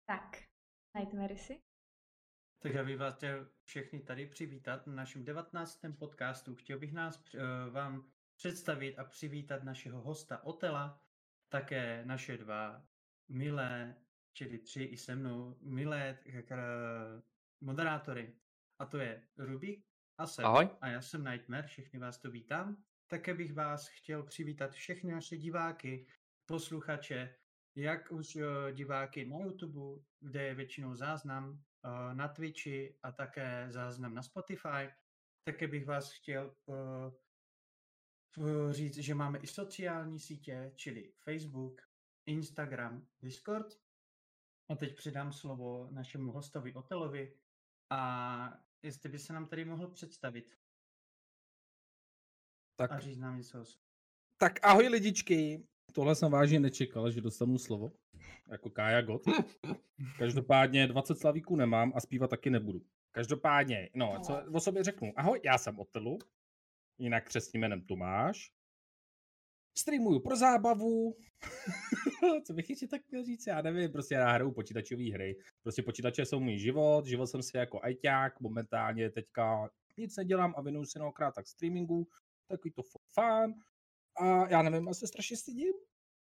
Tak, Nightmare si. Tak já bych vás chtěl všechny tady přivítat na našem 19. podcastu. Chtěl bych vám představit a přivítat našeho hosta Otela, také naše dva milé, čili 3 i se mnou, milé moderátory. A to je Rubik a Seb. Ahoj. A já jsem Nightmare, všechny vás to vítám. Také bych vás chtěl přivítat všechny naše diváky, posluchače, jak už diváky na YouTube, kde je většinou záznam, na Twitchi a také záznam na Spotify. Také bych vás chtěl říct, že máme i sociální sítě, čili Facebook, Instagram, Discord. A teď předám slovo našemu hostovi Otelovi a jestli by se nám tady mohl představit. Tak. A říct nám něco. Tak ahoj lidičky. Tohle jsem vážně nečekal, že dostanu slovo. Jako Kája God. Každopádně 20 slavíků nemám a zpívat taky nebudu. Každopádně, no, co o sobě řeknu. Ahoj, já jsem Otelu, jinak křestním jménem Tomáš. Streamuju pro zábavu. Co bych ještě tak měl říct? Já nevím, prostě já hraju počítačové hry. Prostě počítače jsou můj život, život jsem si jako ajťák, momentálně teďka nic nedělám a věnuju se mnohokrát tak streamingu, takový to fun. A já nevím, asi strašně stydím.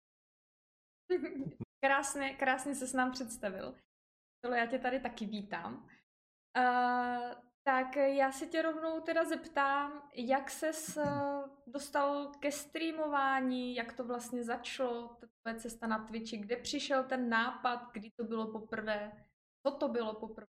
Krásně se s nám představil. Já tě tady taky vítám. Tak já se tě rovnou teda zeptám, jak ses dostal ke streamování, jak to vlastně začalo, tvoje cesta na Twitchi, kde přišel ten nápad, kdy to bylo poprvé, co to bylo poprvé?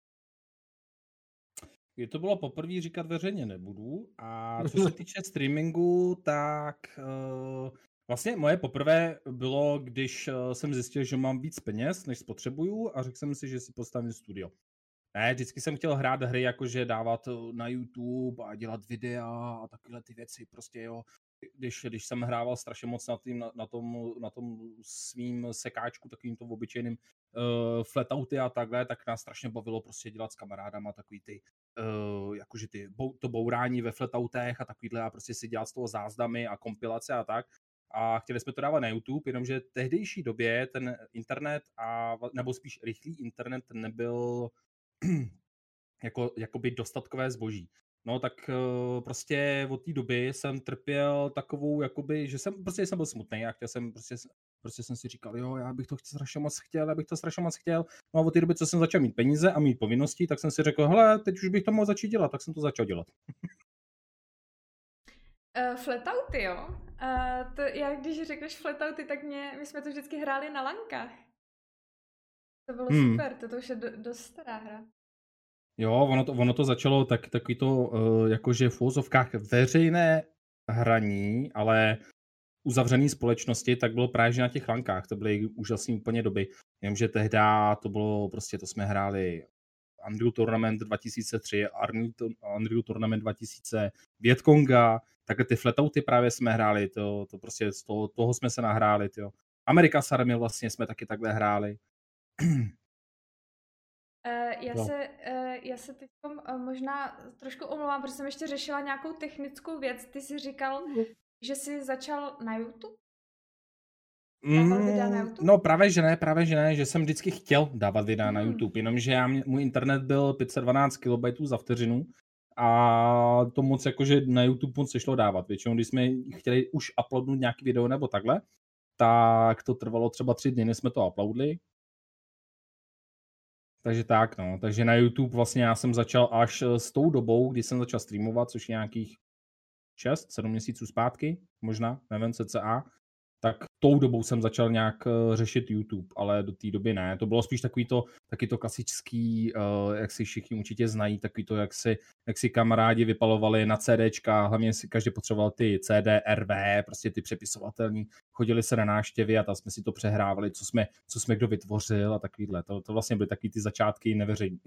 Kdy to bylo poprvé, říkat veřejně nebudu. A co se týče streamingu, tak vlastně moje poprvé bylo, když jsem zjistil, že mám víc peněz, než spotřebuju a řekl jsem si, že si postavím studio. Ne, vždycky jsem chtěl hrát hry, jakože dávat na YouTube a dělat videa a takovéhle ty věci, prostě jo. Když jsem hrával strašně moc na tom svým sekáčku, takovým to obyčejným flatouty a takhle, tak nás strašně bavilo prostě dělat s kamarádama takový ty, jakože to bourání ve flatoutech a takovýhle a prostě si dělat z toho záznamy a kompilace a tak. A chtěli jsme to dávat na YouTube, jenomže v tehdejší době ten internet, nebo spíš rychlý internet nebyl jakoby dostatkové zboží. No tak prostě od té doby jsem trpěl takovou, jakoby, že jsem byl smutný a prostě jsem si říkal, jo, já bych to strašně moc chtěl. No a od té doby, co jsem začal mít peníze a mít povinnosti, tak jsem si řekl, hele, teď už bych to mohl začít dělat, tak jsem to začal dělat. Flatouty, jo? Já když řekneš flatouty, tak my jsme to vždycky hráli na lankách. To bylo super, to už je dost stará hra. Jo, ono to začalo takový to, jakože v uvozovkách veřejné hraní, ale uzavřený společnosti, tak bylo právě na těch lankách, to byly úžasné úplně doby. Jenomže tehdy to bylo prostě, to jsme hráli Unreal Tournament 2003, Unreal Tournament 2000, Vietconga, takhle ty flatouty právě jsme hráli, to prostě z toho jsme se nahráli, jo. America's Army vlastně jsme taky takhle hráli. Já se teď možná trošku omlouvám, protože jsem ještě řešila nějakou technickou věc. Ty jsi říkal, že jsi začal na YouTube? Dávat videa na YouTube? No právě že ne, že jsem vždycky chtěl dávat videa na YouTube, jenomže můj internet byl 512 KB za vteřinu a to moc jakože na YouTube moc se šlo dávat. Většinou, když jsme chtěli už uploadnout nějaký video nebo takhle, tak to trvalo třeba 3 dny, než jsme to uploadli. Takže tak, no. Takže na YouTube vlastně já jsem začal až s tou dobou, kdy jsem začal streamovat, což je nějakých 6-7 měsíců zpátky, možná, nevím, cca, tak tou dobou jsem začal nějak řešit YouTube, ale do té doby ne. To bylo spíš taky to klasický, jak si všichni určitě znají, takový to, jak si kamarádi vypalovali na CDčka, hlavně si každý potřeboval ty CD, RV, prostě ty přepisovatelní, chodili se na návštěvy a tam jsme si to přehrávali, co jsme kdo vytvořil a takovýhle. To vlastně byly taky ty začátky neveřejný.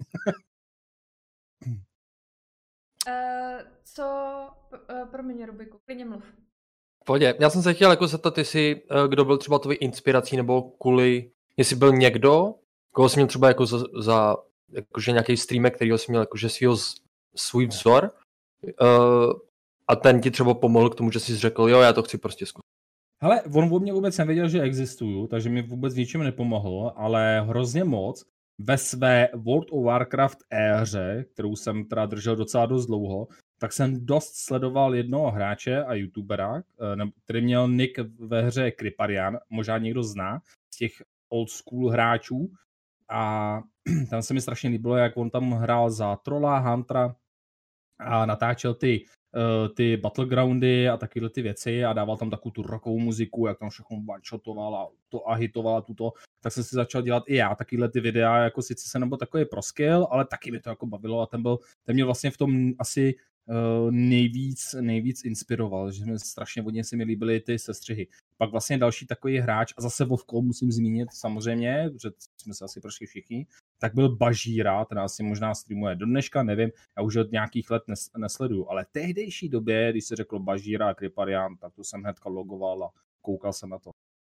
Promiň, Rubiku, klidně mluv. Pohodě. Já jsem se chtěl jako zeptat, jestli kdo byl třeba tvojí inspirací nebo jestli byl někdo, koho jsi měl třeba jako za jakože nějaký streamer, kterýho jsi měl jakože svůj vzor a ten ti třeba pomohl k tomu, že jsi řekl, jo, já to chci prostě zkusit. Hele, on o mě vůbec nevěděl, že existuju, takže mi vůbec ničím nepomohl, ale hrozně moc ve své World of Warcraft éře, kterou jsem teda držel docela dost dlouho, tak jsem dost sledoval jednoho hráče a youtubera, který měl nick ve hře Kriparian, možná někdo zná, z těch old school hráčů. A tam se mi strašně líbilo, jak on tam hrál za trolla, huntera a natáčel ty battlegroundy a takovéhle ty věci a dával tam takovou tu rockovou muziku, jak tam všechno one-shotoval a hitoval a tuto, tak jsem si začal dělat i já takovéhle ty videa, jako sice jsem nebyl takový pro skill, ale taky mi to jako bavilo a ten mě vlastně v tom asi nejvíc inspiroval, že mi strašně hodně se mi líbily ty sestřihy. Pak vlastně další takový hráč, a zase Vovko musím zmínit samozřejmě, že jsme se asi prošli všichni, tak byl Bažíra, ten asi možná streamuje do dneška, nevím, já už od nějakých let nesleduju, ale tehdejší době, když se řeklo Bažíra a Kriparian, tak to jsem hnedka logoval a koukal jsem na to.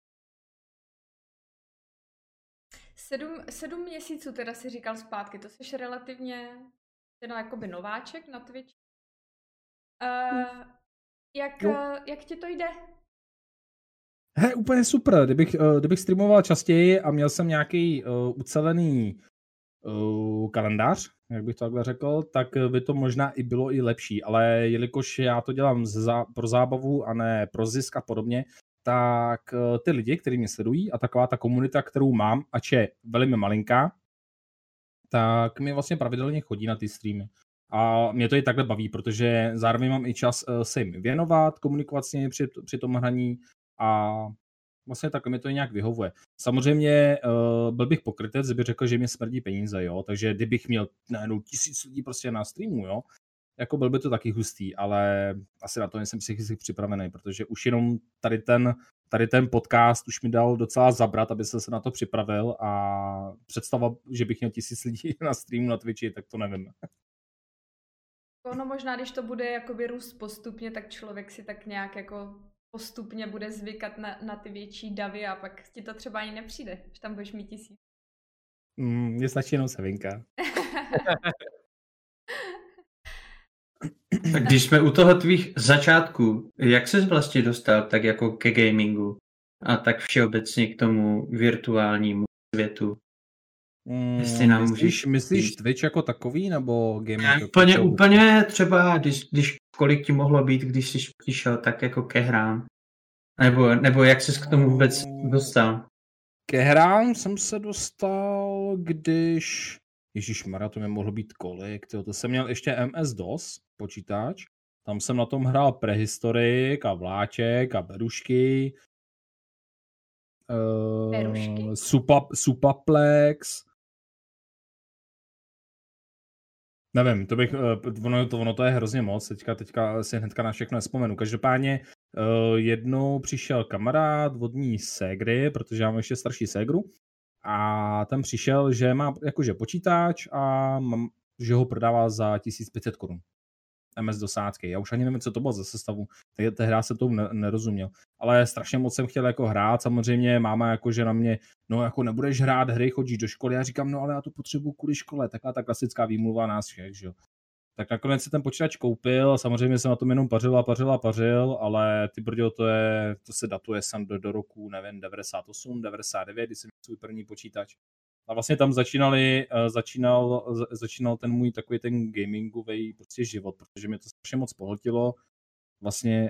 7 měsíců teda si říkal zpátky, to jsi relativně teda jakoby nováček na Twitch. Jak ti to jde? He, úplně super, kdybych streamoval častěji a měl jsem nějaký ucelený kalendář, jak bych to takhle řekl, tak by to možná i bylo i lepší, ale jelikož já to dělám pro zábavu a ne pro zisk a podobně, tak ty lidi, kteří mě sledují a taková ta komunita, kterou mám, ač je velmi malinká, tak mi vlastně pravidelně chodí na ty streamy. A mě to i takhle baví, protože zároveň mám i čas se jim věnovat, komunikovat s nimi při tom hraní a vlastně takhle mi to nějak vyhovuje. Samozřejmě byl bych pokrytec, kdyby řekl, že mě smrdí peníze, jo, takže kdybych měl najednou 1000 lidí prostě na streamu, jo, jako byl by to taky hustý, ale asi na to nejsem psychicky připravený, protože už jenom tady ten podcast už mi dal docela zabrat, aby se na to připravil a představa, že bych měl 1000 lidí na streamu na Twitchi, tak to nevím. No možná, když to bude jakoby růst postupně, tak člověk si tak nějak jako postupně bude zvykat na ty větší davy a pak ti to třeba ani nepřijde, že tam budeš mít 1000. Mně stačí jenom Sevinka. Tak když jsme u toho tvých začátků, jak ses vlastně dostal tak jako ke gamingu a tak všeobecně k tomu virtuálnímu světu? Jestli nám myslíš Twitch jako takový, nebo gaming? Úplně třeba, když kolik ti mohlo být, když jsi přišel tak jako ke hrám? Nebo jak ses k tomu vůbec dostal? Ke hrám jsem se dostal, když... Ježišmarja, to mi mohlo být kolik, to jsem měl ještě MS-DOS počítač, tam jsem na tom hrál Prehistorik a Vláček a Berušky. Supaplex. Nevím, ono to je hrozně moc, teďka si hnedka na všechno nespomenu. Každopádně jednou přišel kamarád od mý ségry, protože já mám ještě starší ségru, a ten přišel, že má jakože počítač a že ho prodává za 1500 korun. MS dosácky. Já už ani nevím, co to bylo za sestavu. Té hra se tomu nerozuměl. Ale strašně moc jsem chtěl jako hrát. Samozřejmě máma jakože na mě, no jako nebudeš hrát hry, chodíš do školy. Já říkám, no ale já to potřebuji kvůli škole. Taková ta klasická výmluva nás všech, že jo. Tak nakonec si ten počítač koupil, samozřejmě jsem na tom jenom pařil, ale ty brďo, to se datuje sem do roku, nevím, 98, 99, když jsem měl svůj první počítač. A vlastně tam začínal ten můj takový ten gamingový prostě život, protože mě to strašně moc pohltilo. Vlastně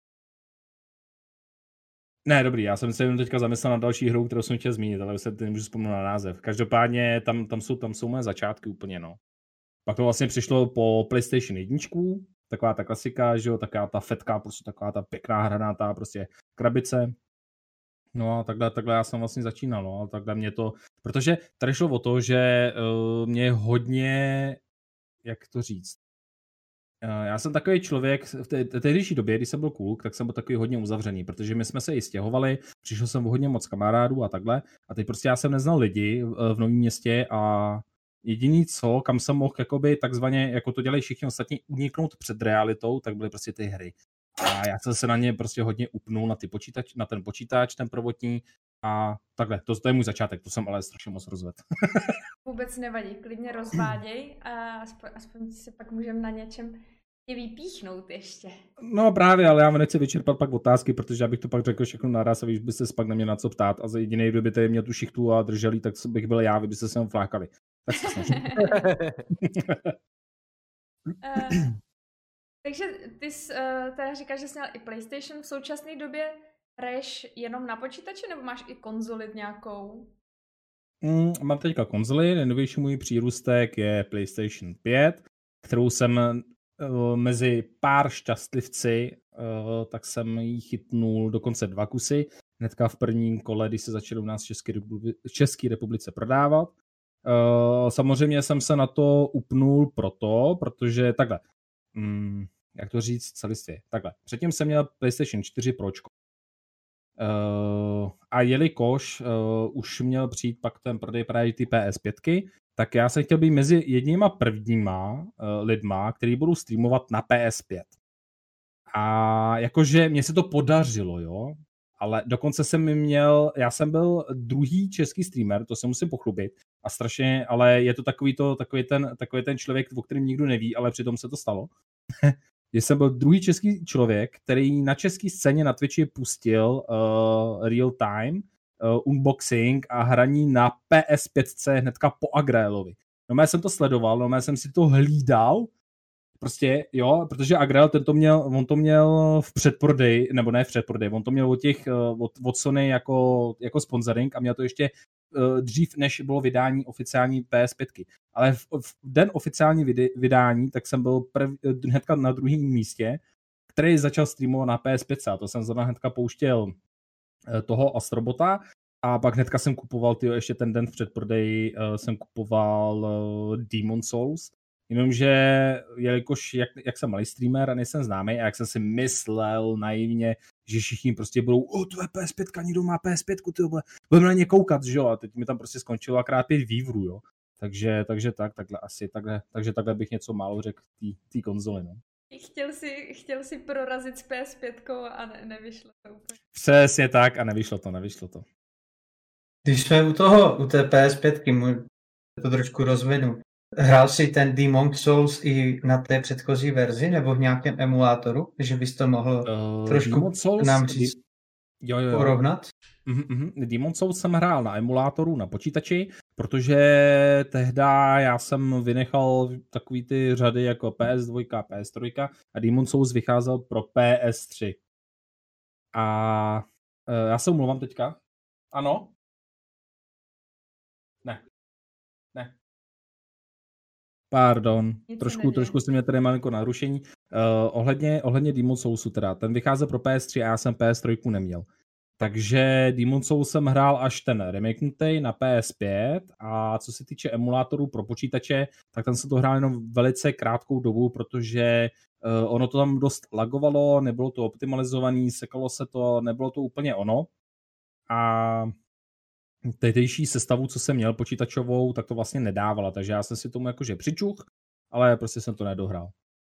ne, dobrý, já jsem se jenom teďka zamyslel na další hru, kterou jsem chtěl zmínit, ale se nemůžu vzpomenout na název. Každopádně tam jsou moje začátky úplně, no. Pak to vlastně přišlo po PlayStation 1, taková ta klasika, že jo, taková ta fetka, prostě taková ta pěkná hranátá prostě krabice. No a takhle já jsem vlastně začínal, no a takhle mě to, protože tady šlo o to, že mě hodně, jak to říct, já jsem takový člověk, v té tehdejší době, když jsem byl kluk, tak jsem byl takový hodně uzavřený, protože my jsme se i stěhovali, přišel jsem o hodně moc kamarádů a takhle, a teď prostě já jsem neznal lidi v Novém Městě a jediný kam jsem mohl jakoby takzvaně, jako to dělají všichni ostatní, uniknout před realitou, tak byly prostě ty hry. A já jsem se na ně prostě hodně upnul na ten počítač, ten prvotní a takhle, to je můj začátek, to jsem ale strašně moc rozvedl. Vůbec nevadí, klidně rozváděj a aspoň si pak můžeme na něčem tě vypíchnout ještě. No právě, ale já nechci vyčerpat pak otázky, protože abych to pak řekl všechno naraz a vy byste se pak neměli na co ptát a za jediný, kdo by tady měl tu šichtu a drželi, tak bych byl já, vy byste se jenom flákali. Tak se snažím. Takže ty jsi teda říkáš, že jsi měl i PlayStation. V současné době hraješ jenom na počítači, nebo máš i konzoli nějakou? Mám teďka konzoli, nejnovější můj přírůstek je PlayStation 5, kterou jsem mezi pár šťastlivci, tak jsem jí chytnul dokonce 2 kusy, hnedka v prvním kole, když se začaly u nás v České republice prodávat. Samozřejmě jsem se na to upnul protože takhle, jak to říct celistvě, takhle. Předtím jsem měl PlayStation 4 Pročko. A jelikož už měl přijít pak ten prodej právě ty PS5, tak já jsem chtěl být mezi jedníma prvníma lidma, kteří budou streamovat na PS5. A jakože mně se to podařilo, jo, ale dokonce já jsem byl druhý český streamer, to se musím pochlubit, a strašně, ale je to takový ten člověk, o kterém nikdo neví, ale přitom se to stalo. Že jsem byl druhý český člověk, který na české scéně na Twitchi pustil real time unboxing a hraní na PS5 hnedka po Agreelovi. No já jsem to sledoval, já jsem si to hlídal, prostě jo, protože Agreel on to měl v předprodeji, nebo ne v předprodeji, on to měl od Sony jako sponsoring a měl to ještě dřív, než bylo vydání oficiální PS5. Ale v den oficiální vydání, tak jsem byl hnedka na druhém místě, který začal streamovat na PS5. A to jsem zrovna hnedka pouštěl toho Astrobota a pak hnedka jsem kupoval, ještě ten den v předprodeji jsem kupoval Demon Souls. Jenomže, jelikož jak jsem malý streamer a nejsem známý a jak jsem si myslel naivně, že všichni prostě budou, to je PS5, někdo má PS5, ty budeme na ně koukat, že jo, a teď mi tam prostě skončilo akrát 5 vývrů, jo. Takže takhle bych něco málo řekl té konzoli, no. Chtěl si prorazit s PS5 a nevyšlo to úplně. Přesně tak a nevyšlo to. Když jsme u té PS5, to trošku rozvedu. Hrál si ten Demon Souls i na té předchozí verzi, nebo v nějakém emulátoru, že bys to mohl trošku nám říct, porovnat? Demon Souls jsem hrál na emulátoru, na počítači, protože tehda já jsem vynechal takový ty řady jako PS2, PS3 a Demon Souls vycházel pro PS3. A já se omlouvám teďka. Ano? Ne. Pardon, trošku jsem měl tady malinko narušení. Ohledně Demon Soulsu teda, ten vycházel pro PS3 a já jsem PS3 neměl. Takže Demon Souls jsem hrál až ten remakenutý na PS5 a co se týče emulátorů pro počítače, tak tam se to hrál jenom velice krátkou dobu, protože ono to tam dost lagovalo, nebylo to optimalizované, sekalo se to, nebylo to úplně ono. A tehdejší sestavu, co jsem měl počítačovou, tak to vlastně nedávala, takže já jsem si tomu jakože přičuch, ale prostě jsem to nedohrál.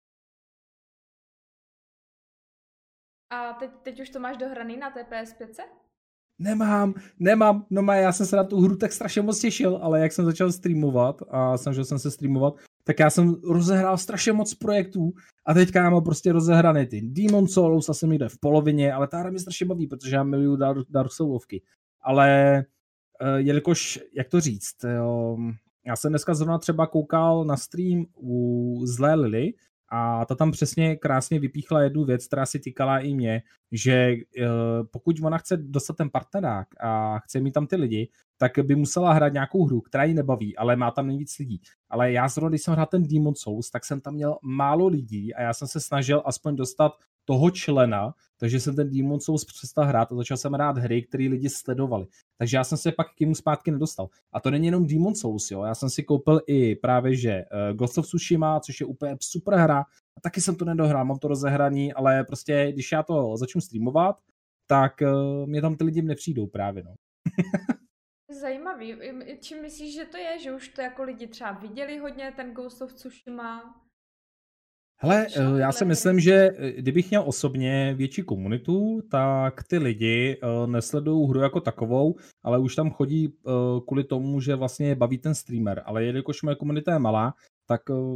A teď už to máš dohraný na té PS5? Nemám, já jsem se na tu hru tak strašně moc těšil, ale jak jsem začal streamovat a snažil jsem se streamovat, tak já jsem rozehrál strašně moc projektů a teďka já mám prostě rozehraný ty Demon Souls a jsem někde v polovině, ale ta hra mě strašně baví, protože já miluju Dark Soulovky. Ale jelikož, jak to říct, já jsem dneska zrovna třeba koukal na stream u Zlé Lily a ta tam přesně krásně vypíchla jednu věc, která si týkala i mě, že pokud ona chce dostat ten partnerák a chce mít tam ty lidi, tak by musela hrát nějakou hru, která ji nebaví, ale má tam nejvíc lidí. Ale já zrovna, když jsem hrál ten Demon Souls, tak jsem tam měl málo lidí a já jsem se snažil aspoň dostat toho člena, takže jsem ten Demon Souls přestal hrát a začal jsem hrát hry, které lidi sledovali. Takže já jsem se pak k němu zpátky nedostal. A to není jenom Demon Souls, jo. Já jsem si koupil i právě, že Ghost of Tsushima, což je úplně super hra. A taky jsem to nedohrál, mám to rozehraný, ale prostě, když já to začnu streamovat, tak mě tam ty lidi nepřijdou právě, no. Zajímavý. Čím myslíš, že to je? Že už to jako lidi třeba viděli hodně, ten Ghost of Tsushima? Hele, já si myslím, že kdybych měl osobně větší komunitu, tak ty lidi nesledují hru jako takovou, ale už tam chodí kvůli tomu, že vlastně baví ten streamer. Ale jelikož moje komunita je malá, tak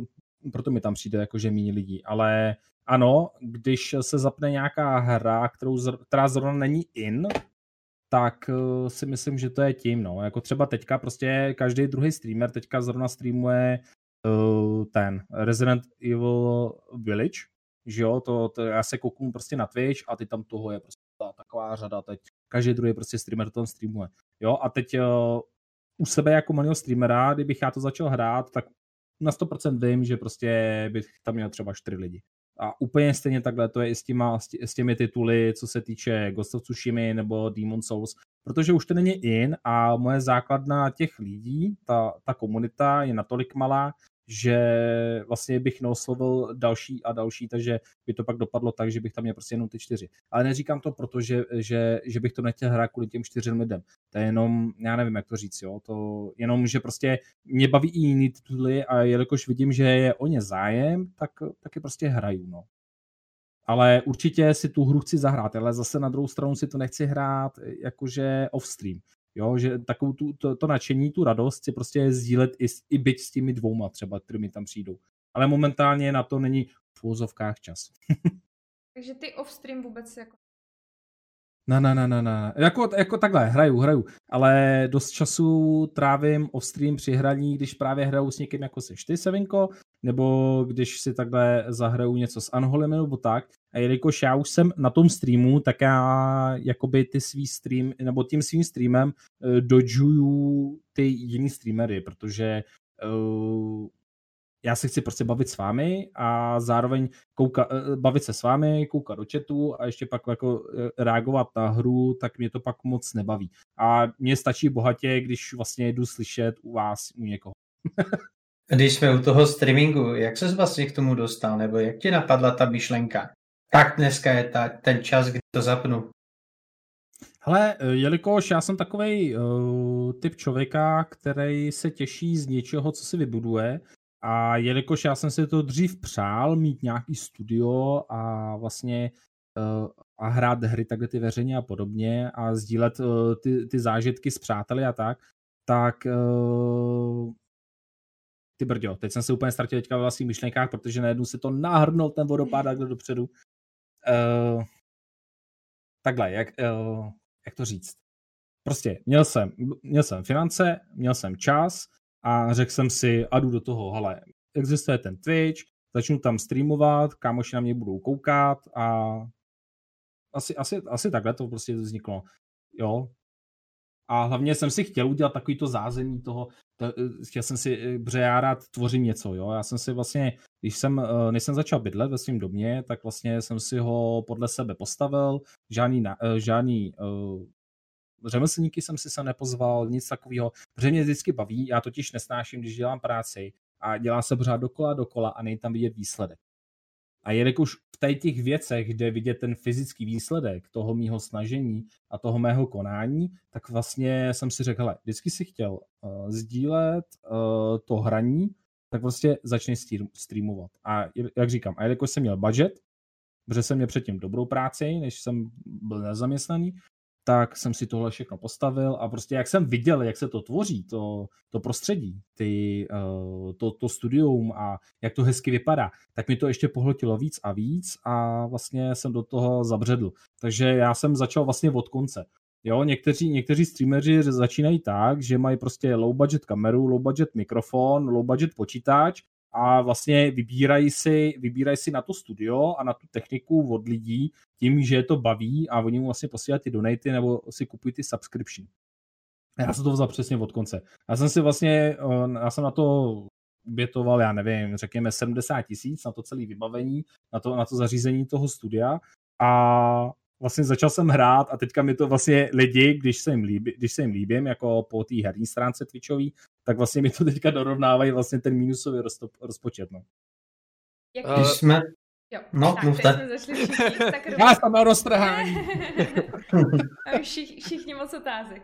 proto mi tam přijde jakože méně lidí, ale ano, když se zapne nějaká hra, která zrovna není in, tak si myslím, že to je tím, no. Jako třeba teďka prostě každý druhý streamer teďka zrovna streamuje ten Resident Evil Village, že jo, to já se kouknu prostě na Twitch a ty tam toho je prostě taková řada, teď každý druhý prostě streamer to tam streamuje, jo, a teď u sebe jako malého streamera, kdybych já to začal hrát, tak na 100% vím, že prostě bych tam měl třeba 4 lidi. A úplně stejně takhle to je i s těmi tituly, co se týče Ghost of Tsushima nebo Demon Souls, protože už to není in a moje základna těch lidí, ta komunita je natolik malá, že vlastně bych neoslovil další a další, takže by to pak dopadlo tak, že bych tam měl prostě jenom ty 4. Ale neříkám to proto, že bych to nechtěl hrát kvůli těm 4 lidem. To je jenom, já nevím, jak to říct, jo, to jenom, že prostě mě baví i jiný tituly a jelikož vidím, že je o ně zájem, tak je prostě hraju, no. Ale určitě si tu hru chci zahrát, ale zase na druhou stranu si to nechci hrát jakože off-stream. Jo, že takovou to nadšení, tu radost si prostě sdílet i byť s těmi 2 třeba, kterými tam přijdou. Ale momentálně na to není v úvozovkách čas. Takže ty off-stream vůbec jako... Ne. Jako takhle, hraju, ale dost času trávím off-stream při hraní, když právě hraju s někým jako seš ty, Sevinko, nebo když si takhle zahraju něco s Anholem nebo tak. A jelikož já už jsem na tom streamu, tak já jakoby ty svý stream, nebo tím svým streamem dodžuju ty jiný streamery, protože já se chci prostě bavit s vámi a zároveň bavit se s vámi, koukat do chatu a ještě pak jako reagovat na hru, tak mě to pak moc nebaví. A mně stačí bohatě, když vlastně jdu slyšet u vás, u někoho. Když jsme u toho streamingu, jak ses vlastně k tomu dostal, nebo jak ti napadla ta myšlenka? Tak dneska je ten čas, kdy to zapnu. Hele, jelikož já jsem takovej typ člověka, který se těší z něčeho, co si vybuduje, a jelikož já jsem si to dřív přál, mít nějaký studio a vlastně a hrát hry takhle ty veřejně a podobně a sdílet ty zážitky s přáteli a tak ty brďo, teď jsem se úplně ztratil teďka ve vlastních myšlenkách, protože najednou se to nahrnul ten vodopád takhle dopředu. Takhle, jak to říct? Prostě měl jsem finance, měl jsem čas a řekl jsem si, a jdu do toho, hele, existuje ten Twitch, začnu tam streamovat, kámoši na mě budou koukat a asi takhle to prostě vzniklo, jo. A hlavně jsem si chtěl udělat takovýto zázemí toho, chtěl jsem si, protože já rád tvořím něco, jo. Já jsem si vlastně, než jsem začal bydlet ve svém domě, tak vlastně jsem si ho podle sebe postavil, žádný řemeslníky jsem si se nepozval, nic takového, protože mě vždycky baví, já totiž nesnáším, když dělám práci a dělá se pořád dokola a nejde tam vidět výsledek. A jelikož v těch věcech, kde vidět ten fyzický výsledek toho mýho snažení a toho mého konání, tak vlastně jsem si řekl, hele, vždycky si chtěl sdílet to hraní, tak vlastně začni streamovat. A jak říkám, a jelikož jsem měl budget, protože jsem měl předtím dobrou práci, než jsem byl nezaměstnaný, tak jsem si tohle všechno postavil a prostě jak jsem viděl, jak se to tvoří, to prostředí, to studium a jak to hezky vypadá, tak mi to ještě pohltilo víc a víc a vlastně jsem do toho zabředl. Takže já jsem začal vlastně od konce. Jo, někteří streameři začínají tak, že mají prostě low budget kameru, low budget mikrofon, low budget počítač a vlastně vybírají si na to studio a na tu techniku od lidí tím, že je to baví a oni mu vlastně posílají ty donaty nebo si kupují ty subscription. Já jsem to vzal přesně od konce. Já jsem na to obětoval, já nevím, řekněme 70 000 na to celé vybavení, na to zařízení toho studia a vlastně začal jsem hrát a teďka mi to vlastně lidi, když se jim líbím, jako po té herní stránce Twitchový, tak vlastně mi to teďka dorovnávají vlastně ten minusový rozpočet. No. Když jsme... Jo, no, tak jsme zašli všichni. Tak já jsem na roztrhání. Všichni moc otázek.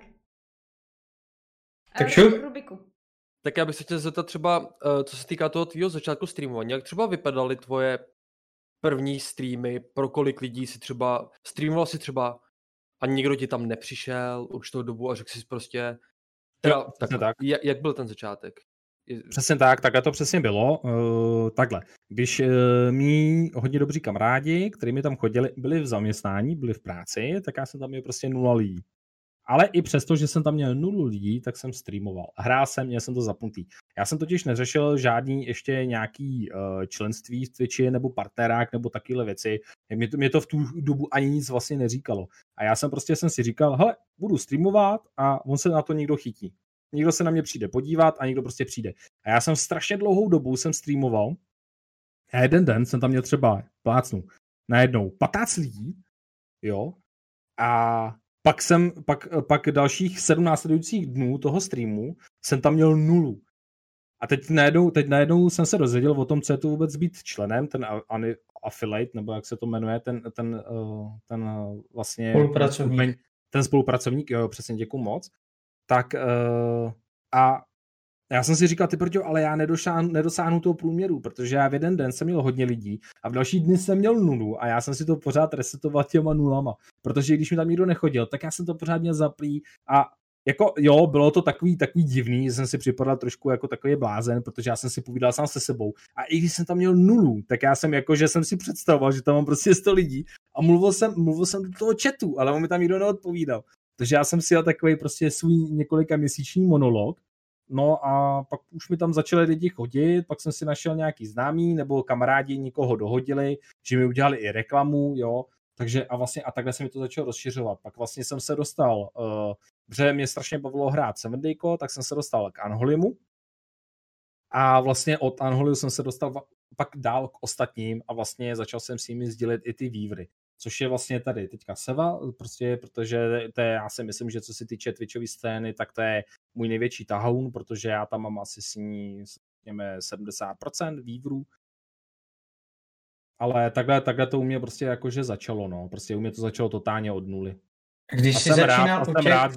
Tak šup. Rubiku. Tak já bych se chtěl zeptat třeba, co se týká toho tvýho začátku streamování, jak třeba vypadaly tvoje první streamy, pro kolik lidí si třeba, streamoval si třeba a nikdo ti tam nepřišel určitou dobu a řekl si prostě, Jo, tak. Jak byl ten začátek? Přesně tak, takhle to přesně bylo. Takhle, když mý hodně dobří kamarádi, kteří mi tam chodili, byli v zaměstnání, byli v práci, tak já jsem tam měl prostě 0 lidí. Ale i přesto, že jsem tam měl 0 lidí, tak jsem streamoval. Hrál jsem, měl jsem to zapnutý. Já jsem totiž neřešil žádný ještě nějaký členství v Twitchi nebo partnerák nebo takovéhle věci. Mě to v tu dobu ani nic vlastně neříkalo. A já jsem si říkal, hele, budu streamovat a on se na to někdo chytí. Někdo se na mě přijde podívat a někdo prostě přijde. A já jsem strašně dlouhou dobu jsem streamoval a jeden den jsem tam měl třeba, plácnu, najednou 15 lidí, jo, a pak dalších 7 následujících dnů toho streamu jsem tam měl 0. A teď najednou jsem se dozvěděl o tom, co je to vůbec být členem, ten affiliate, nebo jak se to jmenuje, ten vlastně... Spolupracovník. Ten spolupracovník, jo, přesně, děkuju moc. Tak a já jsem si říkal, ty brďo, ale já nedosáhnu toho průměru, protože já v jeden den jsem měl hodně lidí a v další dny jsem měl 0 a já jsem si to pořád resetoval těma 0. Protože když mi tam nikdo nechodil, tak já jsem to pořád měl zaplý a jako jo, bylo to takový divný, že jsem si připadal trošku jako takový blázen, protože já jsem si povídal sám se sebou. A i když jsem tam měl 0, tak já jsem že jsem si představoval, že tam mám prostě 100 lidí a mluvil jsem do toho chatu, ale on mi tam nikdo neodpovídal. Takže já jsem si dal takový prostě svůj několika měsíční monolog. No a pak už mi tam začali lidi chodit, pak jsem si našel nějaký známý nebo kamarádi někoho dohodili, že mi udělali i reklamu, jo. Takže a takhle se mi to začalo rozšiřovat. Pak vlastně jsem se dostal, protože mě strašně bavilo hrát 7dayko, tak jsem se dostal k Unholimu. A vlastně od Unholimu jsem se dostal pak dál k ostatním a vlastně začal jsem s nimi sdílet i ty vývry. Což je vlastně tady teďka Seva, prostě, protože to je, já si myslím, že co se týče Twitchové scény, tak to je můj největší tahoun, protože já tam mám asi s ní 70% vývrů. Ale takhle to u mě prostě jakože začalo, no. Prostě u mě to začalo totálně od 0. Když jsi začínal jsem rád,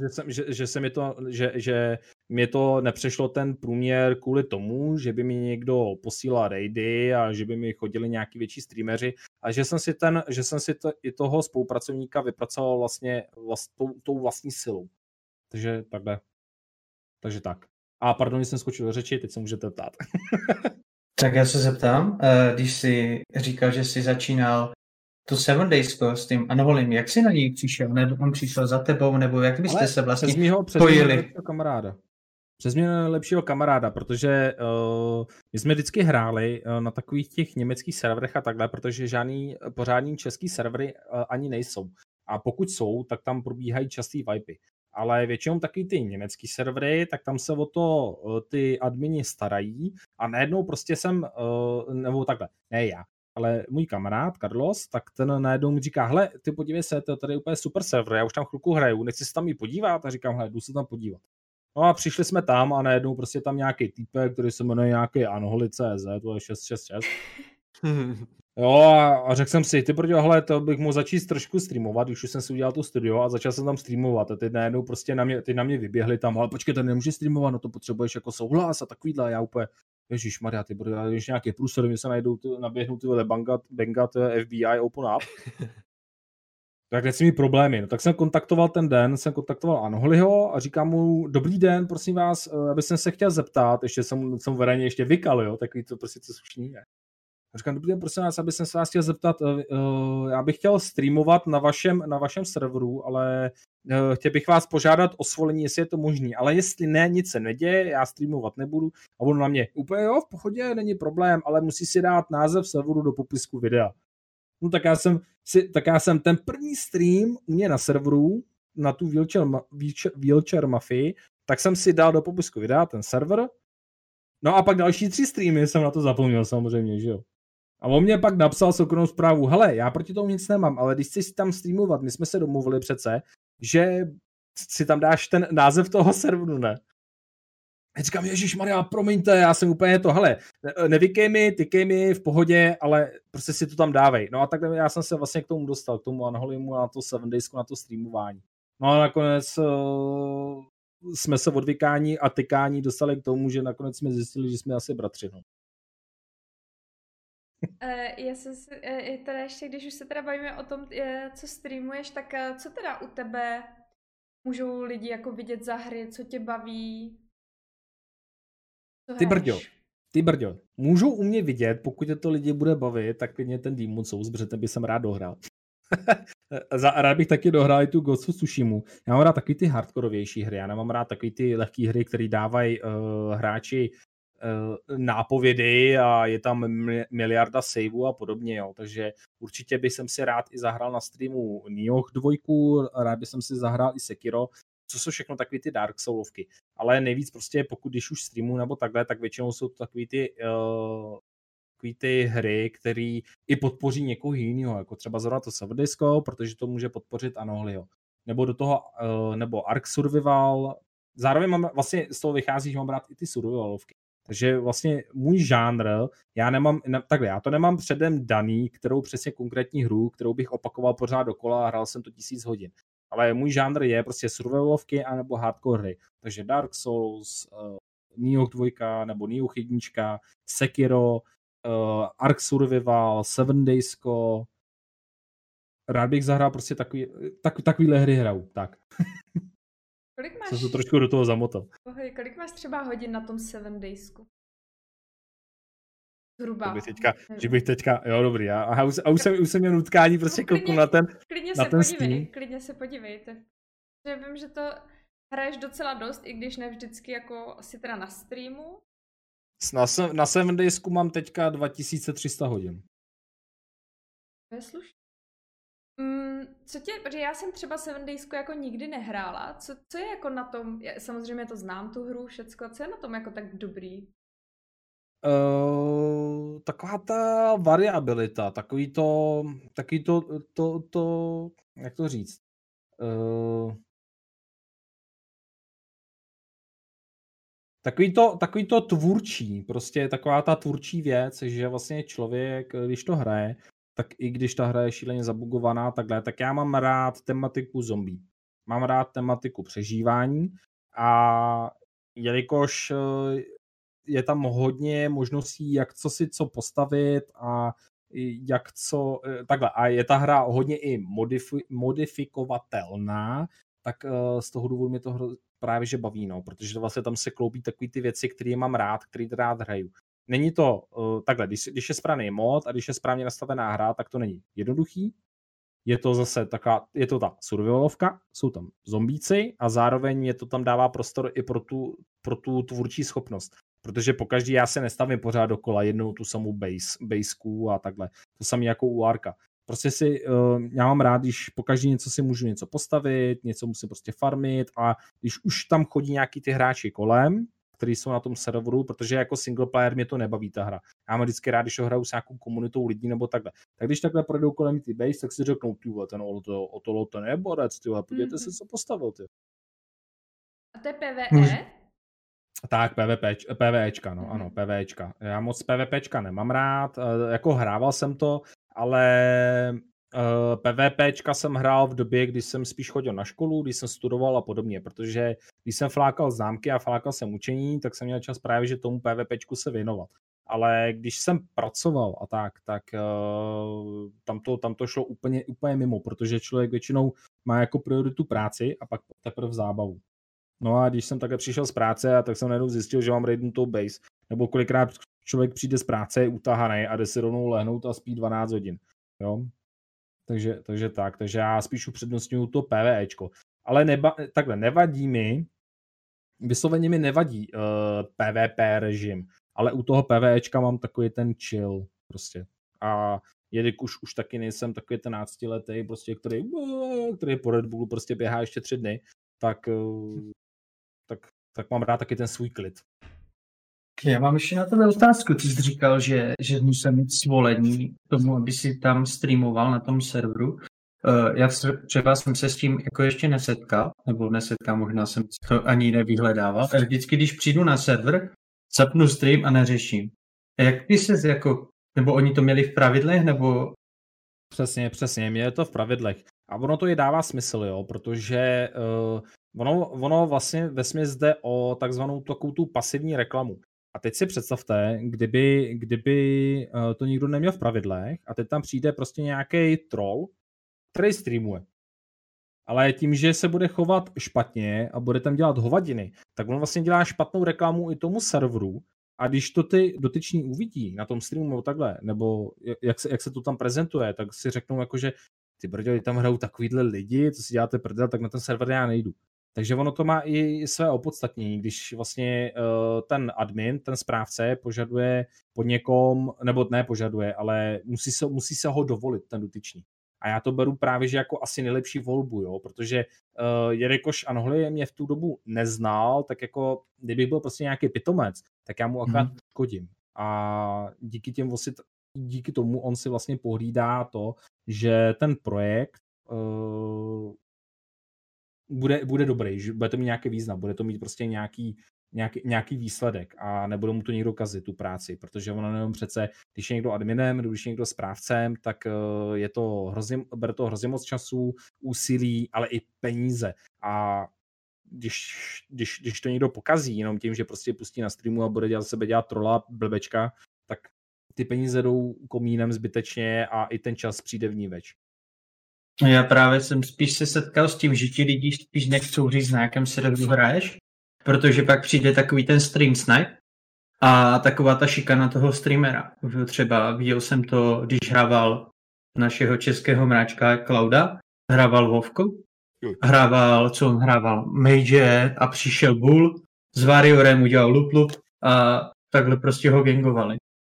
že mě to nepřešlo ten průměr kvůli tomu, že by mi někdo posílal raidy a že by mi chodili nějaký větší streameři a že jsem si i toho spolupracovníka vypracoval vlastně tou vlastní silou. Takže takhle. Takže tak. A pardon, jsem skočil do řeči, teď se můžete ptát. Tak já se zeptám, když jsi říkal, že jsi začínal tu 7daysko s tím Unholim, jak jsi na něj přišel? Nebo on přišel za tebou, nebo jak byste se vlastně spojili? Přes mě lepšího kamaráda, protože my jsme vždycky hráli na takových těch německých serverech a takhle, protože žádný pořádný český servery ani nejsou. A pokud jsou, tak tam probíhají častý vipy. Ale většinou taky ty německý servery, tak tam se o to ty admini starají a najednou prostě nebo takhle, ne já, ale můj kamarád Carlos, tak ten najednou mi říká, hele, ty podívej se, to tady je úplně super server, já už tam chvilku hraju, nechci se tam i podívat? A říkám, hele, jdu se tam podívat. No a přišli jsme tam a najednou prostě tam nějaký týpek, který se jmenuje nějaký Unholy.cz, to je 666. Jo a řekl jsem si, ty brďo, hele, to bych mohl začít trošku streamovat, když už jsem si udělal to studio a začal jsem tam streamovat a teď najednou prostě na mě vyběhli tam, ale počkej, to nemůžeš streamovat, no to potřebuješ jako souhlas a takovýhle, já úplně, ježišmarja, ty brďo, když nějaký průsor, mě se naběhnou tyhle Benga, to je FBI, open up. Tak teď si mi problémy. No, tak jsem kontaktoval Unholyho a říkám mu, dobrý den, prosím vás, abych se chtěl zeptat, ještě jsem veřejně ještě vykal, jo, takový to prostě co slušný je. A říkám, dobrý den, prosím vás, abych se vás chtěl zeptat, já bych chtěl streamovat na vašem serveru, ale chtěl bych vás požádat o svolení, jestli je to možný, ale jestli ne, nic se neděje, já streamovat nebudu. A on na mě, úplně jo, v pohodě, není problém, ale musí si dát název serveru do popisku videa. No tak já jsem ten první stream u mě na serveru, na tu Wheelchair Mafii, tak jsem si dal do popisku videa ten server. No a pak další 3 streamy jsem na to zapomněl samozřejmě, že jo. A on mě pak napsal soukromou zprávu, hele, já proti tomu nic nemám, ale když chceš tam streamovat, my jsme se domluvili přece, že si tam dáš ten název toho serveru, ne? Já říkám, ježišmarja, promiňte, já jsem úplně to, hele, nevykej mi, tykej mi, v pohodě, ale prostě si to tam dávej. No a takhle já jsem se vlastně k tomu dostal, k tomu Unholimu, na to 7daysku, na to streamování. No a nakonec jsme se od vykání a tykání dostali k tomu, že nakonec jsme zjistili, že jsme asi bratři. No. Já jsem teda ještě, když už se teda bavíme o tom, co streamuješ, tak co teda u tebe můžou lidi jako vidět za hry, co tě baví? Co Ty brďo, můžou u mě vidět, pokud je to lidi bude bavit, tak klidně ten Demon Souls, protože ten by jsem rád dohrál. Rád bych taky dohrál i tu Ghost of Tsushimu. Já mám rád takový ty hardkorovější hry, já nemám rád takový ty lehký hry, které dávají hráči nápovědy a je tam miliarda saveů a podobně, jo. Takže určitě bych si rád i zahrál na streamu Nioh 2, rád bych si zahrál i Sekiro, co jsou všechno takový ty Dark Soulovky. Ale nejvíc prostě, pokud když už streamu nebo takhle, tak většinou jsou to takový ty hry, které i podpoří někoho jiného, jako třeba zrovna to Severdisco, protože to může podpořit Anohliho. Nebo do toho, nebo Ark Survival. Zároveň mám, vlastně z toho vychází, že mám rád i ty survivalovky. Takže vlastně můj žánr, já to nemám předem daný, kterou přesně konkrétní hru, kterou bych opakoval pořád dokola a hrál jsem to 1000 hodin. Ale můj žánr je prostě survivalovky anebo hardcore hry. Takže Dark Souls, Nioh 2 nebo Nioh 1, Sekiro, Ark Survival, Seven Daysco. Rád bych zahrál prostě takovýhle hry hraju. Tak. Kolik máš? Jsem se trošku do toho zamotal. Kolik máš třeba hodin na tom Seven Daysku? Zhruba. Že bych teďka, jo dobrý, už jsem měl nutkání prostě kouknu na ten Steam. Klidně se podívejte. Já vím, že to hraješ docela dost, i když ne vždycky jako asi teda na streamu. Na Seven Daysku mám teďka 2300 hodin. To je slušný. Protože já jsem třeba Seven Daysku jako nikdy nehrála. Co je jako na tom, samozřejmě to znám tu hru, všecko, co je na tom jako tak dobrý? Taková ta variabilita, takový to, jak to říct, takový to tvůrčí, prostě taková ta tvůrčí věc, že vlastně člověk, když to hraje, tak i když ta hra je šíleně zabugovaná, tak já mám rád tematiku zombie. Mám rád tematiku přežívání a jelikož je tam hodně možností, jak co postavit a jak co, takhle. A je ta hra hodně i modifikovatelná, tak z toho důvodu mě to právě že baví, no, protože vlastně tam se kloubí takový ty věci, které mám rád, které rád hraju. Není to takhle, když je správný mod a když je správně nastavená hra, tak to není jednoduchý. Je to zase je to ta survivalovka, jsou tam zombíci a zároveň mě to tam dává prostor i pro tu tvůrčí schopnost. Protože pokaždý já se nestavím pořád dokola jednou tu samou baseku a takhle. To samé jako u Arka. Prostě já mám rád, když pokaždý můžu něco postavit, něco musím prostě farmit a když už tam chodí nějaký ty hráči kolem, kteří jsou na tom serveru, protože jako single player mě to nebaví ta hra. Já mám vždycky rád, když ho hraju s nějakou komunitou lidí nebo takhle. Tak když takhle projdou kolem ty base, tak si řeknou, tyhle, ten Otolo je borec, tyhle, podívejte se, co postavil, ty. A to je PvE? Tak, PvEčka, no, ano, PvEčka. Já moc PvPčka nemám rád, jako hrával jsem to, ale PvPčka jsem hrál v době, kdy jsem spíš chodil na školu, když jsem studoval a podobně, protože když jsem flákal známky a flákal jsem učení, tak jsem měl čas právě, že tomu PvPčku se věnovat. Ale když jsem pracoval a tak tam to šlo úplně mimo, protože člověk většinou má jako prioritu práci a pak teprve zábavu. No a když jsem takhle přišel z práce, tak jsem najednou zjistil, že mám raidnutou base. Nebo kolikrát člověk přijde z práce, je utahaný a jde si rovnou lehnout a spí 12 hodin. Jo? Takže já spíš upřednostňuju to PvEčko. Ale nevadí mi, vysloveně mi nevadí PvP režim, ale u toho PvEčka mám takový ten chill prostě. A jelikož už taky nejsem takový ten náctiletý, prostě, který po Red Bullu prostě běhá ještě 3 dny, tak mám rád taky ten svůj klid. Já mám ještě na tebe otázku. Ty jsi říkal, že musím mít svolení k tomu, aby si tam streamoval na tom serveru. Já třeba jsem se s tím jako ještě nesetkal, možná jsem to ani nevyhledával. A vždycky, když přijdu na server, zapnu stream a neřeším. A jak ty se nebo oni to měli v pravidlech, nebo... Přesně, měli to v pravidlech. A ono to i dává smysl, jo, protože ono vlastně vesměs jde o takzvanou takovou tu pasivní reklamu. A teď si představte, kdyby to nikdo neměl v pravidlech a teď tam přijde prostě nějaký troll, který streamuje. Ale tím, že se bude chovat špatně a bude tam dělat hovadiny, tak on vlastně dělá špatnou reklamu i tomu serveru A když to ty dotyční uvidí na tom streamu nebo takhle, nebo jak se to tam prezentuje, tak si řeknou jako, že ty brďo, tam hrajou takovýhle lidi, co si děláte prdel, tak na ten server já nejdu. Takže ono to má i své opodstatnění, když vlastně ten admin, ten správce požaduje po někom, nebo ne požaduje, ale musí se ho dovolit, ten dotyčný. A já to beru právě, že jako asi nejlepší volbu, jo, protože jelikož Anohli mě v tu dobu neznal, tak jako kdybych byl prostě nějaký pitomec, tak já mu akorát škodím. A díky tomu on si vlastně pohlídá to, že ten projekt bude dobrý, že bude to mít nějaký význam, bude to mít prostě nějaký výsledek a nebude mu to někdo kazit, tu práci, protože ono nevím přece, když je někdo adminem, když je někdo správcem, tak bere to hrozně moc času, úsilí, ale i peníze. A když to někdo pokazí jenom tím, že prostě pustí na streamu a bude dělat trolla, blbečka, tak ty peníze jdou komínem zbytečně a i ten čas přijde vníveč. Já právě jsem spíš se setkal s tím, že ti lidi spíš nechcou říct, na jakém serveru hraješ, protože pak přijde takový ten stream snipe a taková ta šikana toho streamera. Třeba viděl jsem to, když hrával našeho českého mráčka Clouda, hrával Vovku, co on hrával? Mage a přišel Bull, s Warriorem udělal lup a takhle prostě ho gangovali.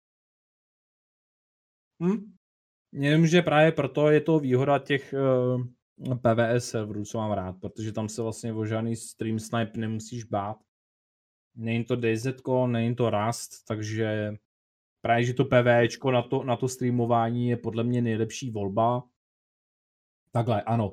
Jenom, že právě proto je to výhoda těch PvS serverů, co mám rád, protože tam se vlastně o žádný stream snipe nemusíš bát. Není to DayZko, není to Rust, takže právě, že to PvEčko na to streamování je podle mě nejlepší volba. Takhle, ano.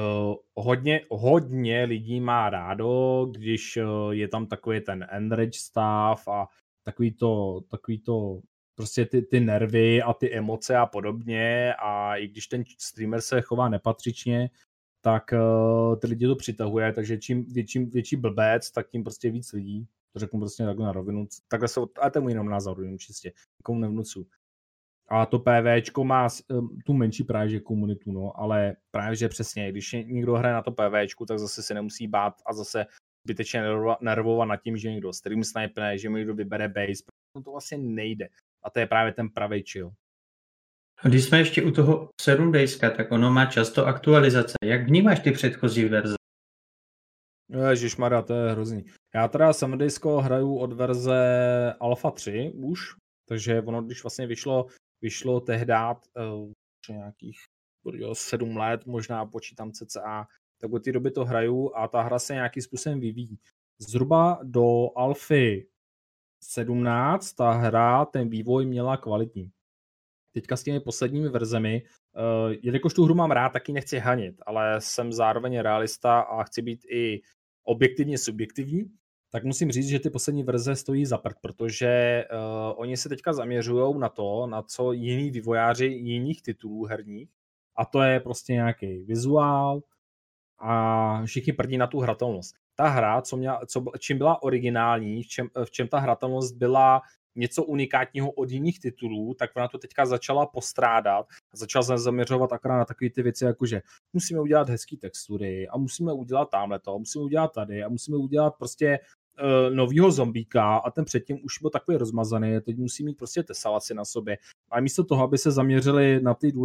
Hodně lidí má rádo, když je tam takový ten enrage stav a takový to prostě ty nervy a ty emoce a podobně a i když ten streamer se chová nepatřičně, tak ty lidi to přitahuje, takže čím větší blbec, tak tím prostě víc lidí. To řeknu prostě takhle na rovinu. Takhle ale to je můj jenom názor, jenom čistě. Nikomu nevnucu. A to PvEčko má tu menší právě že komunitu, no, ale právě že přesně, když někdo hraje na to PvEčku, tak zase se nemusí bát a zase zbytečně nervovat nad tím, že někdo stream snipne, že mu někdo vybere base, protože to vlastně nejde. A to je právě ten pravý chill. Když jsme ještě u toho 7 dayska, tak ono má často aktualizace. Jak vnímáš ty předchozí verze? Ježišmarja, to je hrozný. Já teda 7 daysko hraju od verze Alpha 3 už, takže ono, když vlastně vyšlo tehdát nějakých 7 let, možná počítám cca, tak od té doby to hraju a ta hra se nějakým způsobem vyvíjí. Zhruba do Alfy 17 ta hra, ten vývoj měla kvalitní. Teďka s těmi posledními verzemi, jelikož tu hru mám rád, taky nechci hanit, ale jsem zároveň realista a chci být i objektivně subjektivní, tak musím říct, že ty poslední verze stojí za prd, protože oni se teďka zaměřují na to, na co jiní vývojáři jiných titulů herních, a to je prostě nějaký vizuál a všichni prdí na tu hratelnost. Ta hra, čím byla originální, v čem ta hratelnost byla něco unikátního od jiných titulů, tak ona to teďka začala postrádat a začala se zaměřovat akorát na takové ty věci, jako že musíme udělat hezký textury a musíme udělat tamhleto, musíme udělat tady a musíme udělat prostě novýho zombíka a ten předtím už byl takový rozmazaný, teď musí mít prostě tesalaci na sobě. A místo toho, aby se zaměřili na ty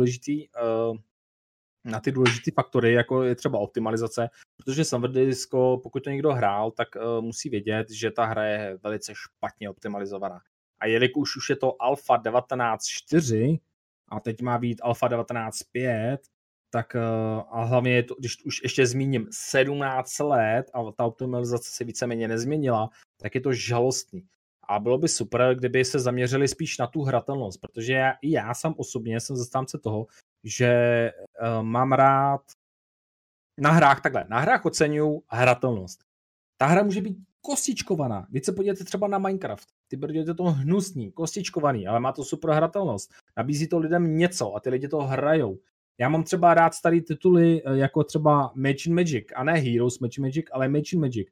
důležité faktory, jako je třeba optimalizace, protože Samverdisko, pokud to někdo hrál, tak musí vědět, že ta hra je velice špatně optimalizovaná. A jelikož už je to Alpha 19.4 a teď má být Alpha 19.5, tak a hlavně je to, když už ještě zmíním 17 let a ta optimalizace se víceméně nezměnila, tak je to žalostný. A bylo by super, kdyby se zaměřili spíš na tu hratelnost, protože já sám osobně jsem zastánce toho, že mám rád na hrách oceňuju hratelnost. Ta hra může být kostičkovaná. Když se podíváte třeba na Minecraft, ty budete to hnusný, kostičkovaný, ale má to super hratelnost. Nabízí to lidem něco a ty lidi to hrajou. Já mám třeba rád starý tituly, jako třeba Mage and Magic, a ne Heroes Mage and Magic, ale Mage and Magic.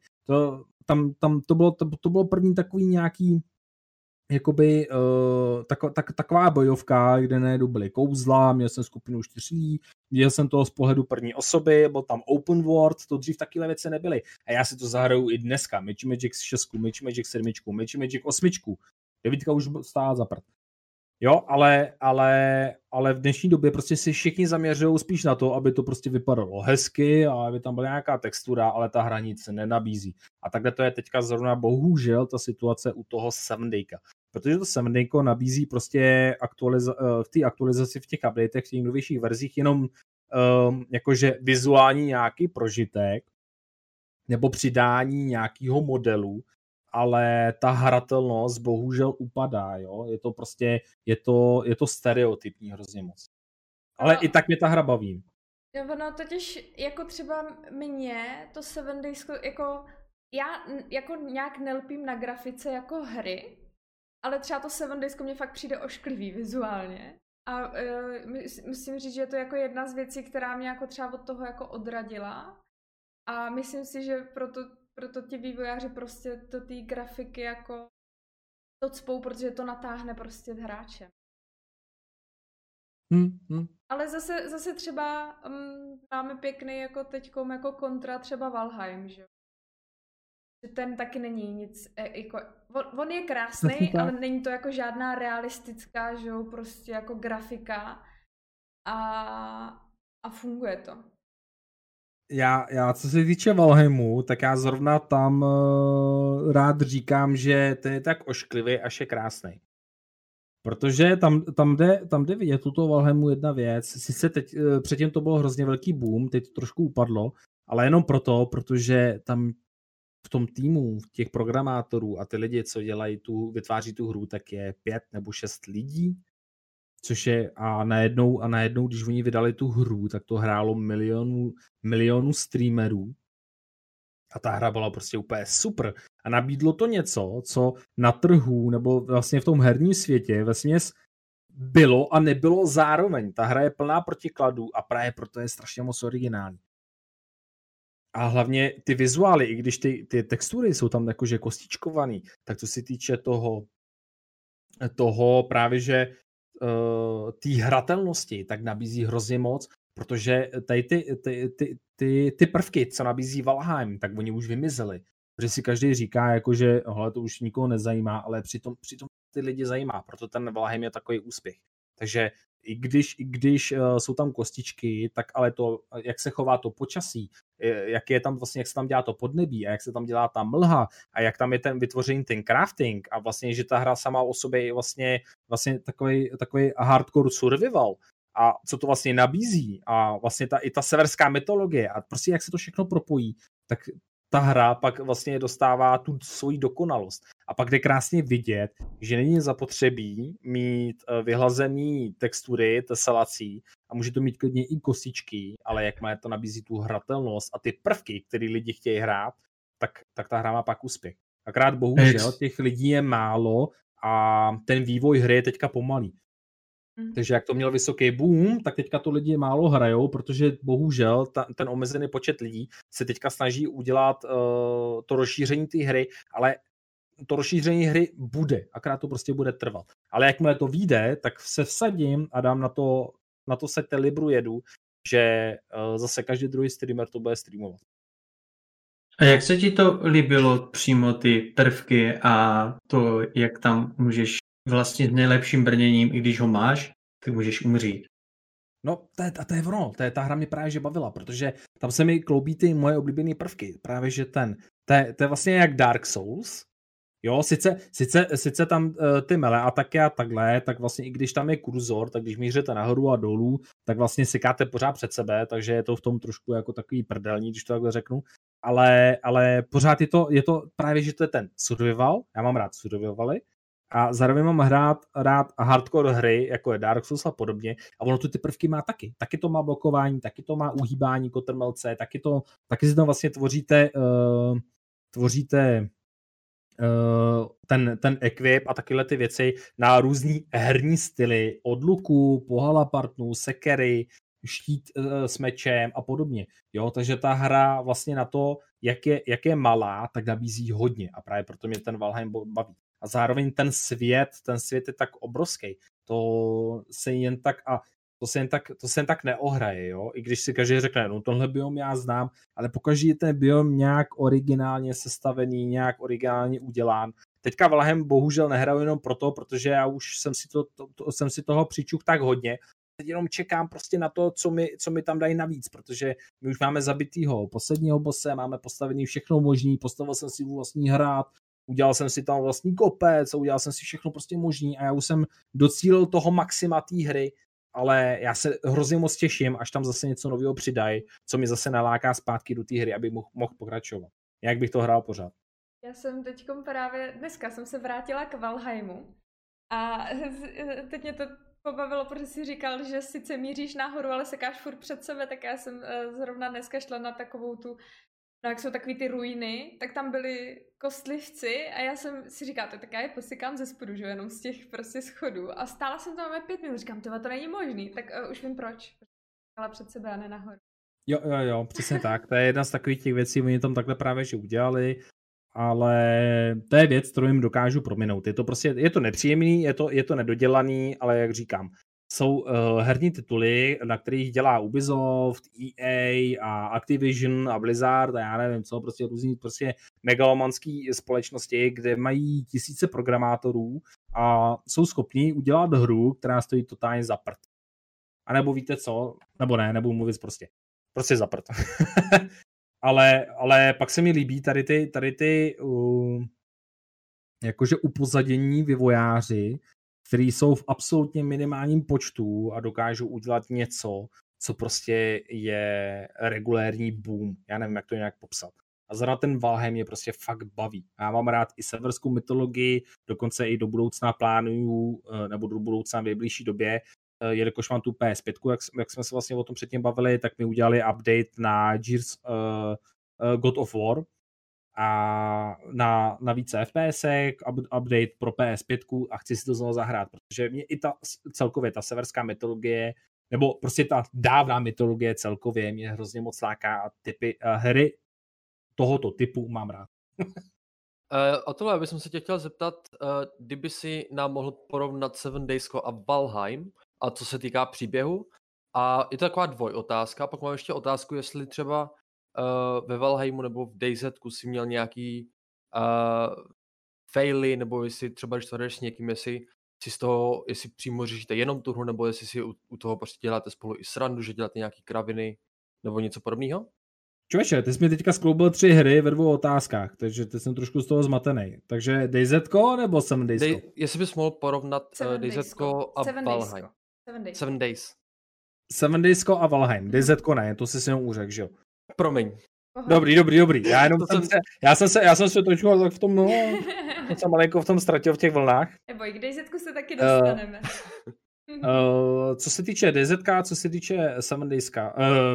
To bylo první takový nějaký jakoby taková bojovka, kde najednou byly kouzla, měl jsem skupinu 4 lidí, viděl jsem to z pohledu první osoby, byl tam open world, to dřív takové věci nebyly. A já si to zahraju i dneska. Mage Magic 6, Mage Magic 7, Mage Magic 8. Devítka už stála za prd. Jo, ale v dnešní době prostě si všichni zaměřují spíš na to, aby to prostě vypadalo hezky a aby tam byla nějaká textura, ale ta hranice nenabízí. A takhle to je teďka zrovna bohužel ta situace u toho 7 Dayka. Protože to 7 Dayko nabízí prostě v té aktualizaci v těch updatech, v těch novějších verzích jenom jakože vizuální nějaký prožitek nebo přidání nějakého modelu, ale ta hratelnost bohužel upadá, jo. Je to prostě, je to stereotypní hrozně moc. Ale i tak mě ta hra baví. Ono totiž, jako třeba mě, to 7 Days, jako já jako nějak nelpím na grafice jako hry, ale třeba to 7 Days mě fakt přijde ošklivý vizuálně. A musím říct, že je to jako jedna z věcí, která mě jako třeba od toho jako odradila. A myslím si, že proto ti vývojáři prostě do té grafiky jako to cpou, protože to natáhne prostě hráče. Ale zase třeba máme pěkný jako teďkom jako kontra třeba Valheim, že? Ten taky není nic, jako, on je krásný, ale není to jako žádná realistická, že jo, prostě jako grafika a funguje to. Já co se týče Valheimu, tak já zrovna tam rád říkám, že ten je tak ošklivý, až je krásný. Protože tam jde vidět tuto Valheimu jedna věc. Sice teď, předtím to bylo hrozně velký boom, teď to trošku upadlo, ale jenom proto, protože tam v tom týmu, těch programátorů a ty lidi, co vytváří tu hru, tak je 5 nebo 6 lidí, což je a najednou, když oni vydali tu hru, tak to hrálo milionů streamerů a ta hra byla prostě úplně super a nabídlo to něco, co na trhu nebo vlastně v tom herním světě vesměs bylo a nebylo zároveň. Ta hra je plná protikladů a právě proto je strašně moc originální. A hlavně ty vizuály, i když ty textury jsou tam jakože kostičkovaný, tak co se týče toho právě, že té hratelnosti, tak nabízí hrozně moc, protože tady ty prvky, co nabízí Valheim, tak oni už vymizeli. Protože si každý říká, jakože to už nikoho nezajímá, ale přitom ty lidi zajímá, proto ten Valheim je takový úspěch. Takže i když jsou tam kostičky, tak ale to, jak se chová to počasí, jak se tam dělá to podnebí a jak se tam dělá ta mlha a jak tam je ten vytvořený ten crafting a vlastně, že ta hra sama o sobě je vlastně takový hardcore survival a co to vlastně nabízí a vlastně i ta severská mytologie a prostě jak se to všechno propojí, tak ta hra pak vlastně dostává tu svoji dokonalost. A pak jde krásně vidět, že není zapotřebí mít vyhlazený textury, teselací a může to mít klidně i kostičky, ale jakmile to nabízí tu hratelnost a ty prvky, které lidi chtějí hrát, tak ta hra má pak úspěch. Akorát bohužel těch lidí je málo a ten vývoj hry je teďka pomalý. Takže jak to měl vysoký boom, tak teďka to lidi málo hrajou, protože bohužel ten omezený počet lidí se teďka snaží udělat to rozšíření té hry, ale to rozšíření hry bude, akorát to prostě bude trvat. Ale jakmile to vyjde, tak se vsadím a dám na to se Telibru jedu, že zase každý druhý streamer to bude streamovat. A jak se ti to líbilo přímo ty prvky a to, jak tam můžeš vlastně s nejlepším brněním, i když ho máš, tak můžeš umřít. No, to je ono, ta hra mě právě že bavila, protože tam se mi kloubí ty moje oblíbené prvky. Právě, že to je vlastně jak Dark Souls. Jo, sice tam ty melee ataky a takhle, tak vlastně i když tam je kurzor, tak když míříte nahoru a dolů, tak vlastně sekáte pořád před sebe, takže je to v tom trošku jako takový prdelní, když to takhle řeknu. Ale pořád je to právě, že to je ten survival, já mám rád survivaly, a zároveň mám rád hardcore hry, jako je Dark Souls a podobně, a ono tu ty prvky má taky. Taky to má blokování, taky to má uhýbání kotrmelce, taky si tam vlastně tvoříte ten equip a takyhle ty věci na různý herní styly, od luku, po halapartnu, sekery, štít s mečem a podobně. Jo, takže ta hra vlastně na to, jak je malá, tak nabízí hodně a právě proto mě ten Valheim baví. A zároveň ten svět je tak obrovský. To se jen tak neohraje, jo? I když si každý řekne, no tohle biom já znám, ale pokaždé ten biom nějak originálně sestavený, nějak originálně udělán, Teďka Valheim bohužel nehraju jenom proto, protože já už jsem si toho přičuch tak hodně. Teď jenom čekám prostě na to, co mi tam dají navíc, protože my už máme zabitýho posledního bose, máme postavený všechno možný, postavil jsem si vlastní hrad, udělal jsem si tam vlastní kopec, udělal jsem si všechno prostě možný a já už jsem docílil toho maxima té hry, ale já se hrozně moc těším, až tam zase něco nového přidají, co mi zase naláká zpátky do té hry, aby mohl pokračovat. Jak bych to hrál pořád. Já jsem teďkom právě, dneska jsem se vrátila k Valheimu a teď mě to pobavilo, protože jsi říkal, že sice míříš nahoru, ale sekáš furt před sebe, tak já jsem zrovna dneska šla na takovou tu, no jak jsou takový ty ruiny, tak tam byli kostlivci a já jsem si říkala, tak já je posykám ze spodu, že jenom z těch prostě schodů a stála jsem tam 5 minut, říkám, to není možný, tak už vím proč, ale před sebe a ne nahoru. Jo, přesně tak, to je jedna z takových těch věcí, oni tam takhle právě že udělali, ale to je věc, kterou jim dokážu prominout. Je to nepříjemný, je to nedodělaný, ale jak říkám, jsou herní tituly, na kterých dělá Ubisoft, EA a Activision a Blizzard a já nevím co, prostě různý prostě megalomanský společnosti, kde mají tisíce programátorů a jsou schopní udělat hru, která stojí totálně za prd. A nebo víte co, nebo ne, nebudu mluvit prostě za prd. ale pak se mi líbí tady ty jakože upozadění vývojáři, který jsou v absolutně minimálním počtu a dokážou udělat něco, co prostě je regulérní boom. Já nevím, jak to nějak popsat. A zrovna ten Valheim mě prostě fakt baví. Já mám rád i severskou mytologii, dokonce i do budoucna plánuju, nebo do budoucna v nejbližší době, jelikož mám tu PS5, jak jsme se vlastně o tom předtím bavili, tak mi udělali update na Gears God of War a na více FPSek, update pro PS5 a chci si to znovu zahrát, protože mě i celkově ta severská mytologie, nebo prostě ta dávná mytologie celkově mě hrozně moc láká a hry tohoto typu mám rád. A tohle bych se tě chtěl zeptat, kdyby si nám mohl porovnat Seven Daysko a Valheim, a co se týká příběhu. A je to taková dvojotázka, pak mám ještě otázku, jestli třeba ve Valheimu nebo v DayZku si měl nějaký faily, nebo jestli třeba, když to jdeš s někým, jestli přímo řešíte jenom tu hru, nebo jestli si u toho prostě děláte spolu i srandu, že děláte nějaký kraviny, nebo něco podobného? Čověče, ty jsi mi teďka skloubil 3 hry ve 2 otázkách, takže teď jsem trošku z toho zmatený. Takže DayZko nebo 7 Daysko? Jestli bys mohl porovnat DayZko a Valheim. 7 Days. 7 Daysko a Valheim. DayZko ne, to jsi si jenom uřekl, že jo? Promiň. Dobrý. Já jsem se trošku tak v tom, jsem malinko v tom ztratil v těch vlnách. Neboj, k DayZku se taky dostaneme. Co se týče DayZK, co se týče 7 Dayska.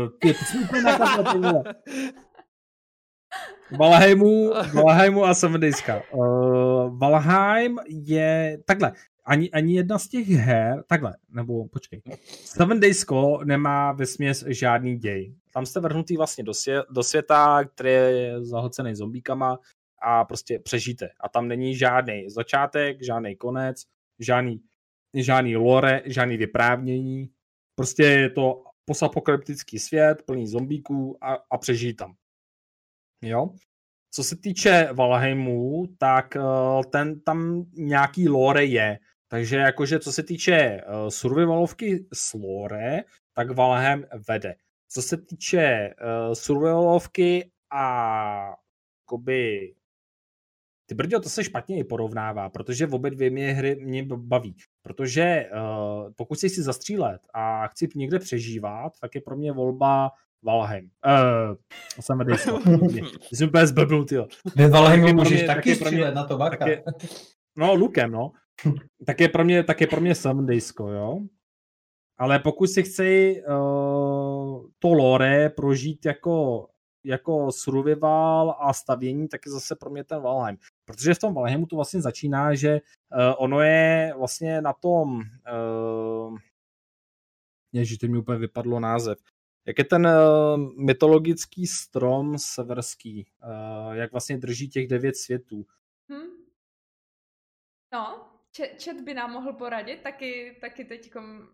Valheimu a 7 Dayska. Valheim je takhle. Ani jedna z těch her, takhle, nebo počkej. 7 Daysko nemá vesměs žádný děj. Tam jste vrhnutý vlastně do světa, který je zahlcený zombíkama a prostě přežijte. A tam není žádný začátek, žádný konec, žádný lore, žádný vyprávění. Prostě je to postapokalyptický svět, plný zombíků a přežijí tam. Jo? Co se týče Valheimu, tak tam nějaký lore je. Takže jakože co se týče survivalovky s lore, tak Valheim vede. Co se týče survivalovky a jakoby ty brďo, to se špatně i porovnává, protože v obě dvě hry mě baví. Protože pokud si zastřílet a chci někde přežívat, tak je pro mě volba Valheim. Jsem jsem úplně zblbnul, tyjo. Ve Valheimu můžeš taky střílet na to baka. No, lukem, no. Tak je pro mě 7 Daysko, jo. Ale pokud si chci to lore prožít jako survival a stavění, tak je zase pro mě ten Valheim. Protože v tom Valheimu to vlastně začíná, že ono je vlastně na tom ježiš, teď mi úplně vypadlo název. Jak je ten mytologický strom severský, jak vlastně drží těch 9 světů. No, chat by nám mohl poradit, taky teďkom.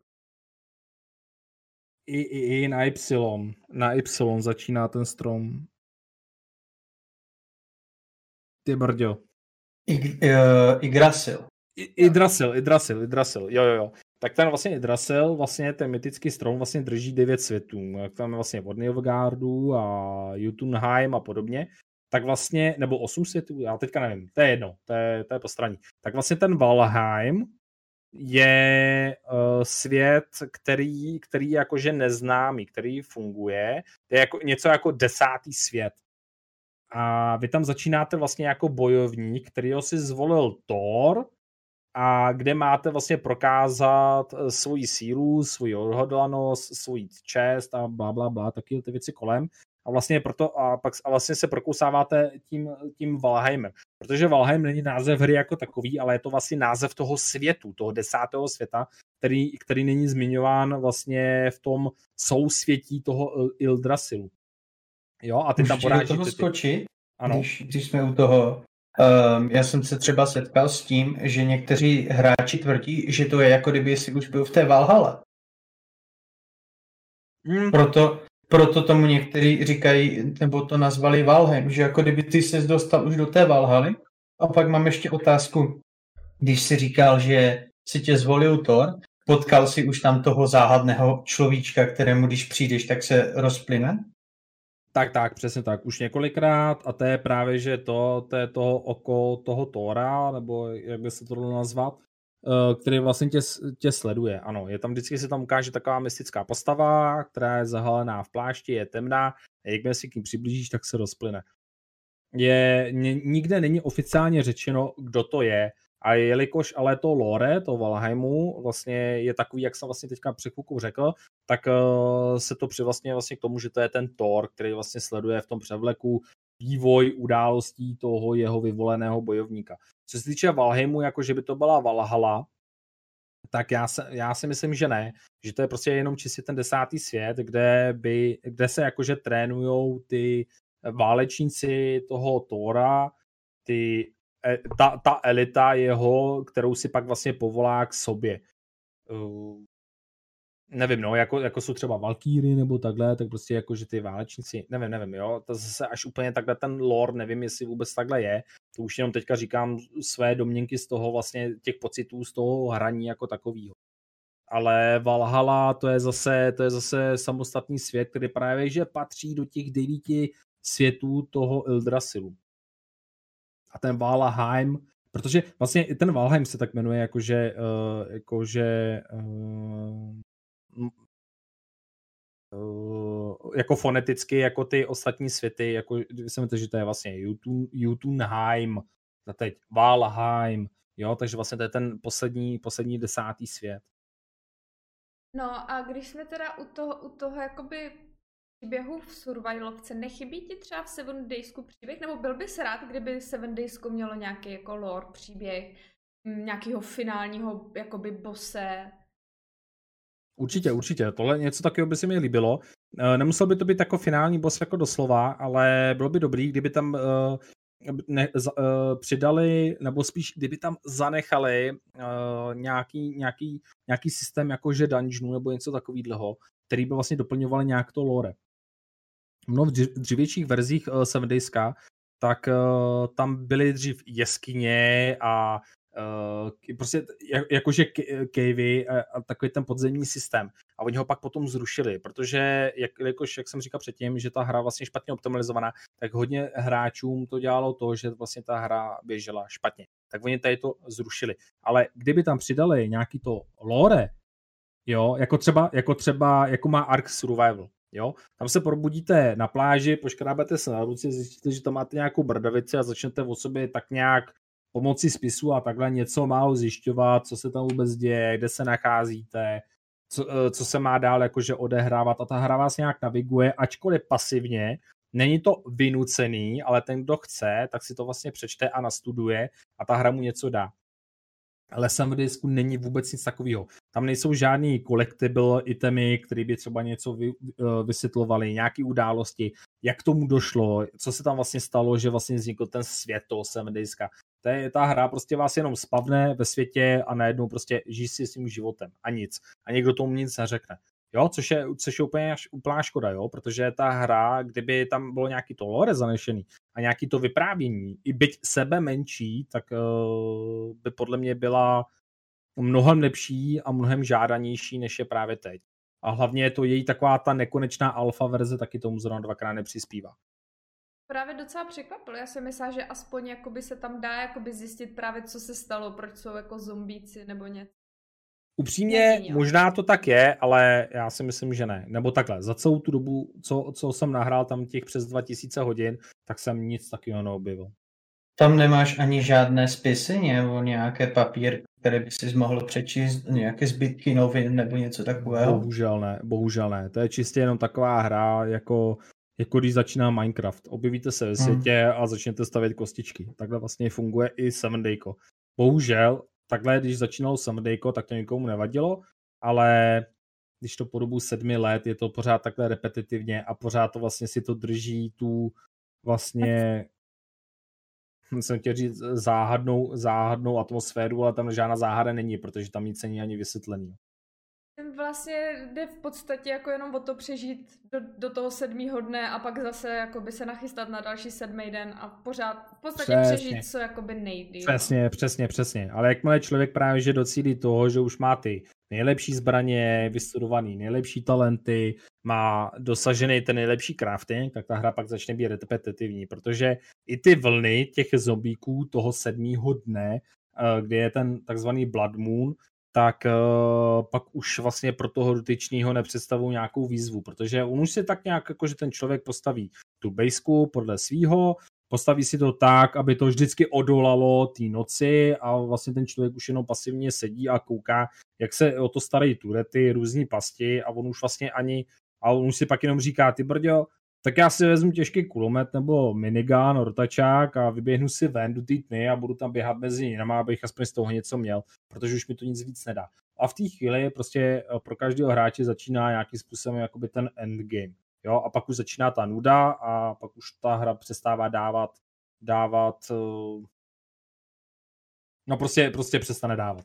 I na Y. Na Y začíná ten strom. Ty brďo. Yggdrasil. Yggdrasil, jo. Tak ten vlastně Yggdrasil, vlastně ten mytický strom vlastně drží 9 světů. Jak tam je vlastně od Nilfgaardu a Jotunheim a podobně. Tak vlastně, nebo 8 světů, já teďka nevím, to je jedno, to je postraní. Tak vlastně ten Valheim je svět, který jakože neznámý, který funguje. To je jako, něco jako 10. svět. A vy tam začínáte vlastně jako bojovník, kterýho si zvolil Thor, a kde máte vlastně prokázat svoji sílu, svoji odhodlanost, svoji čest a blablabla, taky ty věci kolem. A vlastně proto a vlastně se prokousáváte tím Valheimem. Protože Valheim není název hry jako takový, ale je to vlastně název toho světu, toho 10. světa, který není zmiňován vlastně v tom sousvětí toho Yggdrasilu. Jo, a ty tam porážíte. Můžu do toho skočit, když jsme u toho. Já jsem se třeba setkal s tím, že někteří hráči tvrdí, že to je jako kdyby si už byl v té Valhalle. Proto tomu někteří říkají, nebo to nazvali Valheim, že jako kdyby ty ses dostal už do té Valhaly. A pak mám ještě otázku. Když jsi říkal, že si tě zvolil Thor, potkal jsi už tam toho záhadného človíčka, kterému když přijdeš, tak se rozplyne? Tak, přesně tak. Už několikrát a to je právě, že to je toho oko toho Thora, nebo jak by se to dalo nazvat, který vlastně tě sleduje. Ano, je tam vždycky se tam ukáže taková mystická postava, která je zahalená v plášti, je temná a jakmile si k ní přiblížíš, tak se rozplyne. Nikde není oficiálně řečeno, kdo to je, a jelikož ale to lore, to Valheimu, vlastně je takový, jak jsem vlastně teďka před chvilkou řekl, tak se to přivlastňuje vlastně k tomu, že to je ten Thor, který vlastně sleduje v tom převleku vývoj událostí toho jeho vyvoleného bojovníka. Co se týče Valheimu, jako že by to byla Valhalla, tak já si myslím, že ne. Že to je prostě jenom čistě ten 10. svět, kde se jakože trénujou ty válečníci toho Thora, ta elita jeho, kterou si pak vlastně povolá k sobě. Nevím, no, jako jsou třeba Valkýry nebo takhle, tak prostě jako, že ty válečníci, nevím, jo, to zase až úplně takhle ten lore, nevím, jestli vůbec takhle je, to už jenom teďka říkám své domněnky z toho vlastně těch pocitů, z toho hraní jako takovýho. Ale Valhalla, to je zase samostatný svět, který právě, že patří do těch 9 světů toho Yggdrasilu. A ten Valheim, protože vlastně i ten Valheim se tak jmenuje jako foneticky, jako ty ostatní světy, jako myslím, že to je vlastně Jotunheim, a teď Valheim, jo, takže vlastně to je ten poslední 10. svět. No a když jsme teda u toho jakoby příběhu v survivalovce, nechybí ti třeba v Seven Daysku příběh, nebo byl bys rád, kdyby Seven Daysku mělo nějaký jako lore příběh, nějakého finálního jakoby bosse? Určitě. Tohle něco takového by se mi líbilo. Nemusel by to být jako finální boss jako doslova, ale bylo by dobrý, kdyby tam přidali, nebo spíš kdyby tam zanechali nějaký systém jakože dungeonu nebo něco takového, který by vlastně doplňovali nějak to lore. V dřívějších verzích Seven Dayska, tak tam byly dřív jeskyně a prostě jakože cavey a takový ten podzemní systém. A oni ho pak potom zrušili, protože jak jsem říkal předtím, že ta hra vlastně špatně optimalizovaná, tak hodně hráčům to dělalo to, že vlastně ta hra běžela špatně. Tak oni tady to zrušili. Ale kdyby tam přidali nějaký to lore, jo, jako má Ark Survival, jo, tam se probudíte na pláži, poškrábete se na ruce, zjistíte, že tam máte nějakou brdavici a začnete o sobě tak nějak pomocí spisu a takhle něco málo zjišťovat, co se tam vůbec děje, kde se nacházíte, co se má dál jakože odehrávat, a ta hra vás nějak naviguje, ačkoliv pasivně. Není to vynucený, ale ten, kdo chce, tak si to vlastně přečte a nastuduje a ta hra mu něco dá. Ale Seven Daysku není vůbec nic takového. Tam nejsou žádný collectible itemy, které by třeba něco vysvětlovaly, nějaké události, jak tomu došlo, co se tam vlastně stalo, že vlastně vznikl ten svět toho Seven Dayska. Ta hra prostě vás jenom spavne ve světě a najednou prostě žij si svým životem a nic. A někdo tomu nic neřekne. Jo, což je úplně úplná škoda, jo, protože ta hra, kdyby tam bylo nějaký to lore zanešený a nějaký to vyprávění, i byť sebe menší, tak by podle mě byla mnohem lepší a mnohem žádanější, než je právě teď. A hlavně je to její taková ta nekonečná alfa verze, taky tomu zrovna dvakrát nepřispívá. Právě docela překvapilo. Já jsem myslela, že aspoň jakoby se tam dá jakoby zjistit právě, co se stalo, proč jsou jako zombíci nebo něco. Upřímně, možná to tak je, ale já si myslím, že ne. Nebo takhle, za celou tu dobu, co jsem nahrál tam těch přes 2000 hodin, tak jsem nic takového neobjevil. Tam nemáš ani žádné spisy nebo nějaké papír, které by si mohl přečíst, nějaké zbytky novin nebo něco takového? Bohužel ne. To je čistě jenom taková hra, jako když začíná Minecraft. Objevíte se ve světě a začnete stavět kostičky. Takhle vlastně funguje i 7 Dayko. Bohužel, takhle, když začínalo 7 Dayko, tak to nikomu nevadilo, ale když to po dobu 7 let je to pořád takhle repetitivně a pořád to vlastně si to drží tu vlastně, jsem chtěl říct, záhadnou atmosféru, ale tam žádná záhada není, protože tam nic není ani vysvětlený. Vlastně jde v podstatě jako jenom o to přežít do toho 7. dne a pak zase jakoby se nachystat na další 7. den a pořád v podstatě přežít, co jakoby nejdýl. Přesně. Ale jakmile člověk právě že docílí toho, že už má ty nejlepší zbraně, vystudovaný nejlepší talenty, má dosažený ten nejlepší crafting, tak ta hra pak začne být repetitivní, protože i ty vlny těch zombíků toho 7. dne, kde je ten takzvaný Blood Moon, tak pak už vlastně pro toho dotyčného nepředstavují nějakou výzvu, protože on už si tak nějak, jako že ten člověk postaví tu bejsku podle svýho, postaví si to tak, aby to vždycky odolalo té noci a vlastně ten člověk už jenom pasivně sedí a kouká, jak se o to starají turety, různý pasti a on už vlastně a on už si pak jenom říká, ty brďo, tak já si vezmu těžký kulomet nebo minigun, rotačák a vyběhnu si ven do té tmy a budu tam běhat mezi jinama, abych aspoň z toho něco měl, protože už mi to nic víc nedá. A v té chvíli prostě pro každého hráče začíná nějakým způsobem jakoby ten endgame. Jo? A pak už začíná ta nuda a pak už ta hra přestává dávat no prostě přestane dávat.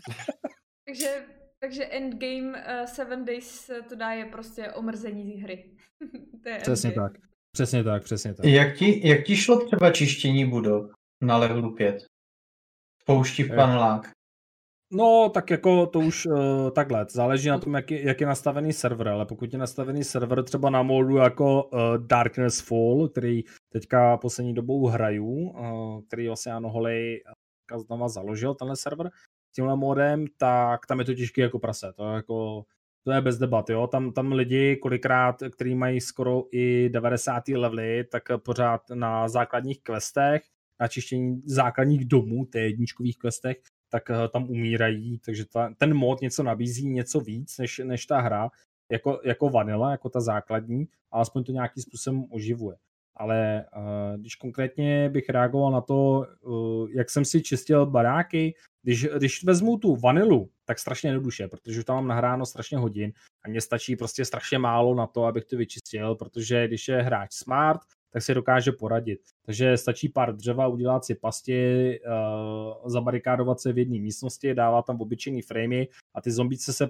Takže endgame 7 Days to dá je prostě omrzení hry. To je Přesně tak. Jak ti šlo třeba čištění budov na levelu 5? Pouští v panelák. No, tak jako to už takhle, záleží na tom, jak je nastavený server, ale pokud je nastavený server třeba na modu jako Darkness Fall, který teďka poslední dobou hraju, který vlastně Anoholej znova založil, tenhle server, s tímhle modem, tak tam je to těžké jako prase, to je bez debat, jo, tam lidi kolikrát, který mají skoro i 90. levely, tak pořád na základních questech, na čištění základních domů, té jedničkových questech, tak tam umírají, takže ten mod něco nabízí, něco víc než ta hra, jako vanilla, jako ta základní, a aspoň to nějakým způsobem oživuje. Ale když konkrétně bych reagoval na to, jak jsem si čistil baráky, když vezmu tu vanilu, tak strašně jednoduše, protože tam mám nahráno strašně hodin a mně stačí prostě strašně málo na to, abych to vyčistil, protože když je hráč smart, tak si dokáže poradit. Takže stačí pár dřeva, udělat si pasti, zabarikádovat se v jedné místnosti, dávat tam obyčejný framey a ty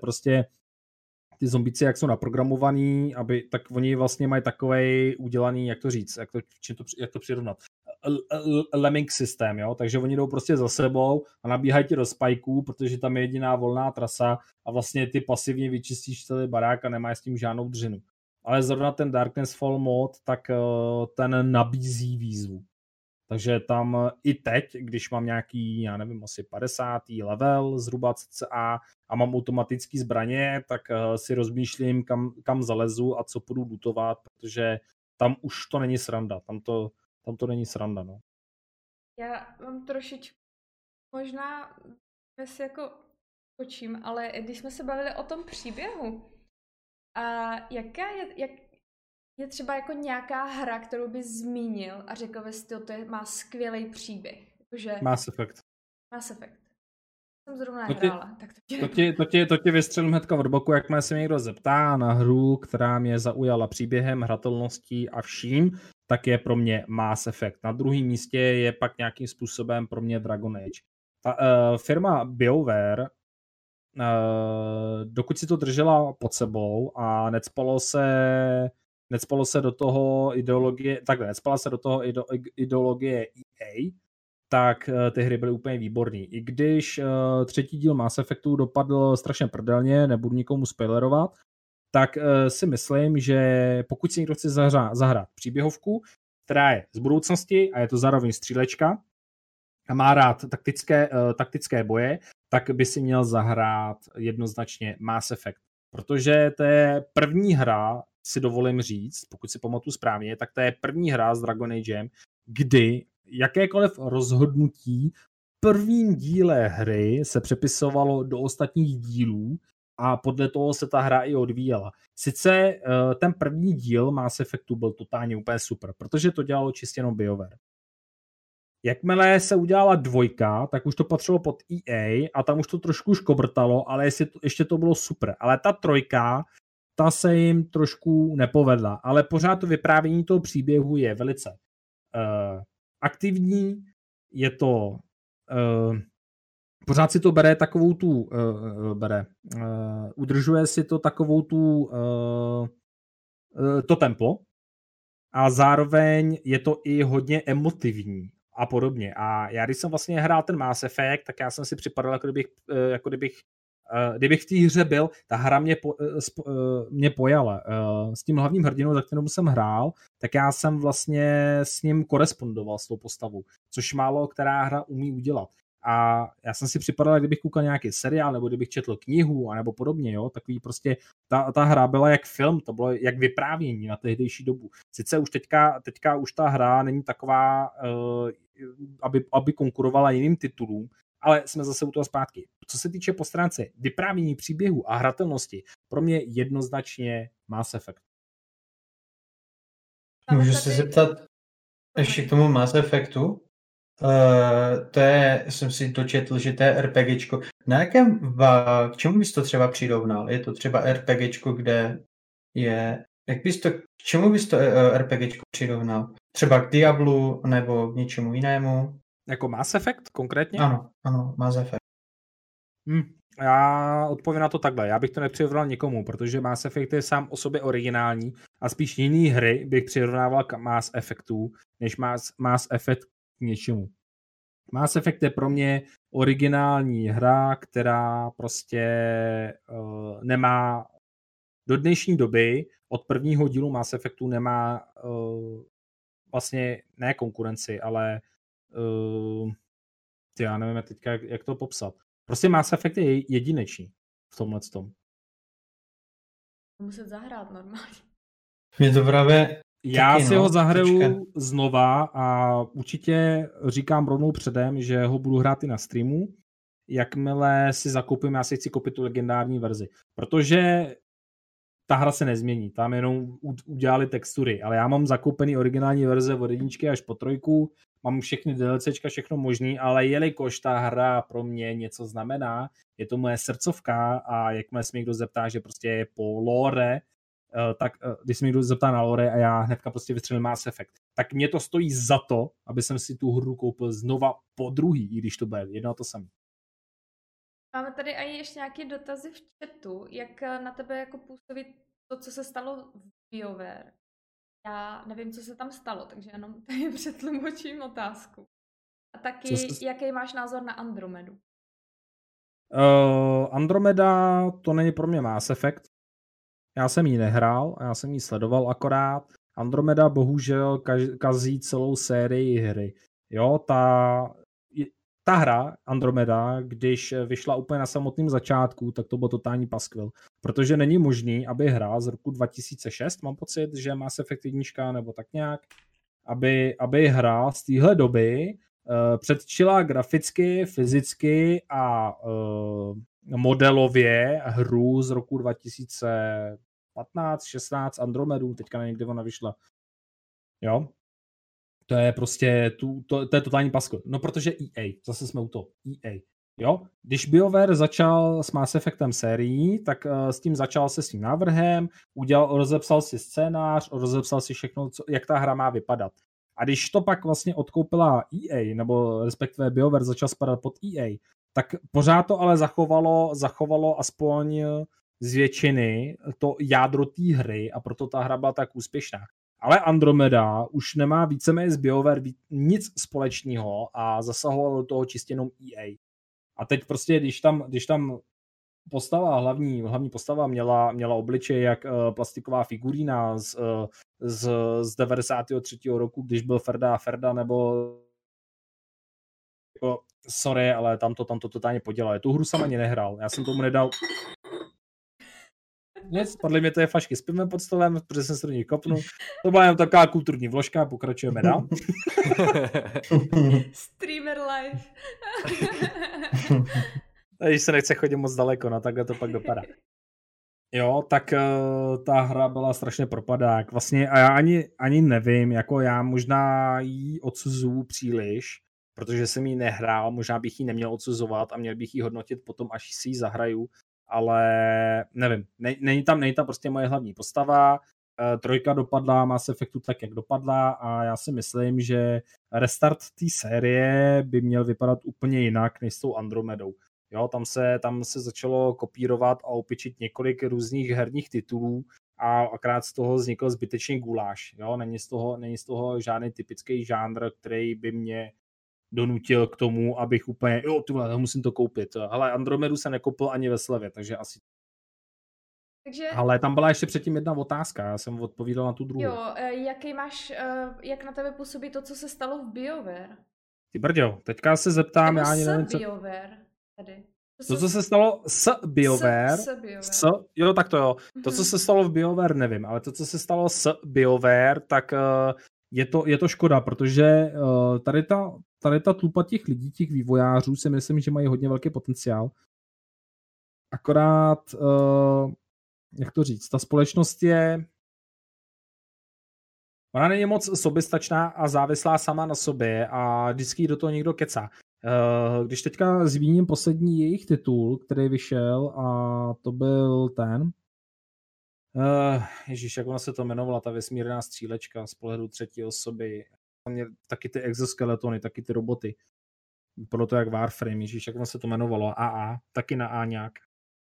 zombici, jak jsou naprogramovaný, tak oni vlastně mají takovej udělaný, jak to říct, jak to přirovnat, lemming systém, jo, takže oni jdou prostě za sebou a nabíhají ti do spajků, protože tam je jediná volná trasa a vlastně ty pasivně vyčistíš celý barák a nemáš s tím žádnou dřinu. Ale zrovna ten Darkness Fall mod, tak ten nabízí výzvu. Takže tam i teď, když mám nějaký, já nevím, asi 50. level zhruba cca a mám automatický zbraně, tak si rozmýšlím, kam zalezu a co půjdu lootovat, protože tam už to není sranda. Tam to není sranda, no. Já mám trošičku, možná si jako skočím, ale když jsme se bavili o tom příběhu, a jaká je třeba jako nějaká hra, kterou bys zmínil a řekl bys, to má skvělý příběh. Jakože... Mass Effect. Jsem zrovna hrála. To tě vystřelím hnedka od boku, jakmile se mě někdo zeptá na hru, která mě zaujala příběhem, hratelností a vším, tak je pro mě Mass Effect. Na druhém místě je pak nějakým způsobem pro mě Dragon Age. Ta firma BioWare dokud si to držela pod sebou a necpalo se do toho ideologie EA, tak ty hry byly úplně výborný. I když třetí díl Mass Effectu dopadl strašně prdelně, nebudu nikomu spoilerovat, tak si myslím, že pokud si někdo chce zahrát příběhovku, která je z budoucnosti a je to zároveň střílečka a má rád taktické boje, tak by si měl zahrát jednoznačně Mass Effect. Protože to je první hra, si dovolím říct, pokud si pamatuju správně, tak to je první hra s Dragon Agem, kdy jakékoliv rozhodnutí v prvním díle hry se přepisovalo do ostatních dílů a podle toho se ta hra i odvíjela. Sice ten první díl Mass Effectu byl totálně úplně super, protože to dělalo čistě jenom BioWare. Jakmile se udělala 2, tak už to patřilo pod EA a tam už to trošku škobrtalo, ale ještě to bylo super. Ale ta 3, ta se jim trošku nepovedla, ale pořád to vyprávění toho příběhu je velice aktivní, je to pořád si to bere takovou tu udržuje si to takovou tu to tempo a zároveň je to i hodně emotivní a podobně. A já když jsem vlastně hrál ten Mass Effect, tak já jsem si připadal, jako kdybych v té hře byl, ta hra mě pojala. S tím hlavním hrdinou, za kterým jsem hrál, tak já jsem vlastně s ním korespondoval s tou postavou, což málo která hra umí udělat. A já jsem si připadal, kdybych koukal nějaký seriál, nebo kdybych četl knihu, nebo podobně, jo, takový prostě, ta hra byla jak film, to bylo jak vyprávění na tehdejší dobu. Sice už teďka už ta hra není taková, aby konkurovala jiným titulům, ale jsme zase u toho zpátky. Co se týče po stránce vyprávění příběhu a hratelnosti, pro mě jednoznačně Mass Effect. Můžu se zeptat ještě k tomu Mass Effectu? Jsem si dočetl, že to je RPGčko. K čemu bys to třeba přirovnal? Je to třeba RPGčko, kde je... K čemu bys to RPGčko přirovnal? Třeba k Diablu nebo k něčemu jinému? Jako Mass Effect konkrétně? Ano, Mass Effect. Já odpovím na to takhle. Já bych to nepřirovnal nikomu, protože Mass Effect je sám o sobě originální a spíš jiný hry bych přirovnával k Mass Effectu, než Mass Effect k něčemu. Mass Effect je pro mě originální hra, která prostě nemá do dnešní doby od prvního dílu Mass Effectu nemá vlastně ne konkurenci, ale já nevím teďka, jak to popsat. Prostě Mass Effect je jedinečný v tomhletom. Muset zahrát normálně. Mě to právě... Já si ho zahraju znova a určitě říkám rovnou předem, že ho budu hrát i na streamu, jakmile si zakoupím, já si chci koupit tu legendární verzi, protože ta hra se nezmění, tam jenom udělali textury, ale já mám zakoupený originální verze od 1 až po 3, mám všechny DLCčka, všechno možný, ale jelikož ta hra pro mě něco znamená, je to moje srdcovka a jakmile se mi někdo zeptá, že prostě je po lore, tak když se mi někdo zeptá na lore a já hnedka prostě vystřelím Mass Effect, tak mě to stojí za to, aby jsem si tu hru koupil znova po druhý, i když to bude jedno a to samé. Máme tady i ještě nějaké dotazy v chatu, jak na tebe jako působí to, co se stalo v BioWare. Já nevím, co se tam stalo, takže jenom tady přetlumočím otázku. A taky, jaký máš názor na Andromedu? Andromeda to není pro mě Mass Effect. Já jsem ji nehrál, já jsem ji sledoval akorát. Andromeda bohužel kazí celou sérii hry. Jo, ta hra Andromeda, když vyšla úplně na samotném začátku, tak to byl totální paskvil. Protože není možný, aby hra z roku 2006, mám pocit, že Mass Effect 1 nebo tak nějak, aby hra z téhle doby předčila graficky, fyzicky a modelově hru z roku 2015, 16 Andromedu, teďka nevím, kdy ona vyšla. Jo? To je prostě, to je totální paskvil. No protože EA, zase jsme u toho, EA. Jo? Když BioWare začal s Mass Effectem sérií, tak s tím začal se svým návrhem, rozepsal si scénář, rozepsal si všechno, jak ta hra má vypadat. A když to pak vlastně odkoupila EA, nebo respektive BioWare začal spadat pod EA, tak pořád to ale zachovalo aspoň z většiny to jádro té hry a proto ta hra byla tak úspěšná. Ale Andromeda už nemá víceméně s BioWare nic společného a zasahovalo do toho čistě jenom EA. A teď prostě, když tam hlavní postava měla obličej jak plastiková figurína z 93. roku, když byl Ferda, nebo jako, sorry, ale tam to totálně podělali. Tu hru jsem ani nehrál. Já jsem tomu nedal nic, podle mě to je fašky s pivem pod stolem, protože jsem se do ní kopnul. To byla jen taková kulturní vložka, pokračujeme dál. Streamer live. Když se nechce chodit moc daleko, no takhle to pak dopadá. Jo, tak ta hra byla strašně propadák. Vlastně a já ani nevím, jako já možná jí odsuzuju příliš, protože jsem jí nehrál, možná bych jí neměl odsuzovat a měl bych jí hodnotit potom, až si ji zahraju, ale nevím, není tam prostě moje hlavní postava, trojka dopadla Mass Effectu tak, jak dopadla a já si myslím, že restart té série by měl vypadat úplně jinak než s tou Andromedou. Jo, tam se začalo kopírovat a opičit několik různých herních titulů a akorát z toho vznikl zbytečný guláš. Jo, není z toho žádný typický žánr, který by mě donutil k tomu, abych úplně, musím to koupit. Ale Andromedu se nekoupil ani ve slevě, takže asi. Ale tam byla ještě předtím jedna otázka, já jsem odpovídal na tu druhou. Jo, jak na tebe působí to, co se stalo v BioWare? Ty brďo, teďka se zeptám, já ani nevím, co... BioWare tady. To, co se stalo s BioWare, jo, tak to jo. To, co se stalo v BioWare, nevím, ale to, co se stalo s BioWare, tak je to škoda, protože tady ta tlupa těch lidí, těch vývojářů, si myslím, že mají hodně velký potenciál. Akorát, jak to říct, ta společnost ona není moc soběstačná a závislá sama na sobě a vždycky do toho někdo kecá. Když teďka zmíním poslední jejich titul, který vyšel a to byl ten ježíš, jak ona se to jmenovala, ta vesmírná střílečka z pohledu třetí osoby. Tam měli taky ty exoskeletony, taky ty roboty. Podle toho jak Warframe, ježíš, jak ona se to jmenovalo. AA, taky na A nějak.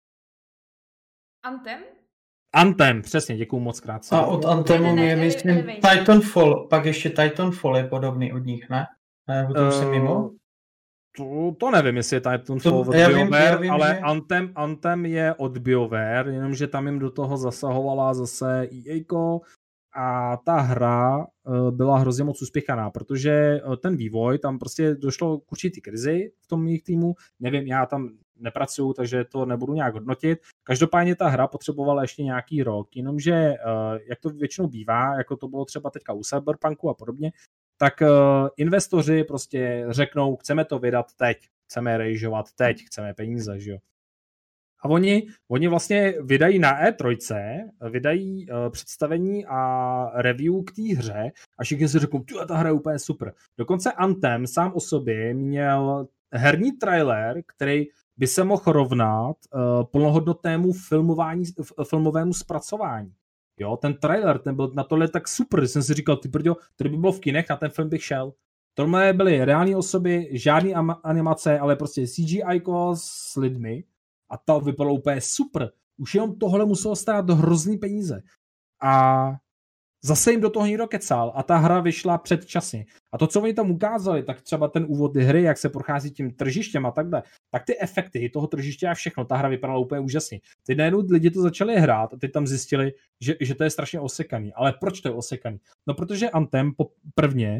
Anthem, přesně, děkuju moc krát. A od Anthemu je, myslím, Titanfall, pak ještě Titanfall je podobný od nich, ne? To už jsem mimo? To nevím, jestli je Titanfall od BioWare, ale Anthem je od BioWare, jenomže tam jim do toho zasahovala zase EA a ta hra byla hrozně moc uspěchaná, protože ten vývoj, tam prostě došlo k určitý krizi v tom jejich týmu, nevím, já tam nepracuju, takže to nebudu nějak hodnotit. Každopádně ta hra potřebovala ještě nějaký rok, jenomže jak to většinou bývá, jako to bylo třeba teďka u Cyberpunku a podobně, tak investoři prostě řeknou, chceme to vydat teď, chceme rejžovat teď, chceme peníze, že jo. A oni vlastně vydají na E3, vydají představení a review k té hře a všichni si řeknou, ta hra je úplně super. Dokonce Anthem sám o sobě měl herní trailer, který by se mohl rovnat plnohodnotnému filmovému zpracování. Jo, ten trailer, ten byl na tohle tak super, že jsem si říkal, ty brďo, který by byl v kinech, na ten film bych šel. Tohle byly reální osoby, žádný animace, ale prostě CGI s lidmi a to vypadalo úplně super. Už jenom tohle muselo stát hrozný peníze. A zase jim do toho někdo kecal a ta hra vyšla předčasně. A to, co oni tam ukázali, tak třeba ten úvod hry, jak se prochází tím tržištěm a takhle, tak ty efekty toho tržiště a všechno, ta hra vypadala úplně úžasně. Teď najednou lidi to začali hrát a teď tam zjistili, že to je strašně osekaný. Ale proč to je osekaný? No, protože Anthem prvně,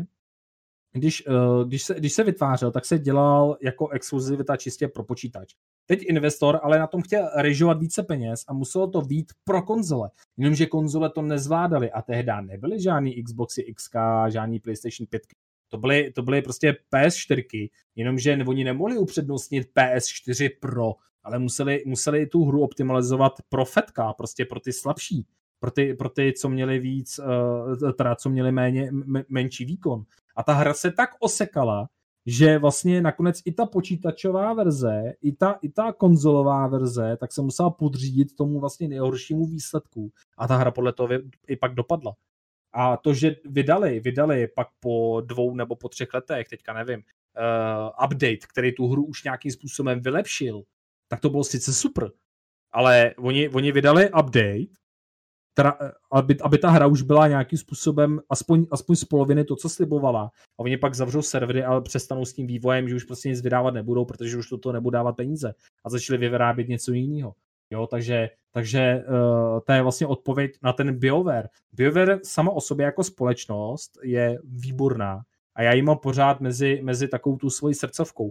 když se vytvářel, tak se dělal jako exkluzivita čistě pro počítač. Teď investor ale na tom chtěl režovat více peněz a muselo to být pro konzole. Jenomže konzole to nezvládaly a tehdy nebyly žádný Xboxy XK, žádný PlayStation 5. To byly prostě PS4, jenomže oni nemohli upřednostnit PS4 Pro, ale museli tu hru optimalizovat pro fetka, prostě pro ty slabší, pro ty co měli víc, teda co měli menší výkon. A ta hra se tak osekala, že vlastně nakonec i ta počítačová verze, i ta konzolová verze, tak se musela podřídit tomu vlastně nejhoršímu výsledku. A ta hra podle toho i pak dopadla. A to, že vydali pak po 2 nebo po 3 letech, teďka nevím, update, který tu hru už nějakým způsobem vylepšil, tak to bylo sice super, ale oni vydali update, aby ta hra už byla nějakým způsobem aspoň z poloviny to, co slibovala. A oni pak zavřou servery a přestanou s tím vývojem, že už prostě nic vydávat nebudou, protože už to nebudou dávat peníze. A začali vyrábět něco jiného. Jo, takže to je vlastně odpověď na ten BioWare. BioWare sama o sobě jako společnost je výborná a já ji mám pořád mezi takovou tu svojí srdcovkou.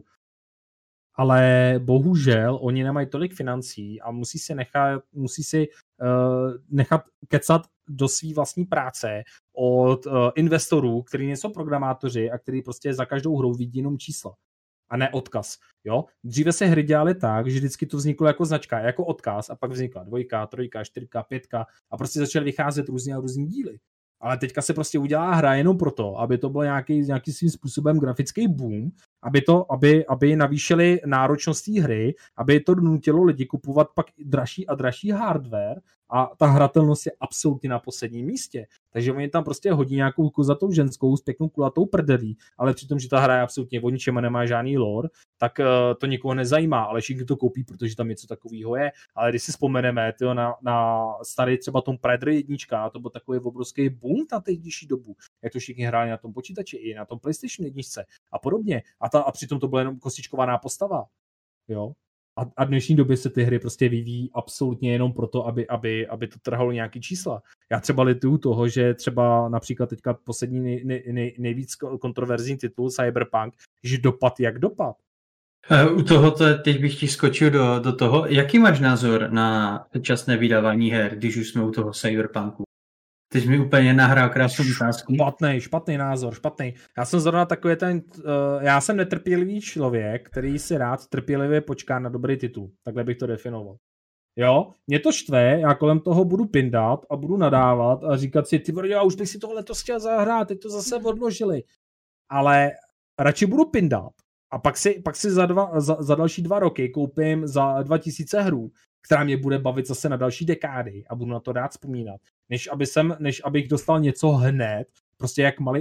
Ale bohužel oni nemají tolik financí a musí si nechat kecat do své vlastní práce od investorů, kteří nejsou programátoři a kteří prostě za každou hrou vidí jenom čísla a ne odkaz. Jo? Dříve se hry dělaly tak, že vždycky to vzniklo jako značka, jako odkaz a pak vznikla 2, 3, 4, 5 a prostě začaly vycházet různý díly. Ale teďka se prostě udělá hra jenom proto, aby to byl nějaký svým způsobem grafický boom, aby navýšili náročnost té hry, aby to donutilo lidi kupovat pak dražší a dražší hardware a ta hratelnost je absolutně na posledním místě. Takže oni tam prostě hodí nějakou kozatou ženskou s pěknou kulatou prdelí, ale přitom, že ta hra je absolutně o ničem a nemá žádný lore, tak to nikoho nezajímá, ale všichni to koupí, protože tam něco takového je. Ale když si vzpomeneme na starý třeba Tomb Raider 1, to byl takový obrovský boom na tehdejší dobu, jak to všichni hráli na tom počítači i na tom PlayStation 1 a podobně. A přitom to byla jenom kostičkovaná postava. Jo? A v dnešní době se ty hry prostě vyvíjí absolutně jenom proto, aby to trhalo nějaký čísla. Já třeba lituju toho, že třeba například teďka poslední nejvíc kontroverzní titul Cyberpunk, že jak dopad. U tohoto teď bych ti skočil do toho. Jaký máš názor na předčasné vydávání her, když už jsme u toho Cyberpunku? Teď mi úplně nahrál krásnou otázku. Špatný názor. Já jsem zrovna takový já jsem netrpělivý člověk, který si rád trpělivě počká na dobrý titul. Takhle bych to definoval. Jo, mě to štve, já kolem toho budu pindat a budu nadávat a říkat si, ty brďo, já už bych si tohle chtěl zahrát, teď to zase odložili. Ale radši budu pindat a pak si za další 2 roky koupím za 2000 hrů, která mě bude bavit zase na další dekády a budu na to rád vzpomínat, než abych dostal něco hned, prostě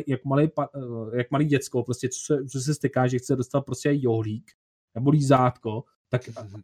jak malý děcko, prostě co se styká, že chce dostat prostě johlík nebo lízátko, tak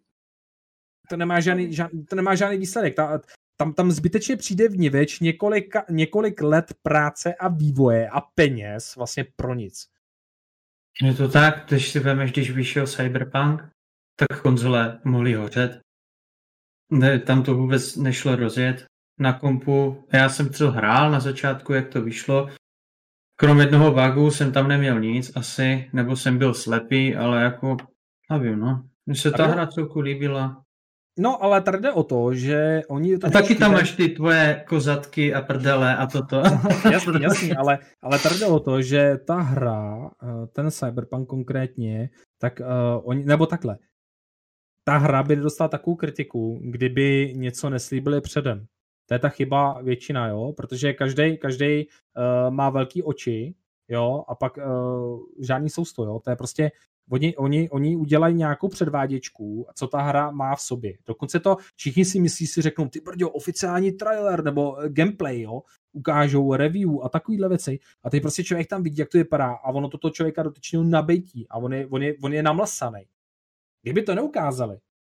to nemá žádný výsledek. Tam zbytečně přijde vniveč několik let práce a vývoje a peněz vlastně pro nic. Je to tak, když si vemeš, když vyšel Cyberpunk, tak konzole mohly hořet. Ne, tam to vůbec nešlo rozjet na kompu. Já jsem to hrál na začátku, jak to vyšlo. Krom jednoho bugu jsem tam neměl nic asi, nebo jsem byl slepý, ale jako, nevím, no. Mně se ta hra celku líbila. No, ale tady jde o to, že oni... A taky tam máš ty tvoje kozatky a prdele a toto. Jasný, ale tady jde o to, že ta hra, ten Cyberpunk konkrétně, tak nebo takhle, ta hra by dostala takovou kritiku, kdyby něco neslíbili předem. To je ta chyba většina, jo, protože každý má velký oči, jo, a pak žádný sousto, jo, to je prostě Oni udělají nějakou předváděčku, co ta hra má v sobě. Dokonce to všichni si řeknou, ty brďo, oficiální trailer nebo gameplay, jo, ukážou review a takovýhle věci. A teď prostě člověk tam vidí, jak to vypadá a ono toto člověka dotyčného nabejtí a on je namlasaný. Kdyby to neukázali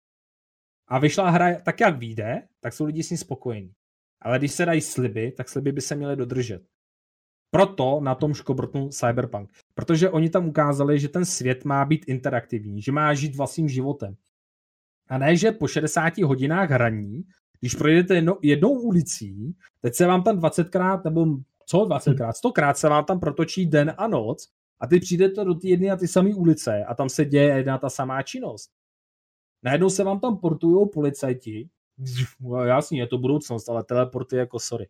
a vyšla hra tak, jak vyjde, tak jsou lidi s ní spokojení. Ale když se dají sliby, tak sliby by se měly dodržet. Proto na tom škobrtnu Cyberpunk. Protože oni tam ukázali, že ten svět má být interaktivní, že má žít vlastním životem. A ne, že po 60 hodinách hraní, když projdete jednou ulicí, teď se vám tam 20krát, nebo 100krát se vám tam protočí den a noc a ty přijdete do té jedné a ty samé ulice a tam se děje jedna ta samá činnost. Najednou se vám tam portujou policajti, jasně, je to budoucnost, ale teleporty jako sorry.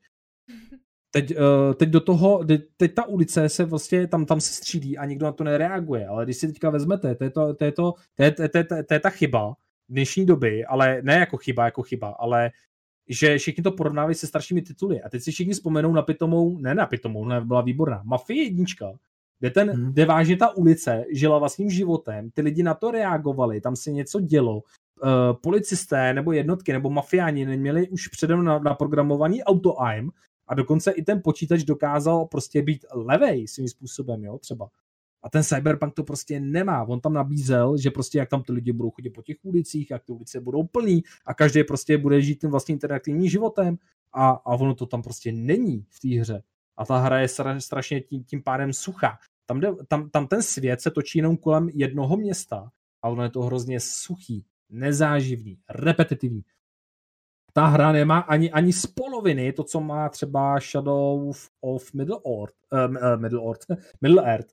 Teď do toho, teď ta ulice se vlastně, tam se střílí a nikdo na to nereaguje, ale když si teďka vezmete, to je ta chyba dnešní doby, ale ne jako chyba, ale že všichni to porovnávají se staršími tituly a teď si všichni vzpomenou na pitomou, byla výborná, Mafie 1, kde vážně ta ulice žila vlastním životem, ty lidi na to reagovali, tam se něco dělo, policisté nebo jednotky nebo mafiáni neměli už předem naprogramovaný auto-aim a dokonce i ten počítač dokázal prostě být levej svým způsobem, jo, třeba. A ten Cyberpunk to prostě nemá. On tam nabízel, že prostě jak tam ty lidi budou chodit po těch ulicích, jak ty ulice budou plný a každý prostě bude žít tím vlastním interaktivním životem a ono to tam prostě není v té hře. A ta hra je strašně tím pádem suchá. Tam ten svět se točí jenom kolem jednoho města a ono je to hrozně suchý, nezáživný, repetitivní. Ta hra nemá ani z poloviny to, co má třeba Shadow of Middle-earth.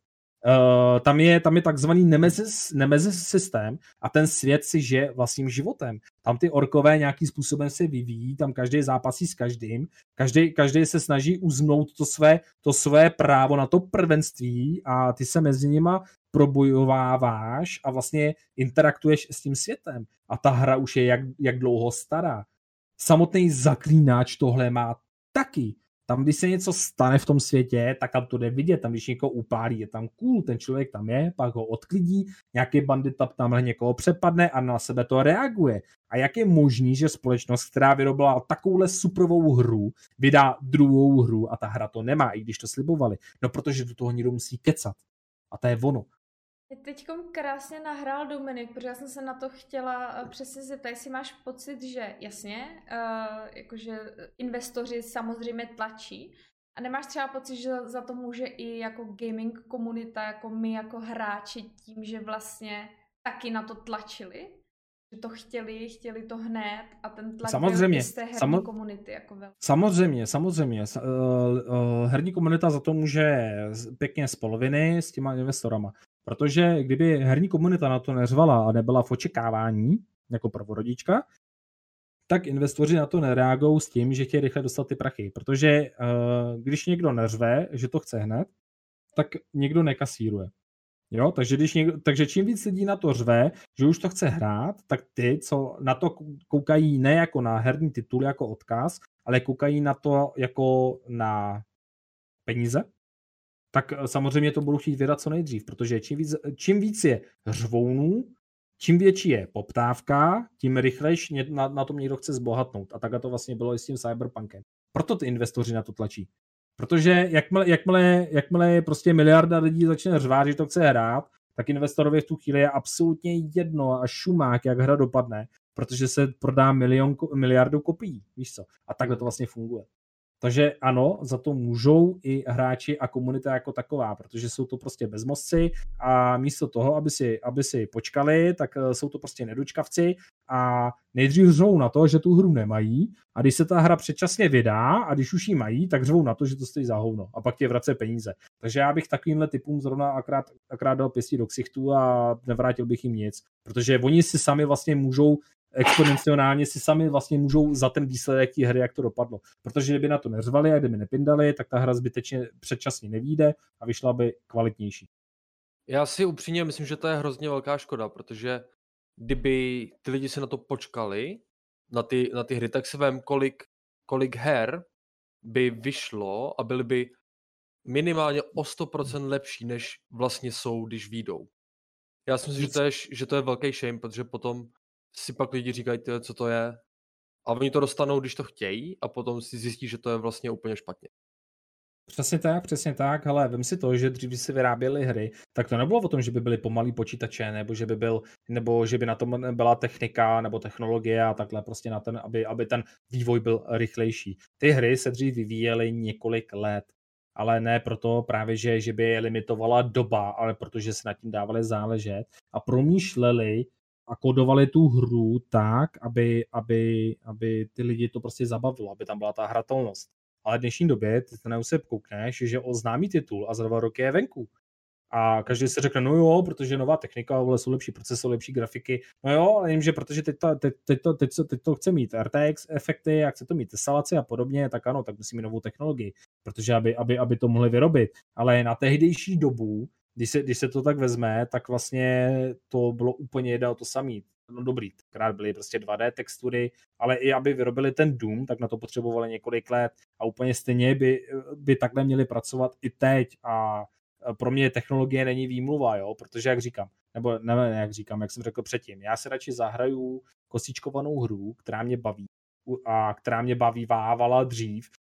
Tam je takzvaný Nemesis systém a ten svět si žije vlastním životem. Tam ty orkové nějakým způsobem se vyvíjí, tam každý zápasí s každým, každý se snaží uznout to své právo na to prvenství a ty se mezi nima probojováváš a vlastně interaktuješ s tím světem. A ta hra už je jak dlouho stará. Samotný Zaklínač tohle má taky. Tam, když se něco stane v tom světě, tak tam to jde vidět. Tam, když někoho upálí, je tam cool, ten člověk tam je, pak ho odklidí, nějaký bandit tamhle někoho přepadne a na sebe to reaguje. A jak je možný, že společnost, která vyrobila takovouhle superovou hru, vydá druhou hru a ta hra to nemá, i když to slibovali? No, protože do toho někdo musí kecat. A to je ono. Teďkom krásně nahrál Dominik, protože já jsem se na to chtěla přesně zeptat, jestli máš pocit, že jasně, jakože investoři samozřejmě tlačí a nemáš třeba pocit, že za to může i jako gaming komunita, jako my jako hráči tím, že vlastně taky na to tlačili, že to chtěli to hned a ten tlak byl z té herní komunity jako velký. Samozřejmě. Herní komunita za to může pěkně z poloviny s těma investorama. Protože kdyby herní komunita na to neřvala a nebyla v očekávání jako prvorodička, tak investoři na to nereagují s tím, že chtějí rychle dostat ty prachy. Protože když někdo neřve, že to chce hned, tak někdo nekasíruje. Jo? Takže čím víc lidí na to řve, že už to chce hrát, tak ty, co na to koukají ne jako na herní titul, jako odkaz, ale koukají na to jako na peníze, tak samozřejmě to budu chtít vydat co nejdřív, protože čím víc je řvounů, čím větší je poptávka, tím rychlejš na tom někdo chce zbohatnout. A takhle to vlastně bylo i s tím Cyberpunkem. Proto ty investoři na to tlačí. Protože jakmile je prostě miliarda lidí začne řvát, že to chce hrát, tak investorovi v tu chvíli je absolutně jedno a šumák, jak hra dopadne, protože se prodá miliardu kopií, víš co. A takhle to vlastně funguje. Takže ano, za to můžou i hráči a komunita jako taková, protože jsou to prostě bezmozci a místo toho, aby si počkali, tak jsou to prostě nedočkavci a nejdřív řvou na to, že tu hru nemají a když se ta hra předčasně vydá a když už ji mají, tak řvou na to, že to stojí za hovno a pak tě vrací peníze. Takže já bych takovýmhle typům zrovna akrát dal pěstí do ksichtu a nevrátil bych jim nic, protože oni si sami vlastně můžou exponenciálně si sami vlastně můžou za ten výsledek té hry, jak to dopadlo. Protože kdyby na to neřvali a kdyby nepindali, tak ta hra zbytečně předčasně nevyjde a vyšla by kvalitnější. Já si upřímně myslím, že to je hrozně velká škoda, protože kdyby ty lidi se na to počkali, na ty hry, tak si vem, kolik her by vyšlo a byly by minimálně o 100% lepší, než vlastně jsou, když vyjdou. Já si myslím, že to je velký shame, protože potom si pak lidi říkají, co to je. A oni to dostanou, když to chtějí a potom si zjistí, že to je vlastně úplně špatně. Přesně tak, hele, vem si to, že dřív, když se vyráběly hry, tak to nebylo o tom, že by byly pomalý počítače, nebo že by na tom byla technika nebo technologie a takhle prostě na ten, aby ten vývoj byl rychlejší. Ty hry se dřív vyvíjely několik let, ale ne proto právě, že by je limitovala doba, ale protože se nad tím dávali záležet a promýšleli a kodovali tu hru tak, aby ty lidi to prostě zabavilo, aby tam byla ta hratelnost. Ale v dnešní době ty se neuseb koukneš, že oznámí titul a za 2 roky je venku. A každý si řekne, no jo, protože nová technika, jsou lepší procesy, lepší grafiky. No jo, ale jim, že protože teď to chce mít RTX efekty a chce to mít tesalaci a podobně, tak ano, tak musí mít novou technologii, protože aby to mohli vyrobit. Ale na tehdejší dobu, když se to tak vezme, tak vlastně to bylo úplně jedno to samé. No dobrý, tenkrát byly prostě 2D textury, ale i aby vyrobili ten Doom, tak na to potřebovali několik let a úplně stejně by takhle měli pracovat i teď a pro mě technologie není výmluva, jo, protože jak říkám, nebo nevím, jak jsem řekl předtím, já se radši zahraju kostičkovanou hru, která mě baví a která mě bavívala dřív,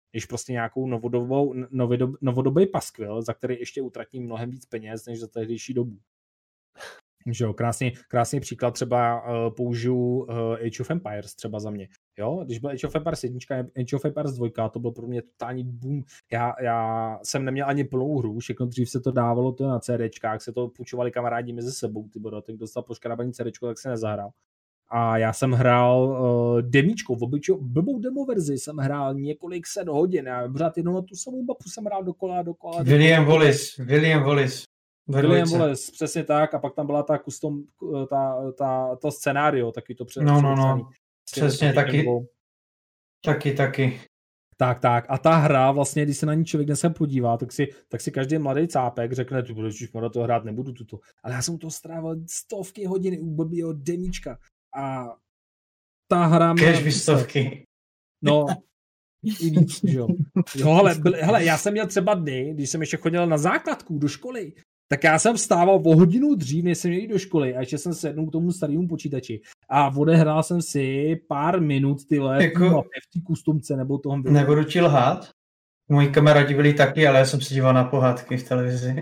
než prostě nějakou novodobý paskvil, za který ještě utratím mnohem víc peněz, než za tehdejší dobu. Že jo, krásný příklad třeba použiju Age of Empires třeba za mě. Jo, když byl Age of Empires 1, Age of Empires 2, to byl pro mě totální boom. Já jsem neměl ani plnou hru, všechno dřív se to dávalo to na CDčkách, se to půjčovali kamarádi mezi sebou, ty bodotek dostal poškrabaný CDčko, tak se nezahrál. A já jsem hrál demíčko, blbou demo verzi jsem hrál několik set hodin a pořád jednou na tu samou mapu jsem hrál dokola. William Wallace, přesně tak, a pak tam byla ta custom, to scénario, taky to No. Přesně, taky. Tak. A ta hra, vlastně, když se na ní člověk dneska podívá, tak si každý mladý cápek řekne, tu budeš to hrát, nebudu tuto. Ale já jsem to strávil stovky hodin u blbýho demíčka. A ta hra měla... Kež stovky. No, i víc, jo. Hele, já jsem měl třeba dny, když jsem ještě chodil na základku do školy, tak já jsem vstával o hodinu dřív, než jsem měl jít do školy a ještě jsem sednul k tomu starému počítači a odehrál jsem si pár minut v té kustomce nebo toho... Nebudu ti lhát. Moji kamarádi byli taky, ale já jsem se díval na pohádky v televizi.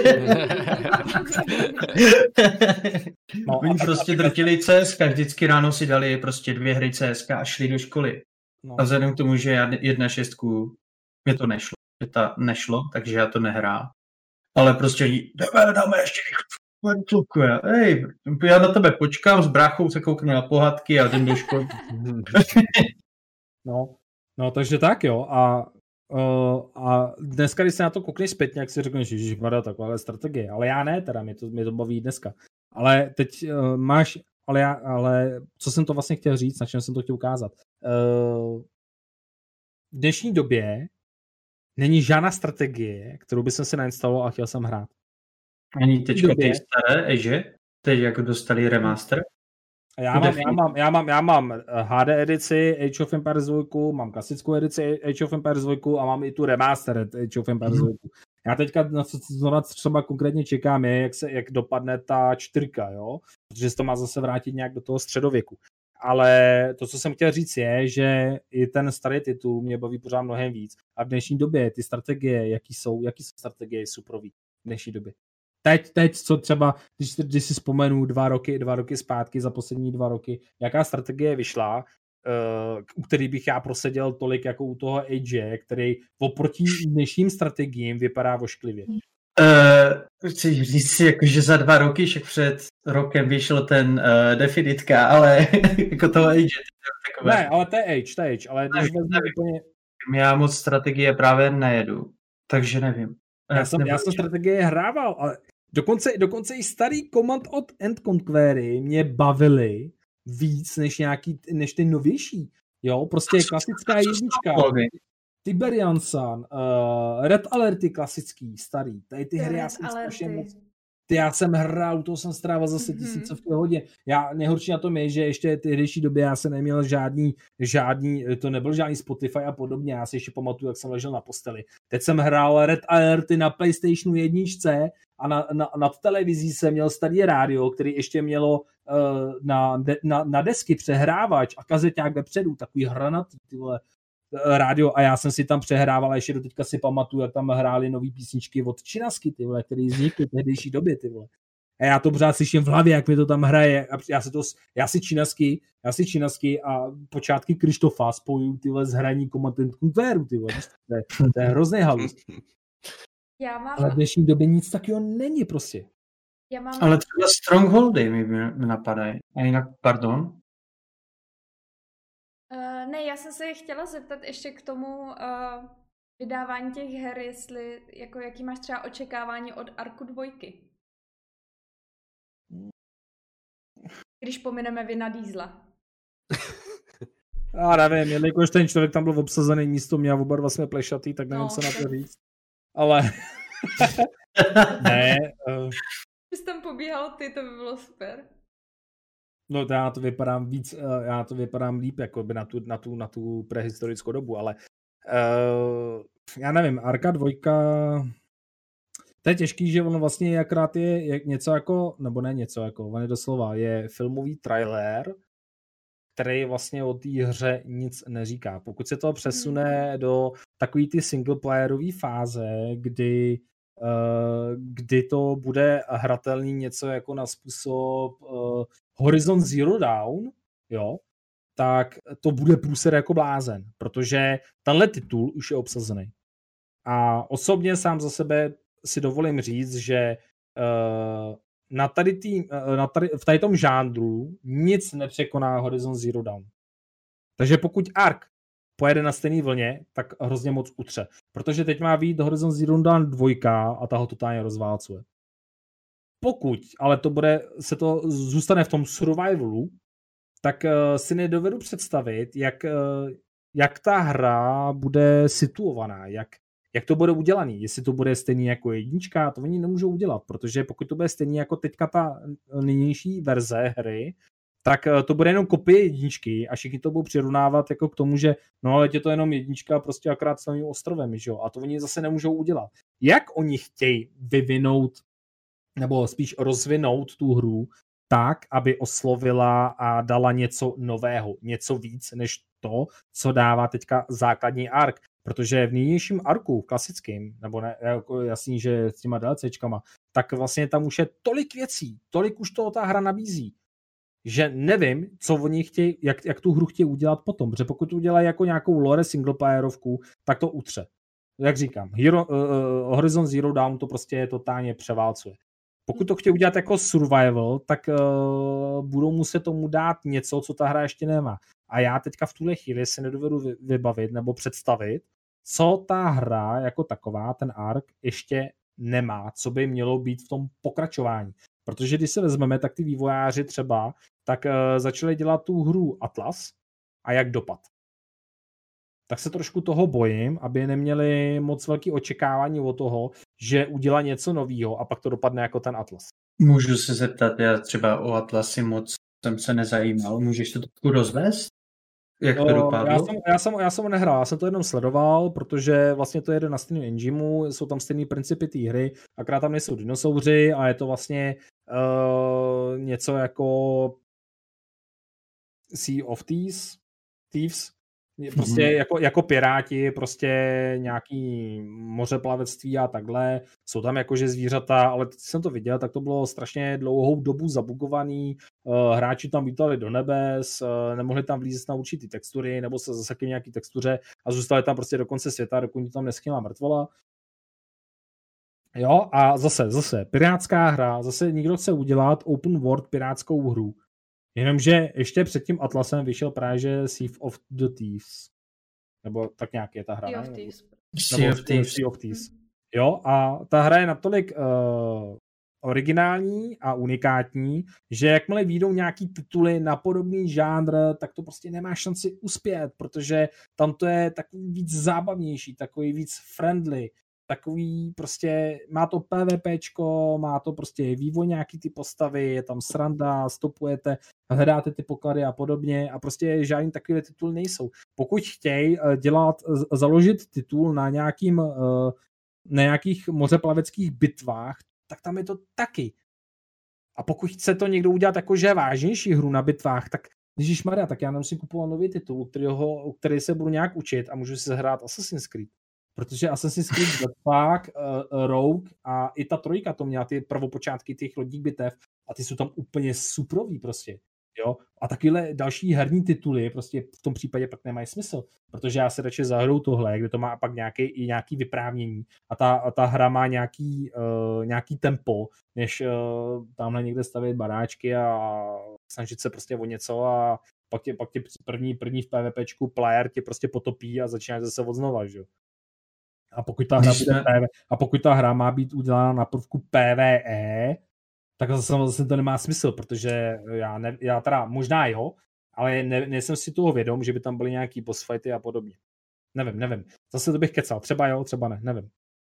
Oni prostě drtili CSK, vždycky ráno si dali prostě 2 hry CSK a šli do školy. No. A vzhledem k tomu, že já 1.6 mě to nešlo, takže já to nehrál. Ale prostě dáme ještě já na tebe počkám, s bráchou se kouknu na pohádky a jdem do školy. No, takže tak jo. A dneska, když se na to koukneš zpětně, jak si řekneš, ježišmarja, taková strategie. Ale já ne, teda, mě to baví dneska. Ale teď máš, ale co jsem to vlastně chtěl říct, na čem jsem to chtěl ukázat. V dnešní době není žádná strategie, kterou bych si nainstaloval a chtěl jsem hrát. Ani teďka ty staré, že? Teď jako dostali remaster? Já mám HD edici Age of Empires 2, mám klasickou edici Age of Empires 2 a mám i tu remastered Age of Empires 2. Já teďka na třeba konkrétně čekám, jak dopadne ta 4, jo? Protože se to má zase vrátit nějak do toho středověku. Ale to, co jsem chtěl říct, je, že i ten starý titul mě baví pořád mnohem víc. A v dnešní době ty strategie, jaký jsou strategie suprový v dnešní době. Teď, co třeba, když si vzpomenu 2 roky zpátky, za poslední 2 roky, jaká strategie vyšla, u který bych já proseděl tolik jako u toho Age, který oproti dnešním strategiím vypadá vošklivě. Chci říct si, jako, že za 2 roky, však před rokem vyšel ten Definitka, ale jako toho Age. Takové. Ne, ale to je Age, ale když vezmu úplně... Já moc strategie právě nejedu, takže nevím. Já jsem strategie hrával, ale dokonce i starý Command and Conquery mě bavily víc než ty novější. Jo, prostě klasická jednička. Tiberian Sun, Red Alerty klasický, starý. Tady ty hry já jsem strašně moc... Já jsem hrál, toho jsem strávil zase tisícovky hodin. Nejhorší na tom je, že ještě v tehdejší době já jsem neměl žádný, to nebyl žádný Spotify a podobně. Já si ještě pamatuju, jak jsem ležel na posteli. Teď jsem hrál Red Alerty na PlayStationu 1 a nad televizí jsem měl starý rádio, který ještě mělo na desky přehrávač a kazeťák vepředu, takový hranatý, ty vole, rádio, a já jsem si tam přehrával a ještě do teďka si pamatuju, jak tam hráli nový písničky od Činasky, ty vole, který vznikly v tehdejší době, ty vole. A já to pořád slyším v hlavě, jak mi to tam hraje. A já si Činasky a počátky Krištofa spojuju, ty vole, s hraní Command & Conqueru, ty vole. To je hrozný halus. Ale v dnešní době nic takového není prostě. Ale třeba Strongholdy mi napadají. A jinak, pardon? Ne, já jsem se chtěla zeptat ještě k tomu vydávání těch her, jestli, jako, jaký máš třeba očekávání od Arku 2? Když pomineme Vina Diesla. Já nevím, jelikož ten člověk tam byl obsazený místo mě a oba dva jsme plešatý, tak nevím, co na to říct. Ale... ne. Bys tam pobíhal ty, to by bylo super. No, já to vypadám líp, jako by na tu prehistorickou dobu, ale já nevím, Arka 2, to je těžký, že ono vlastně akorát je něco jako, nebo ne něco jako, on je doslova, je filmový trailer, který vlastně o té hře nic neříká. Pokud se to přesune do takový ty singleplayerové fáze, kdy to bude hratelný něco jako na způsob Horizon Zero Dawn, jo, tak to bude průser jako blázen, protože tenhle titul už je obsazený. A osobně sám za sebe si dovolím říct, že v tady tom žánru nic nepřekoná Horizon Zero Dawn. Takže pokud Ark pojede na stejné vlně, tak hrozně moc utře. Protože teď má vyjít Horizon Zero Dawn 2 a ta ho totálně rozválcuje. Pokud ale se to zůstane v tom survivalu, tak si nedovedu představit, jak ta hra bude situovaná, jak to bude udělaný. Jestli to bude stejný jako 1, to oni nemůžou udělat, protože pokud to bude stejný jako teďka ta nynější verze hry, tak to bude jenom kopie 1 a všichni to budou přirovnávat jako k tomu, že no ale je to jenom 1 prostě akorát s novým ostrovem, že jo? A to oni zase nemůžou udělat. Jak oni chtějí vyvinout nebo spíš rozvinout tu hru tak, aby oslovila a dala něco nového, něco víc než to, co dává teďka základní Ark. Protože v nynějším Arku, klasickým, nebo ne, jako jasný, že s těma DLCčkama, tak vlastně tam už je tolik věcí, tolik už toho ta hra nabízí, že nevím, co oni chtějí, jak tu hru chtějí udělat potom, protože pokud udělají jako nějakou lore singleplayerovku, tak to utře. Jak říkám, Horizon Zero Dawn to prostě totálně převálcuje. Pokud to chtějí udělat jako survival, tak budou muset tomu dát něco, co ta hra ještě nemá. A já teďka v tuhle chvíli si nedovedu vybavit nebo představit, co ta hra jako taková, ten Ark, ještě nemá, co by mělo být v tom pokračování. Protože když se vezmeme, tak ty vývojáři třeba, tak začali dělat tu hru Atlas a jak dopad. Tak se trošku toho bojím, aby neměli moc velké očekávání od toho, že udělá něco nového a pak to dopadne jako ten Atlas. Můžu se zeptat, já třeba o Atlasy moc jsem se nezajímal. Můžeš to trošku rozvést? Jak to dopadlo? Já jsem ho nehrál, já jsem to jenom sledoval, protože vlastně to jede na stejném engineu, jsou tam stejný principy té hry, akorát tam nejsou dinosauři a je to vlastně něco jako Sea of Thieves, prostě jako piráti, prostě nějaký mořeplavectví a takhle. Jsou tam jakože zvířata, ale teď jsem to viděl, tak to bylo strašně dlouhou dobu zabugovaný. Hráči tam vítali do nebes, nemohli tam vlízt na určitý textury, nebo se zasekli nějaký textuře a zůstali tam prostě do konce světa, dokud tam neschynula mrtvola. Jo, a zase pirátská hra, zase někdo chce udělat open world pirátskou hru. Jenomže ještě před tím Atlasem vyšel právě že Sea of the Thieves. Nebo tak nějak je ta hra. Sea of Thieves. Jo, a ta hra je natolik originální a unikátní, že jakmile vyjdou nějaký tituly na podobný žánr, tak to prostě nemá šanci uspět, protože tam to je takový víc zábavnější, takový víc friendly, takový prostě, má to PvPčko, má to prostě vývoj nějaký ty postavy, je tam sranda, stopujete, hledáte ty poklady a podobně a prostě žádný takový titul nejsou. Pokud chtějí založit titul na nějakých mořeplaveckých bitvách, tak tam je to taky. A pokud chce to někdo udělat jakože vážnější hru na bitvách, tak ježišmarja, tak já nemusím kupovat nový titul, který se budu nějak učit a můžu si zahrát Assassin's Creed. Protože Assassin's Creed Black Rogue a i ta 3 to měla ty prvopočátky těch lodních bitev a ty jsou tam úplně suprový prostě. Jo? A takovéhle další herní tituly prostě v tom případě pak nemají smysl, protože já se radši zahraju tohle, kde to má pak nějaký vyprávění a ta hra má nějaký tempo, než tamhle někde stavět baráčky a snažit se prostě o něco a pak tě první v PvPčku player tě prostě potopí a začínáš zase od znova, že jo. A pokud ta hra má být udělána na prvku PvE, tak zase to nemá smysl, protože já teda možná jo, ale nejsem si toho vědom, že by tam byly nějaký boss fighty a podobně. Nevím. Zase to bych kecal. Třeba jo, třeba ne, nevím.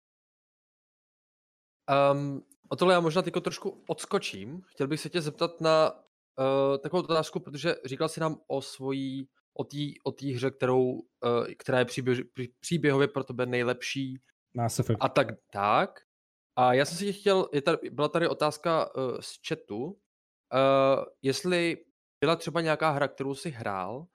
O tohle já možná teďko trošku odskočím. Chtěl bych se tě zeptat na takovou otázku, protože říkal jsi nám o té hře, která je příběhově pro tebe nejlepší. Mass Effect. A tak. A já jsem si chtěl, byla tady otázka z chatu, jestli byla třeba nějaká hra, kterou jsi hrál,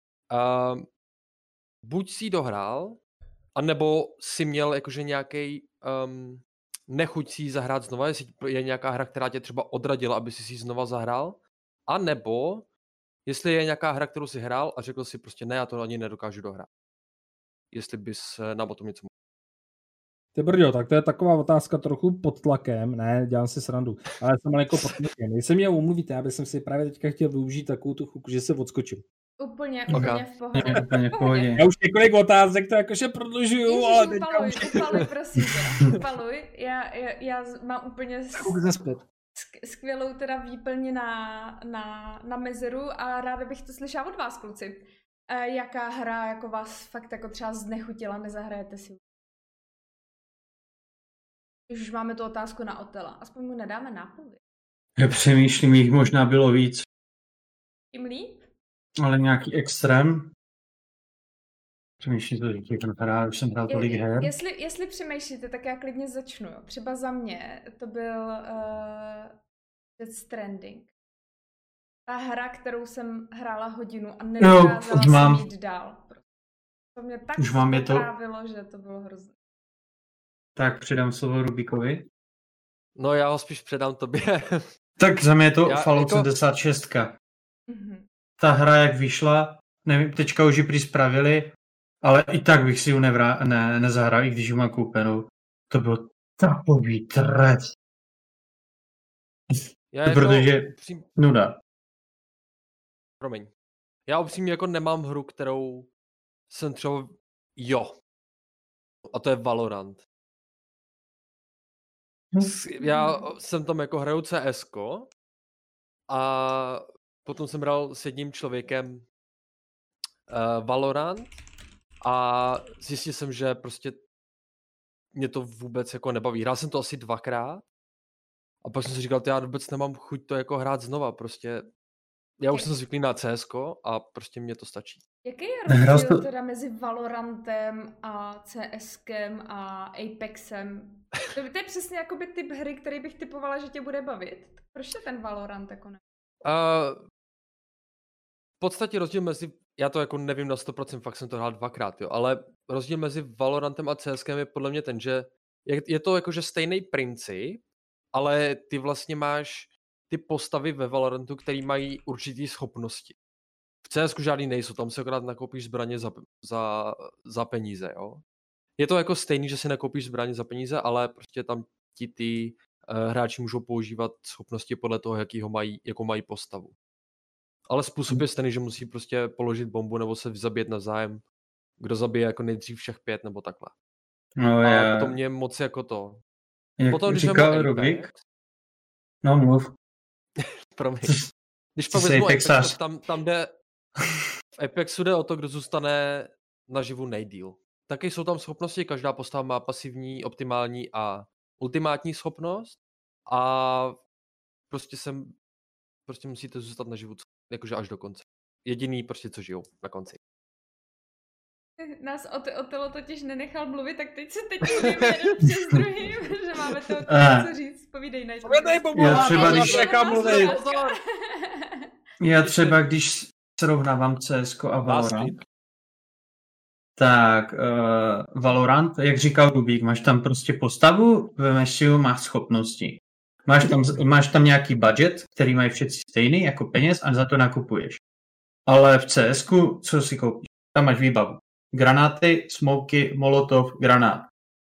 buď si ji dohrál, anebo si měl jakože nějaký nechuť si ji zahrát znova, jestli je nějaká hra, která tě třeba odradila, aby si ji znova zahrál, anebo jestli je nějaká hra, kterou jsi hrál a řekl si prostě ne, já to ani nedokážu dohrát. Jestli bys nám o tom něco mohl. Ty brďo, tak to je taková otázka trochu pod tlakem, ne, dělám si srandu, ale jsem malinko pod tlakem. Jestli mě umluvíte, já bych si právě teďka chtěl využít takovou tu chvilku, že se odskočím. Úplně Okay. v pohodě. Úplně v pohodě. Já už několik otázek to jakože prodlužuju, ale Ježiš, teďka už... upaluj, prosím tě. Upaluj. Já mám úplně skvělou teda výplň na mezeru a ráda bych to slyšela od vás, kluci. Jaká hra jako vás fakt jako třeba znechutila, nezahrajete si? Když už máme tu otázku na Otela, aspoň mu nedáme nápověd. Já přemýšlím, jich možná bylo víc. Tím líp? Ale nějaký extrém. Přemýšlím, už jsem hrál tolik her. Jestli přemýšlíte, tak já klidně začnu. Jo. Třeba za mě to byl Death Stranding. Ta hra, kterou jsem hrála hodinu a nedokázala jsem jít dál. To mě tak potrávilo, že to bylo hrozné. Tak předám slovo Rubikovi. No já ho spíš předám tobě. Tak za mě je to Fallout 76. Mm-hmm. Ta hra, jak vyšla, nevím, teďka už ji prý spravili, ale i tak bych si ji nezahrál, i když ji mám koupenou. To bylo takový trest. Protože nuda. Promiň. Já upřímně jako nemám hru, kterou jsem třeba... A to je Valorant. Já jsem tam jako hraju CSko a potom jsem hrál s jedním člověkem Valorant a zjistil jsem, že prostě mě to vůbec jako nebaví. Hrál jsem to asi 2krát a pak jsem si říkal, já vůbec nemám chuť to jako hrát znova, prostě já už jsem zvyklý na CSko a prostě mě to stačí. Jaký je rozdíl teda mezi Valorantem a CSkem a Apexem? To je přesně jakoby typ hry, který bych typovala, že tě bude bavit. Proč je ten Valorant jako ne? V podstatě rozdíl mezi, já to jako nevím na 100%, fakt jsem to hrál 2krát, jo, ale rozdíl mezi Valorantem a CSkem je podle mě ten, že je to jakože stejný princip, ale ty vlastně máš ty postavy ve Valorantu, který mají určitý schopnosti. V CSku žádný nejsou, tam se akorát nakoupíš zbraně za peníze, jo. Je to jako stejný, že si nakoupíš zbraně za peníze, ale prostě tam ti ty hráči můžou používat schopnosti podle toho, jakou mají postavu. Ale způsob je stejný, že musí prostě položit bombu nebo se zabít navzájem. Kdo zabije jako nejdřív všech 5 nebo takhle. No, a to mě moc jako to. Jak potom, když říkal Rubik? No, mluv. Promiň. Když pak vezmu Apex, tam jde... V Apexu jde o to, kdo zůstane naživu nejdýl. Taky jsou tam schopnosti, každá postava má pasivní, optimální a ultimátní schopnost a prostě musíte zůstat naživu jakože až do konce. Jediný prostě, co žijou na konci. Nás Otelo totiž nenechal mluvit, tak teď mluvíme jeden přes druhý, že máme to co říct. Povídej, Nigel. Já třeba, když srovnávám CSko a Valorant, tak Valorant, jak říkal Rubík, máš tam prostě postavu, vemeš si ho, máš schopnosti. Máš tam nějaký budget, který mají všichni stejný, jako peněz a za to nakupuješ. Ale v CSku, co si koupíš? Tam máš výbavu. Granáty, smoky, molotov, granát.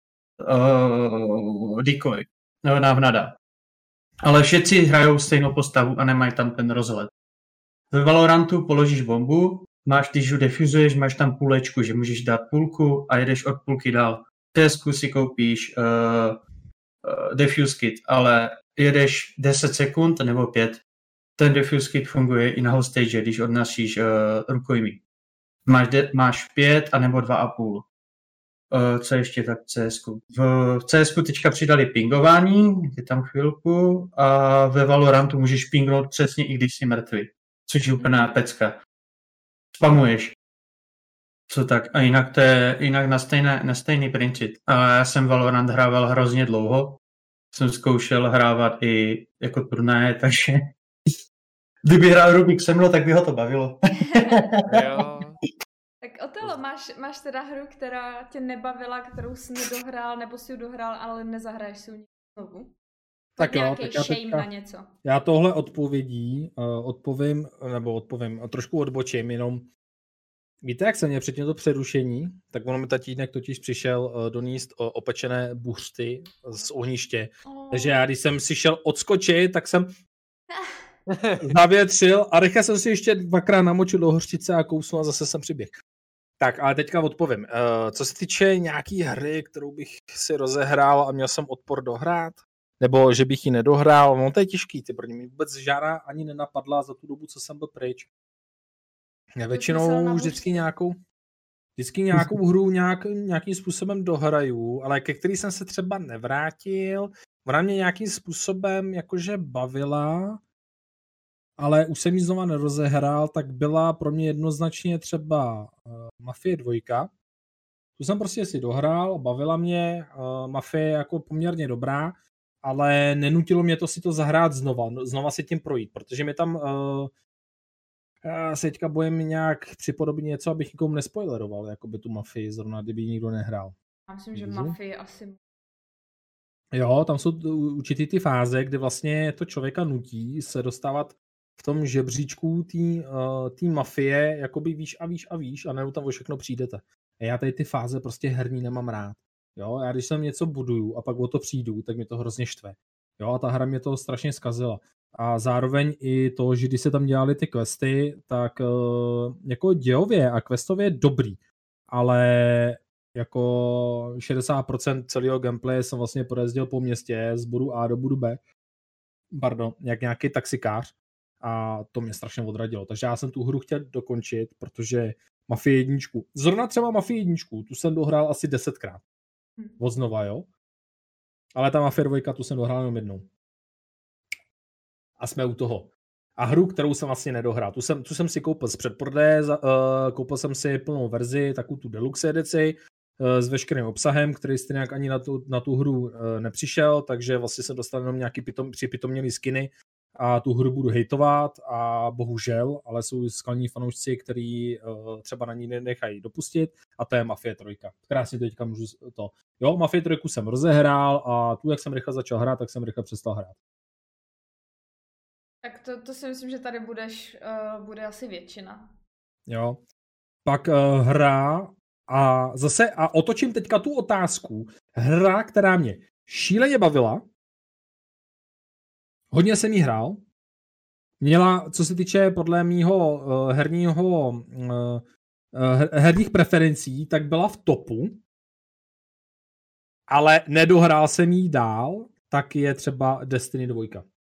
Decoy. Návnada. Ale všichni hrajou stejnou postavu a nemají tam ten rozhled. Ve Valorantu položíš bombu, když ji defuzuješ, máš tam půlečku, že můžeš dát půlku a jedeš od půlky dál. V CSku si koupíš defuse kit, ale jedeš 10 sekund nebo 5. Ten defuse kit funguje i na hostage, když odnášíš rukojmí. Máš 5 a nebo 2,5. Co ještě tak v CSku? V CSku teďka přidali pingování, je tam chvilku, a ve Valorantu můžeš pingnout přesně, i když jsi mrtvý. Což je úplná pecka. Spamuješ. Co tak? A jinak to je na stejný princip. A já jsem Valorant hrával hrozně dlouho. Jsem zkoušel hrávat i jako turnaje, takže Kdyby hrál Rubik se mnou, tak by ho to bavilo. Jo. Tak Otelo, máš teda hru, která tě nebavila, kterou jsi nedohrál, nebo si ji dohrál, ale nezahraješ si ji znovu? Tak jo, nějaký tak já shame teďka- na něco. Já tohle odpovím, trošku odbočím, jenom víte, jak se mě před tímto přerušení, tak ono mi tatínek totiž přišel doníst opečené buřty z ohniště. Takže já, když jsem si šel odskočit, tak jsem zavětřil a rychle jsem si ještě dvakrát namočil do hořčice a kousnul a zase jsem přiběh. Tak, ale teďka odpovím. Co se týče nějaký hry, kterou bych si rozehrál a měl jsem odpor dohrát, nebo že bych ji nedohrál, no to je těžký, ty první mi vůbec žádná ani nenapadla za tu dobu, co jsem byl pryč. Já většinou vždycky nějakou hru nějakým způsobem dohraju, ale ke který jsem se třeba nevrátil, ona mě nějakým způsobem jakože bavila, ale už jsem ji znova nerozehrál, tak byla pro mě jednoznačně třeba Mafie 2. Tu jsem prostě si dohrál, bavila mě, Mafie jako poměrně dobrá, ale nenutilo mě to si to zahrát znova si tím projít, protože mi tam já se teďka bojím nějak připodobit něco, abych nikomu nespoileroval, jako by tu Mafii zrovna, kdyby ji nikdo nehrál. Já myslím, že Mafii asi... Jo, tam jsou určitý ty fáze, kdy vlastně to člověka nutí se dostávat v tom žebříčku té mafie jakoby výš a výš a najednou tam o všechno přijdete. A já tady ty fáze prostě herní nemám rád. Jo, já když jsem něco buduju a pak o to přijdu, tak mě to hrozně štve. Jo, a ta hra mě to strašně zkazila. A zároveň i to, že když se tam dělali ty questy, tak jako dějově a questově dobrý, ale jako 60% celého gameplaye jsem vlastně pojezdil po městě z bodu A do bodu B, jak nějaký taxikář a to mě strašně odradilo. Takže já jsem tu hru chtěl dokončit, protože Mafii 1, zrovna třeba Mafii 1, tu jsem dohrál asi 10krát. Odznova, jo? Ale ta Mafia 2, tu jsem dohrál jenom jednou. A jsme u toho. A hru, kterou jsem vlastně nedohrál. Tu jsem si koupil z předprodeje, koupil jsem si plnou verzi, takovou tu deluxe edici, s veškerým obsahem, který jste nějak ani na tu hru nepřišel, takže vlastně jsem dostal jenom nějaký připitomnělý skiny a tu hru budu hejtovat a bohužel, ale jsou skalní fanoušci, který třeba na ní nenechají dopustit a to je Mafie 3. Krásně teďka můžu to. Jo, Mafie 3 jsem rozehrál a tu, jak jsem rychle začal hrát, tak jsem rychle přestal hrát. Tak to si myslím, že tady bude asi většina. Jo. Pak hra a zase, a otočím teďka tu otázku. Hra, která mě šíleně bavila, hodně jsem jí hrál, měla, co se týče podle mýho herních preferencí, tak byla v topu, ale nedohrál jsem jí dál, tak je třeba Destiny 2.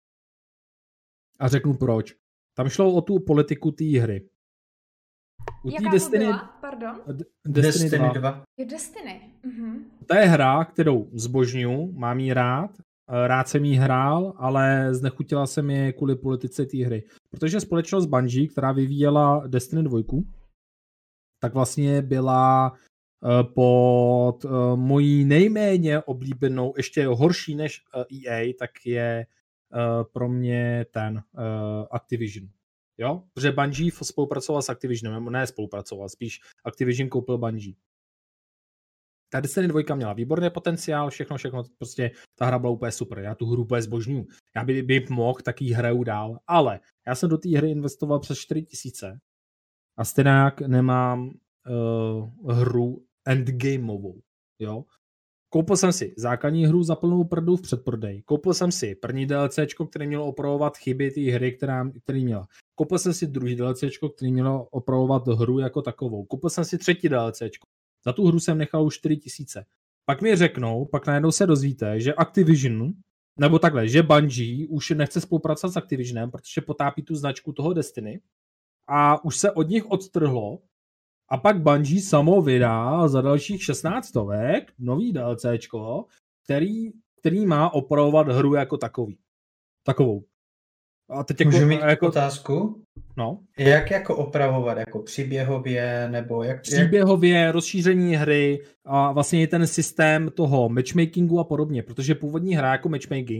A řeknu proč. Tam šlo o tu politiku té hry. Jaká Destiny... to byla? Pardon? Destiny 2. Je Destiny. Mhm. To je hra, kterou zbožňuju, mám jí rád jsem jí hrál, ale znechutila jsem je kvůli politice té hry. Protože společnost Bungie, která vyvíjela Destiny 2, tak vlastně byla pod mojí nejméně oblíbenou, ještě horší než EA, tak je pro mě ten Activision. Jo? Protože Bungie spolupracoval s Activisionem, ne spolupracoval, spíš Activision koupil Bungie. Ta Destiny 2 měla výborný potenciál, všechno, prostě ta hra byla úplně super, já tu hru úplně zbožňuju. Já bych mohl, tak ji hraju dál, ale já jsem do té hry investoval přes 4000 a stejně nemám hru endgameovou, jo. Koupil jsem si základní hru za plnou prdu v předprodeji. Koupil jsem si první DLCčko, které mělo opravovat chyby té hry, který měla. Koupil jsem si druhý DLCčko, který mělo opravovat hru jako takovou. Koupil jsem si třetí DLCčko. Za tu hru jsem nechal už 4000. Pak mi řeknou, pak najednou se dozvíte, že Activision, nebo takhle, že Bungie už nechce spolupracovat s Activisionem, protože potápí tu značku toho Destiny a už se od nich odtrhlo a pak Bungie samo vydá za dalších 16 stovek nový DLCčko, který má opravovat hru jako takovou. A teď můžu mít otázku? No. Jak jako opravovat? Jako příběhově? Nebo jak? Příběhově, rozšíření hry a vlastně i ten systém toho matchmakingu a podobně, protože původní hra jako matchmaking,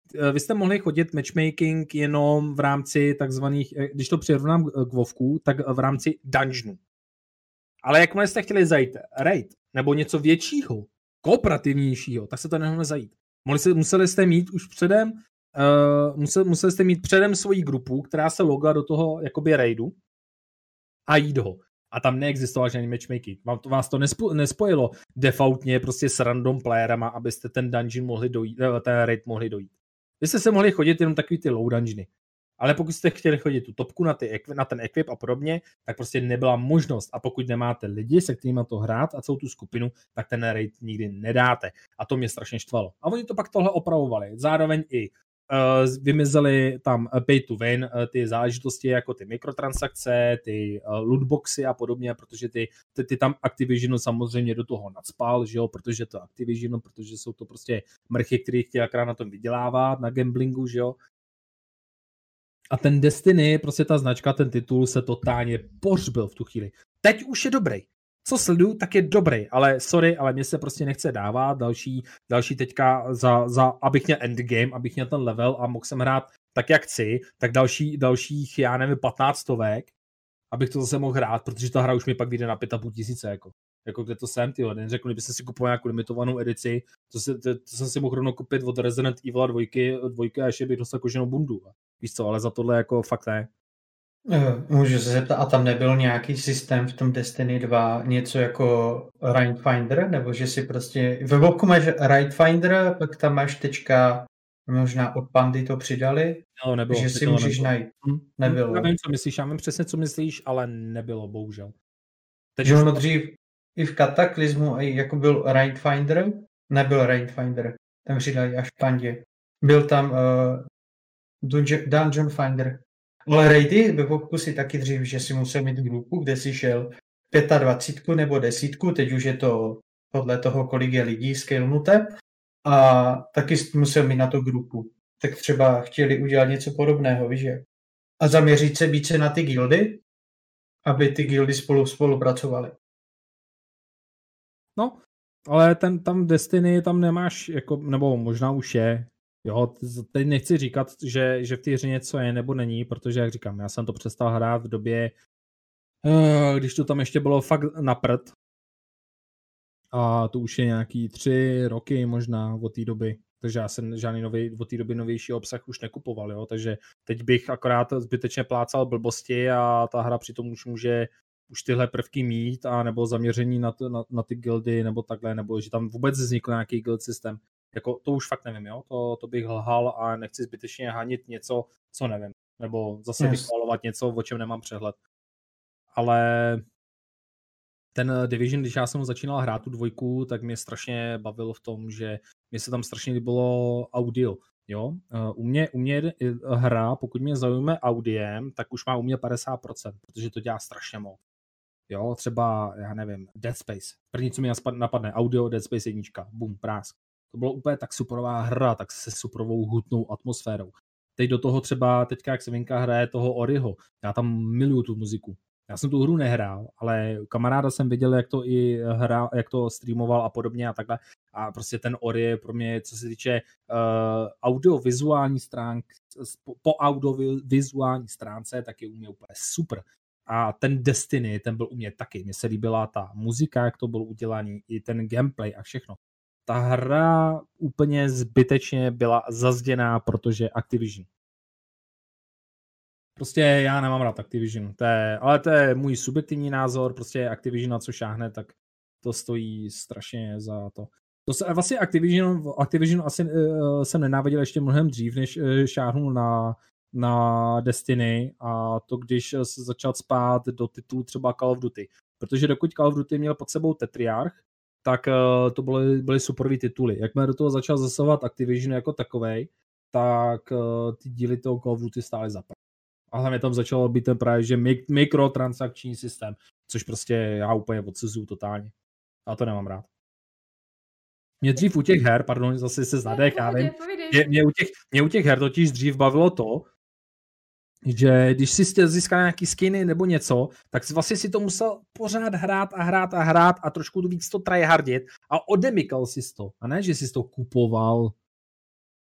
vy jste mohli chodit matchmaking jenom v rámci takzvaných, když to přirovnám k WoWku, tak v rámci dungeonu. Ale jakmile jste chtěli zajít raid nebo něco většího, kooperativnějšího, tak se to nemohli zajít. Museli jste mít už předem museli jste mít předem svoji grupu, která se logla do toho jakoby raidu a jít ho. A tam neexistoval žádný matchmaking. Vás to nespojilo defaultně prostě s random playerama, abyste ten dungeon mohli dojít, ten raid mohli dojít. Vy jste se mohli chodit jenom takový ty low dungeony. Ale pokud jste chtěli chodit tu topku na ten equip a podobně, tak prostě nebyla možnost. A pokud nemáte lidi, se kterými to hrát a celou tu skupinu, tak ten raid nikdy nedáte. A to mě strašně štvalo. A oni to pak tohle opravovali. Zároveň i vymizeli tam pay to win, ty záležitosti jako ty mikrotransakce, ty lootboxy a podobně, protože ty tam Activision samozřejmě do toho nadspal, že jo, protože to Activision, protože jsou to prostě mrchy, který chtějí akorát na tom vydělávat, na gamblingu, že jo. A ten Destiny, prostě ta značka, ten titul se totálně pohřbil v tu chvíli. Teď už je dobrý. Co sleduju, tak je dobrý, ale sorry, ale mně se prostě nechce dávat další teďka abych měl endgame, abych měl ten level a mohl jsem hrát tak, jak chci, tak dalších, já nevím, 15 stovek, abych to zase mohl hrát, protože ta hra už mi pak vyjde na 5,5 tisíce, jako kde to jsem, tyjo, neřekl, kdybyste si kupoval nějakou limitovanou edici, to jsem si mohl rovnou koupit od Resident Evil 2 a ještě bych dostal koženou bundu, víš co, ale za tohle jako fakt ne. Můžu se zeptat, a tam nebyl nějaký systém v tom Destiny 2, něco jako Raid Finder, nebo že si prostě, ve Vovku máš Raid Finder, pak tam máš tečka, možná od Pandy to přidali, no, nebylo, že si můžeš najít. Nebylo. Já vím, co myslíš, já vím přesně, co myslíš, ale nebylo, bohužel. Že ono dřív i v Kataklizmu, jako byl Raid Finder, nebyl Raid Finder, tam přidali až v Pandě. Byl tam Dungeon Finder. Ale raidy ve Vovku si taky dřív, že si musel mít grupu, kde si šel 25 nebo 10, teď už je to podle toho, kolik je lidí scalenuté, a taky musel mít na to grupu. Tak třeba chtěli udělat něco podobného, víš jak? A zaměřit se více na ty guildy, aby ty guildy spolupracovaly. No, ale tam Destiny tam nemáš, jako, nebo možná už je. Jo, teď nechci říkat, že v té hře něco je nebo není, protože, jak říkám, já jsem to přestal hrát v době, když to tam ještě bylo fakt na prd. A to už je nějaký 3 roky možná od té doby, takže já jsem žádný od té doby novější obsah už nekupoval, jo, takže teď bych akorát zbytečně plácal blbosti a ta hra přitom už může už tyhle prvky mít, a nebo zaměření na ty guildy, nebo takhle, nebo že tam vůbec vznikl nějaký guild systém. Jako, to už fakt nevím, jo? To bych lhal a nechci zbytečně hanit něco, co nevím. Nebo zase vychvalovat něco, o čem nemám přehled. Ale ten Division, když já jsem začínal hrát tu 2, tak mě strašně bavilo v tom, že mě se tam strašně líbilo audio. Jo? U mě hra, pokud mě zaujme audiem, tak už má u mě 50%, protože to dělá strašně moc. Jo, třeba, já nevím, Dead Space. První, co mi napadne, audio, Dead Space 1, bum, prásk. To bylo úplně tak superová hra, tak se superovou hutnou atmosférou. Teď do toho třeba, teďka jak Sevinka hraje toho Oriho, já tam miluju tu muziku. Já jsem tu hru nehrál, ale kamaráda jsem viděl, jak to i jak to streamoval a podobně a takhle. A prostě ten Ori je pro mě, co se týče audiovizuální stránky, po audiovizuální stránce, tak je u mě úplně super. A ten Destiny, ten byl u mě taky. Mně se líbila ta muzika, jak to bylo udělaný, i ten gameplay a všechno. Ta hra úplně zbytečně byla zazděná, protože Activision. Prostě já nemám rád Activision, ale to je můj subjektivní názor, prostě Activision na co šáhne, tak to stojí strašně za to. Vlastně Activision asi jsem nenáviděl ještě mnohem dřív, než šáhnul na Destiny, a to když se začal spát do titulu třeba Call of Duty. Protože dokud Call of Duty měl pod sebou Tetriarch, tak to byly superové tituly. Jakmile do toho začal zasahovat Activision jako takovej, tak ty díly toho Call of Duty stály za prd. A hlavně tam začalo být ten právě, že mikrotransakční systém, což prostě já úplně odsuzuju totálně. A to nemám rád. Mě dřív u těch her, pardon, zase se zadechávím, mě u těch her totiž dřív bavilo to, že když si získal nějaký skiny nebo něco, tak vlastně si to musel pořád hrát a trošku víc to tryhardit a odemykal si to. A ne, že si to kupoval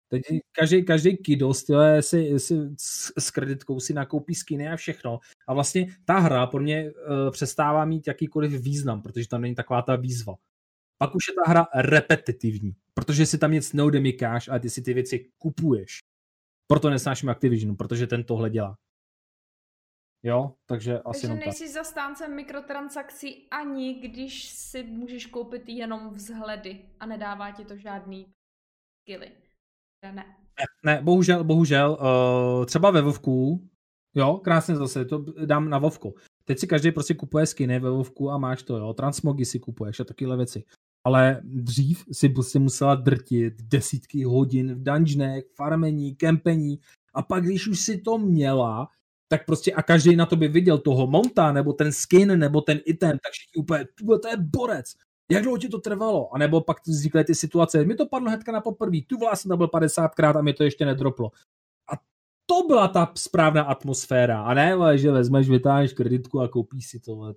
Teď každý kidos si s kreditkou si nakoupí skiny a všechno. A vlastně ta hra pro mě přestává mít jakýkoliv význam, protože tam není taková ta výzva. Pak už je ta hra repetitivní, protože si tam nic neodemykáš a ty si ty věci kupuješ. Proto nesnáším Activisionu, protože ten tohle dělá. Jo, takže asi Takže jenom tak. nejsi zastáncem mikrotransakcí ani když si můžeš koupit jenom vzhledy a nedává ti to žádný skilly. Ne, bohužel. Třeba ve Vovku, jo, krásně zase, to dám na Vovku. Teď si každý prostě kupuje skiny ve Vovku a máš to, jo, transmogy si kupuješ a takovéhle věci. Ale dřív si prostě musela drtit desítky hodin v dungeonech, farmení, kempení a pak, když už si to měla, tak prostě a každý na tobě viděl toho monta, nebo ten skin, nebo ten item, tak všichni úplně, to je borec. Jak dlouho ti to trvalo? A nebo pak vznikly ty situace, mi to padlo hnedka na poprvé, tu jsem tam byl 50krát a mi to ještě nedroplo. A to byla ta správná atmosféra. A ne, že vezmeš, vytáhneš kreditku a koupíš si to.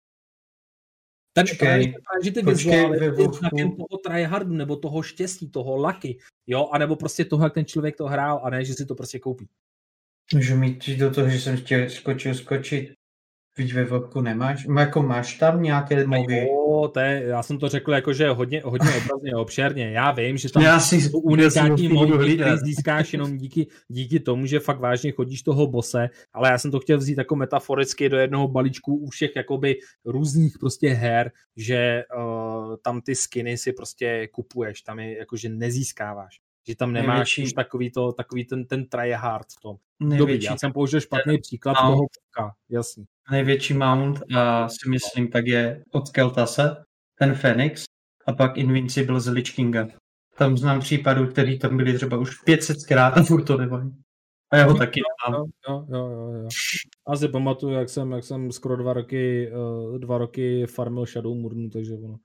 Že ty vizuály znakem toho tryhardu, nebo toho štěstí, toho lucky, jo, anebo prostě toho, jak ten člověk to hrál, a ne, že si to prostě koupí. Můžu mít do toho, že jsem chtěl skočit. Víš, ve Vovku nemáš? Jako máš tam nějaké mogy? Jo, já jsem to řekl jako, že hodně obrazně, obšerně. Já vím, že tam unikátní mogy, který získáš jenom díky tomu, že fakt vážně chodíš toho bose, ale já jsem to chtěl vzít jako metaforicky do jednoho balíčku u všech jakoby různých prostě her, že tam ty skiny si prostě kupuješ, tam je jakože nezískáváš. Že tam nemáš už takový ten tryhard v tom. Dobrý, já jsem použil špatný příklad toho Vovka, jasný. Největší mount si myslím tak je od Keltase, ten Phoenix a pak Invincible z Lich Kinga. Tam znám případů, který tam byli třeba už 500krát a furt to nemají. A já ho taky mám. Jo. A si pamatuju, jak jsem skoro 2 roky farmil Shadow Moon, takže ono.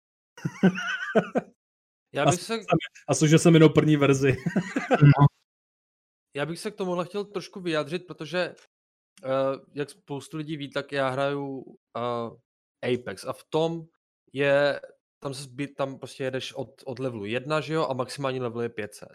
A což jsem jenom první verzi. No. Já bych se k tomuhle chtěl trošku vyjádřit, protože jak spoustu lidí ví, tak já hraju Apex a v tom je, tam prostě jedeš od levelu 1, že jo, a maximální level je 500.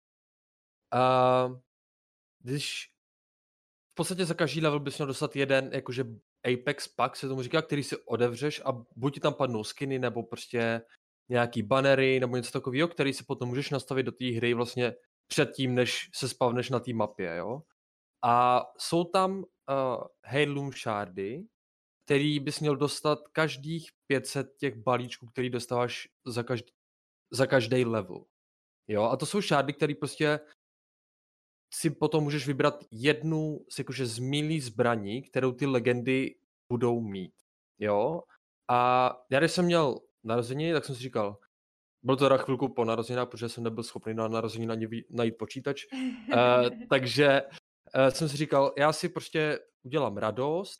Když v podstatě za každý level bys měl dostat jeden, jakože Apex pack se tomu říká, který si odevřeš a buď ti tam padnou skiny, nebo prostě nějaký bannery, nebo něco takového, který si potom můžeš nastavit do té hry vlastně předtím, než se spavneš na té mapě, jo. A jsou tam Heirloom shardy, který bys měl dostat každých 500 těch balíčků, který dostáváš za každý level. Jo, a to jsou shardy, který prostě si potom můžeš vybrat jednu jakože z milí zbraní, kterou ty legendy budou mít. Jo, a já když jsem měl narozeniny, tak jsem si říkal, byl to teda chvilku po narozeninách, protože jsem nebyl schopný na narozeniny ani najít počítač, takže jsem si říkal, já si prostě udělám radost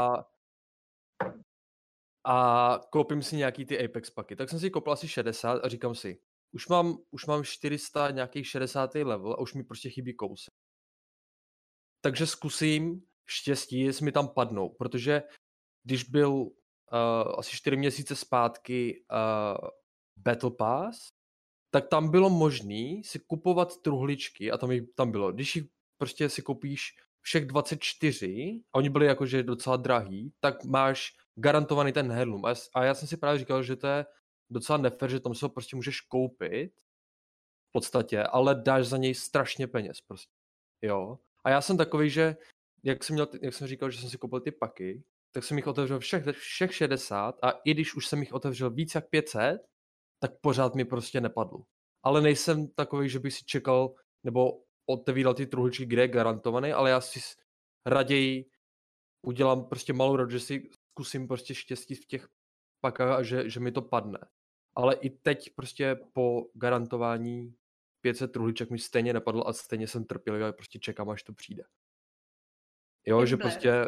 a koupím si nějaký ty Apex paky. Tak jsem si koupil asi 60 a říkám si, už mám 400 nějakých 60. level a už mi prostě chybí kousek. Takže zkusím štěstí, jestli mi tam padnou, protože když byl asi 4 měsíce zpátky Battle Pass, tak tam bylo možné si kupovat truhličky a tam bylo, když jich prostě si koupíš všech 24 a oni byli jakože docela drahý, tak máš garantovaný ten heirloom. A já jsem si právě říkal, že to je docela nefér, že tam se ho prostě můžeš koupit v podstatě, ale dáš za něj strašně peněz prostě. Jo. A já jsem takový, že jak jsem říkal, že jsem si koupil ty paky, tak jsem jich otevřel všech 60 a i když už jsem jich otevřel víc jak 500, tak pořád mi prostě nepadlo. Ale nejsem takový, že bych si čekal nebo otevíral ty truhličky, kde je garantovaný, ale já si raději udělám prostě malou radost, že si zkusím prostě štěstí v těch pakách a že mi to padne. Ale i teď prostě po garantování 500 truhliček mi stejně nepadlo a stejně jsem trpělivý a prostě čekám, až to přijde. Jo, že prostě...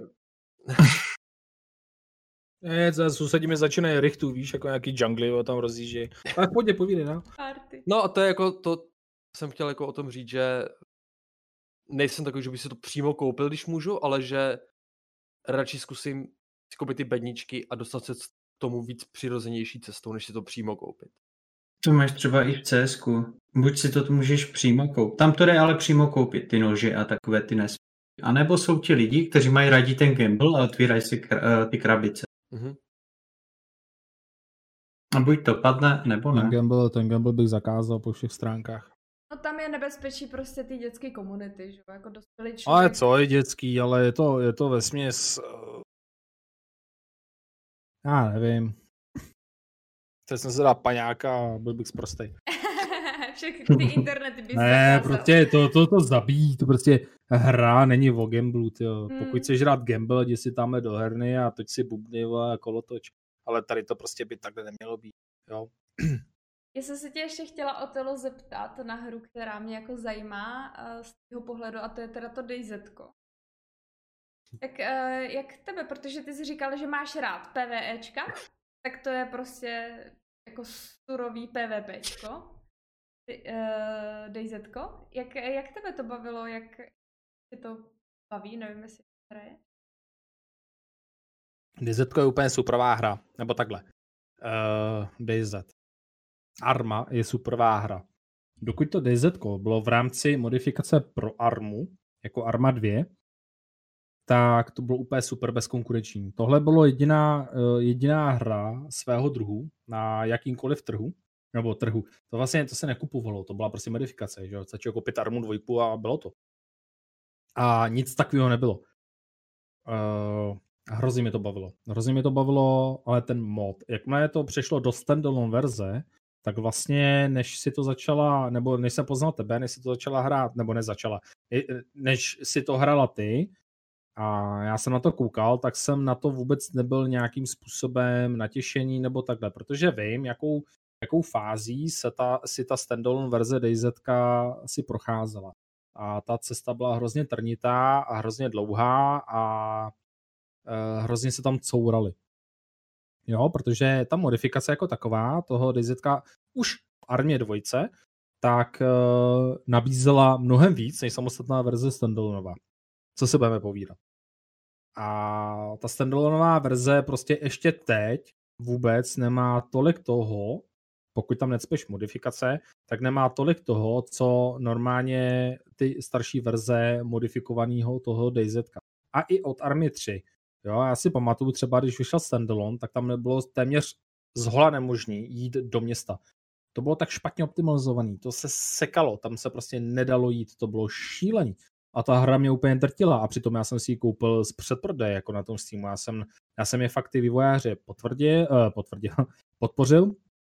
Sousedí mi začínají rychtu, víš, jako nějaký jungly tam rozjíždějí. Tak pojď, povídej, no. No a to je jako, to jsem chtěl jako o tom říct, že nejsem takový, že bych si to přímo koupil, když můžu, ale že radši zkusím si koupit ty bedničky a dostat se k tomu víc přirozenější cestou, než si to přímo koupit. To máš třeba i v CSku. Buď si to můžeš přímo koupit. Tam to jde ale přímo koupit, ty nože a takové ty nesmí. A nebo jsou ti lidi, kteří mají rádi ten gamble a otvírají si ty krabice. Mhm. A buď to padne, nebo ne. Ten gamble bych zakázal po všech stránkách. No tam je nebezpečí prostě ty dětské komunity, že jo, jako dospělý člověk. Ale co je dětský, ale je to vesměs... Já nevím. Teď jsem se dal paňáka a byl bych sprostej. Všechny ty internety bys Ne, zakázal. prostě to zabíjí, to prostě hra není o gamblu, tyjo. Pokud chceš hrát gamble, jdi si tam do herny a toč si bubny a kolotoč. Ale tady to prostě by takhle nemělo být, jo. Já jsem se tě ještě chtěla Otelo zeptat na hru, která mě jako zajímá z tvého pohledu, a to je teda to DayZko. Tak jak tebe, protože ty jsi říkal, že máš rád PvEčka, tak to je prostě jako surový PvPčko. DayZko. Jak tebe to bavilo, jak tě to baví, nevím, jestli to hraje. DayZko je úplně superová hra, nebo takhle. DayZ. Arma je superová hra. Dokud to DayZko bylo v rámci modifikace pro Armu, jako Arma 2, tak to bylo úplně super bezkonkurenční. Tohle bylo jediná hra svého druhu na jakýmkoliv trhu, nebo trhu. To vlastně to se nekupovalo, to byla prostě modifikace, že? Stačilo koupit Armu 2 a bylo to. A nic takového nebylo. Hrozně mě to bavilo, ale ten mod, jakmile to přešlo do standalone verze, tak vlastně než si to začala, nebo než jsem poznal tebe, než si to začala hrát, nebo nezačala, než si to hrala ty a já jsem na to koukal, tak jsem na to vůbec nebyl nějakým způsobem natěšený nebo takhle, protože vím, jakou fází si ta standalone verze DayZka si procházela. A ta cesta byla hrozně trnitá a hrozně dlouhá a hrozně se tam courali. Jo, protože ta modifikace jako taková toho DayZka už v Armě 2 tak nabízela mnohem víc než samostatná verze standaloneová. Co se budeme povídat. A ta standaloneová verze prostě ještě teď vůbec nemá tolik toho, pokud tam necpeš modifikace, tak nemá tolik toho, co normálně ty starší verze modifikovaného toho DayZka. A i od Army 3. Jo, já si pamatuju třeba, když vyšel standalone, tak tam nebylo téměř zhola nemožný jít do města. To bylo tak špatně optimalizovaný, to se sekalo, tam se prostě nedalo jít, to bylo šílený. A ta hra mě úplně drtila a přitom já jsem si ji koupil z předprodeje, jako na tom Steamu. Já jsem je fakt ty vývojáře podpořil.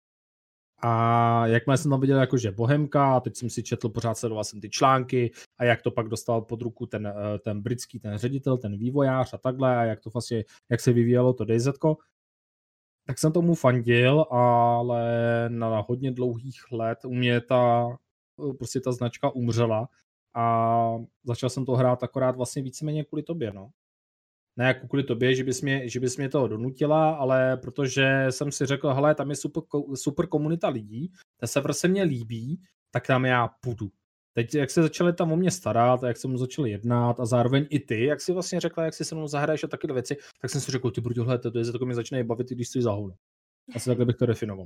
A jakmile jsem tam viděl jakože Bohemka, a teď jsem si četl, pořád sledoval jsem ty články a jak to pak dostal pod ruku ten britský, ten ředitel, ten vývojář a takhle a jak to vlastně, jak se vyvíjelo to DayZko, tak jsem tomu fandil, ale na hodně dlouhých let u mě prostě ta značka umřela a začal jsem to hrát akorát vlastně víceméně kvůli tobě, no. Ne jako kvůli tobě, že bys mě to donutila, ale protože jsem si řekl, hele, tam je super komunita lidí, ten server se mně líbí, tak tam já půjdu. Teď, jak se začali tam o mě starat, jak jsem mu začal jednat a zároveň i ty, jak si vlastně řekla, jak si se mnou zahraješ a takové věci, tak jsem si řekl, ty brďo, hele, to je za to mě začínají bavit, když stojí za hovno. Asi takhle bych to definoval.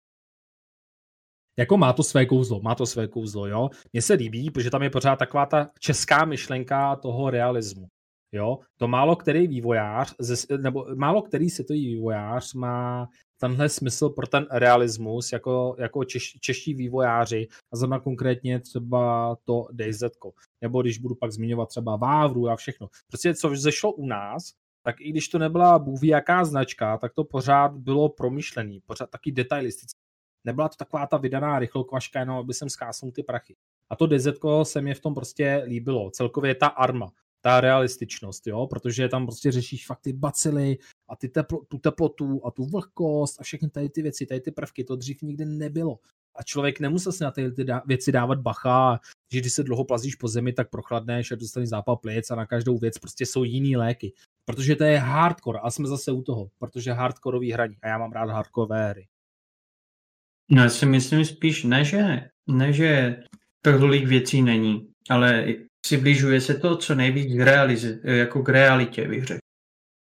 Jako má to své kouzlo, jo. Mně se líbí, protože tam je pořád taková ta česká myšlenka toho realismu. Jo, to málo který vývojář, nebo málo který světový vývojář má tenhle smysl pro ten realismus jako čeští vývojáři a zrovna konkrétně třeba to DayZko. Nebo když budu pak zmiňovat třeba Vávru a všechno. Prostě co zešlo u nás, tak i když to nebyla bůhví jaká značka, tak to pořád bylo promyšlený, pořád taky detailistický. Nebyla to taková ta vydaná rychlokvaška, jenom aby jsem skásnul ty prachy. A to DayZko se mi v tom prostě líbilo. Celkově ta Arma. Ta realističnost, jo, protože tam prostě řešíš fakt ty bacily a tu teplotu a tu vlhkost a všechny tady ty věci, tady ty prvky, to dřív nikdy nebylo. A člověk nemusel si na ty věci dávat bacha, že když se dlouho plazíš po zemi, tak prochladneš a dostaneš zápal plic a na každou věc prostě jsou jiný léky. Protože to je hardcore a jsme zase u toho, protože hardcoreový hraní a já mám rád hardcore hry. No já si myslím spíš, ne, že tolik věcí není, ale přibližuje se to co nejvíc k realitě, bych řekl.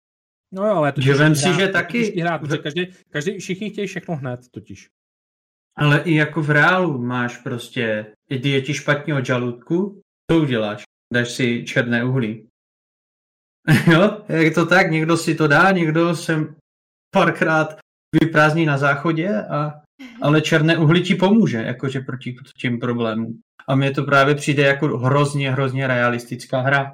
No jo, ale to že vem si, že taky... Všichni chtějí všechno hned, totiž. Ale i jako v reálu máš prostě, když je ti špatně od žaludku, co uděláš? Dáš si černé uhlí. Jo, je to tak, někdo si to dá, někdo se párkrát vyprázdní na záchodě, ale černé uhlí ti pomůže, jakože proti těm problémům. A mně to právě přijde jako hrozně realistická hra.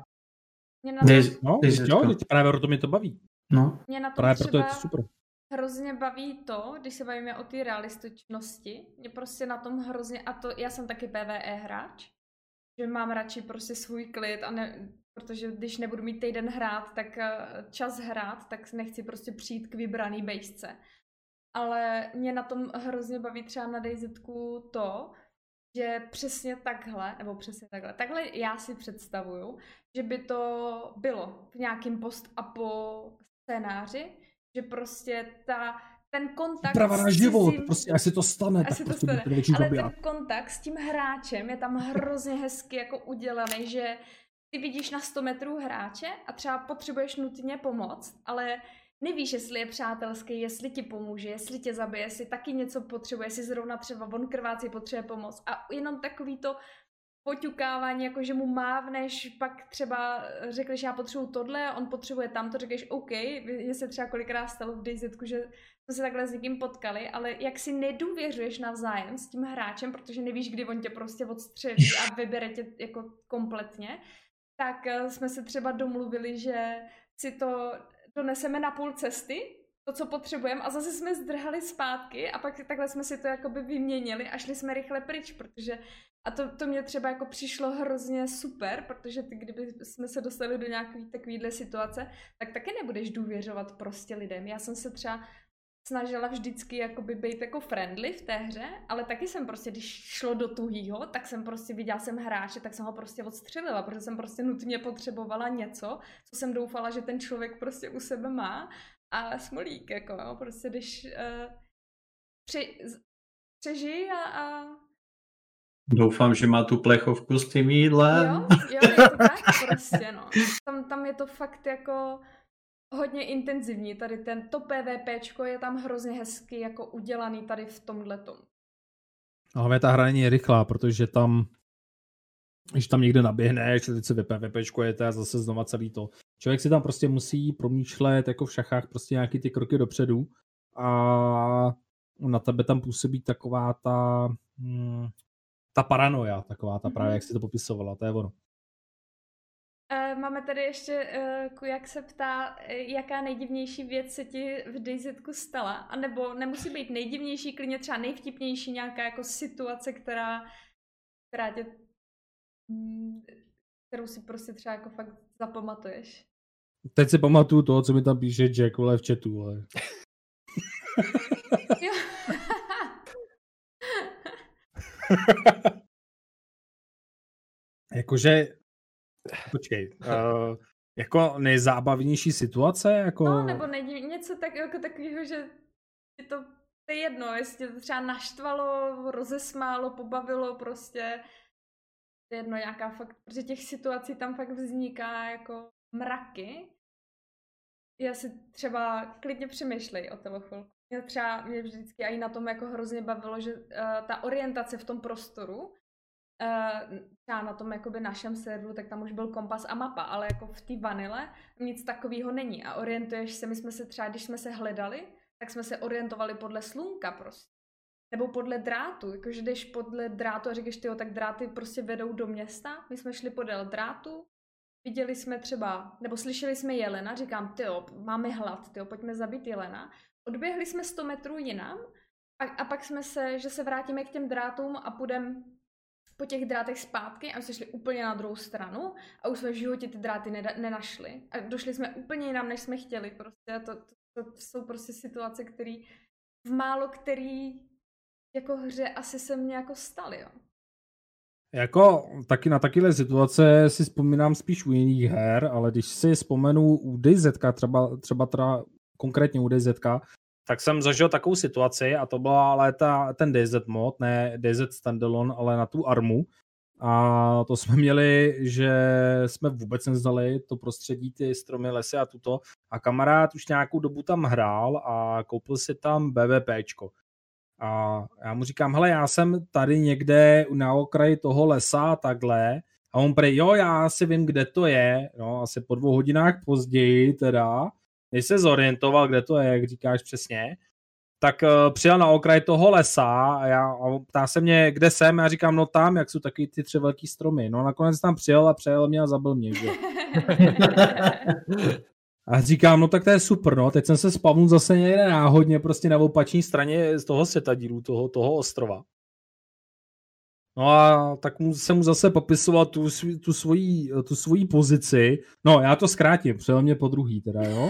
Právě o to mě to baví. No. Mě na tom právě třeba proto je to super. hrozně baví to, když se bavíme o té realističnosti, mě prostě na tom hrozně, a to já jsem taky PvE hráč, že mám radši prostě svůj klid a ne, protože když nebudu mít týden hrát, tak čas hrát, tak nechci prostě přijít k vybraný bejsce. Ale mě na tom hrozně baví třeba na DayZku to, že přesně takhle já si představuju, že by to bylo v nějakým post-apo scénáři, že prostě ten kontakt Práva na život, prostě až se to stane, tak prostě ale ten kontakt s tím hráčem je tam hrozně hezky jako udělaný, že ty vidíš na 100 metrů hráče a třeba potřebuješ nutně pomoct, ale nevíš, jestli je přátelský, jestli ti pomůže, jestli tě zabije, jestli taky něco potřebuje, jestli zrovna třeba on krvácí potřebuje pomoct. A jenom takový to poťukávání, jako že mu mávneš, pak třeba řekneš, já potřebuji tohle, on potřebuje tamto, řekneš OK, mně se třeba kolikrát stalo v DayZku, že jsme se takhle s někým potkali, ale jak si nedůvěřuješ navzájem s tím hráčem, protože nevíš, kdy on tě prostě odstřelí a vybere tě jako kompletně, tak jsme se třeba domluvili, že si to doneseme na půl cesty, to, co potřebujeme, a zase jsme zdrhali zpátky a pak takhle jsme si to jakoby vyměnili a šli jsme rychle pryč, protože a to mě třeba jako přišlo hrozně super, protože ty, kdyby jsme se dostali do nějaké takovéhle situace, tak taky nebudeš důvěřovat prostě lidem. Já jsem se třeba snažila vždycky jakoby být jako friendly v té hře, ale taky jsem prostě, když šlo do tuhýho, tak jsem prostě viděla jsem hráče, tak jsem ho prostě odstřelila, protože jsem prostě nutně potřebovala něco, co jsem doufala, že ten člověk prostě u sebe má. A smolík, jako jo, prostě když přežij a... Doufám, že má tu plechovku s tím jídlem. Jo, je to tak prostě, no. Tam je to fakt jako hodně intenzivní, tady to PvPčko je tam hrozně hezky jako udělaný tady v tomhletom. Ale ta hra není rychlá, protože tam, když tam někde naběhneš, teď se PvPčkujete a zase znova celý to. Člověk si tam prostě musí promýšlet jako v šachách prostě nějaký ty kroky dopředu a na tebe tam působí taková ta paranoja, taková ta právě, jak jsi to popisovala, to je ono. Máme tady ještě, jak se ptá, jaká nejdivnější věc se ti v DayZku stala, anebo nemusí být nejdivnější, klidně třeba nejvtipnější nějaká jako situace, která tě, kterou si prostě třeba jako fakt zapamatuješ. Teď si pamatuju to, co mi tam píše Jack, vole, v chatu, ale... Jakože, počkej, jako nejzábavnější situace, jako... No, nebo něco tak, jako takového, že to je jedno, jestli to třeba naštvalo, rozesmálo, pobavilo, prostě je jedno nějaká fakt, protože těch situací tam fakt vzniká jako mraky. Já si třeba klidně přemýšlej o toho chvilku. Mě vždycky i na tom jako hrozně bavilo, že ta orientace v tom prostoru, třeba na tom jakoby našem serveru, tak tam už byl kompas a mapa, ale jako v té vanile nic takového není a orientuješ se, my jsme se třeba, když jsme se hledali, tak jsme se orientovali podle slunka prostě. Nebo podle drátu, jakože jdeš podle drátu a říkáš, tyjo, tak dráty prostě vedou do města, my jsme šli podél drátu, viděli jsme třeba, nebo slyšeli jsme jelena, říkám, tyjo, máme hlad, tyjo, pojďme zabít jelena. Odběhli jsme 100 metrů jinam a pak jsme že se vrátíme k těm drátům a půjdeme po těch drátech zpátky a jsme šli úplně na druhou stranu a už jsme v životě ty dráty nenašli. A došli jsme úplně jinam, než jsme chtěli. Prostě to jsou prostě situace, které v málo který jako hře asi se mně jako staly, jo. Jako taky na takové situace si vzpomínám spíš u jiných her, ale když si vzpomenu u DayZka, třeba konkrétně u DayZka, tak jsem zažil takovou situaci a to byla ale ten DayZ mod, ne DayZ standalone, ale na tu armu. A to jsme měli, že jsme vůbec neznali to prostředí, ty stromy, lesy a tuto. A kamarád už nějakou dobu tam hrál a koupil si tam BVPčko. A já mu říkám, hele, já jsem tady někde na okraji toho lesa takhle. A on prý, jo, já si vím, kde to je. No, asi po 2 hodinách později teda, než se zorientoval, kde to je, jak říkáš přesně, tak přijel na okraj toho lesa a ptá se mě, kde jsem, já říkám, no tam, jak jsou taky ty 3 velký stromy. No nakonec tam přijel a přejel mě a zabil mě, že? A říkám, no tak to je super, no, teď jsem se spavnul zase někde náhodně, prostě na opačné straně z toho světadílu, toho ostrova. No a tak jsem mu zase popisoval tu svoji pozici. No, já to zkrátím, přejel mě po druhý teda, jo.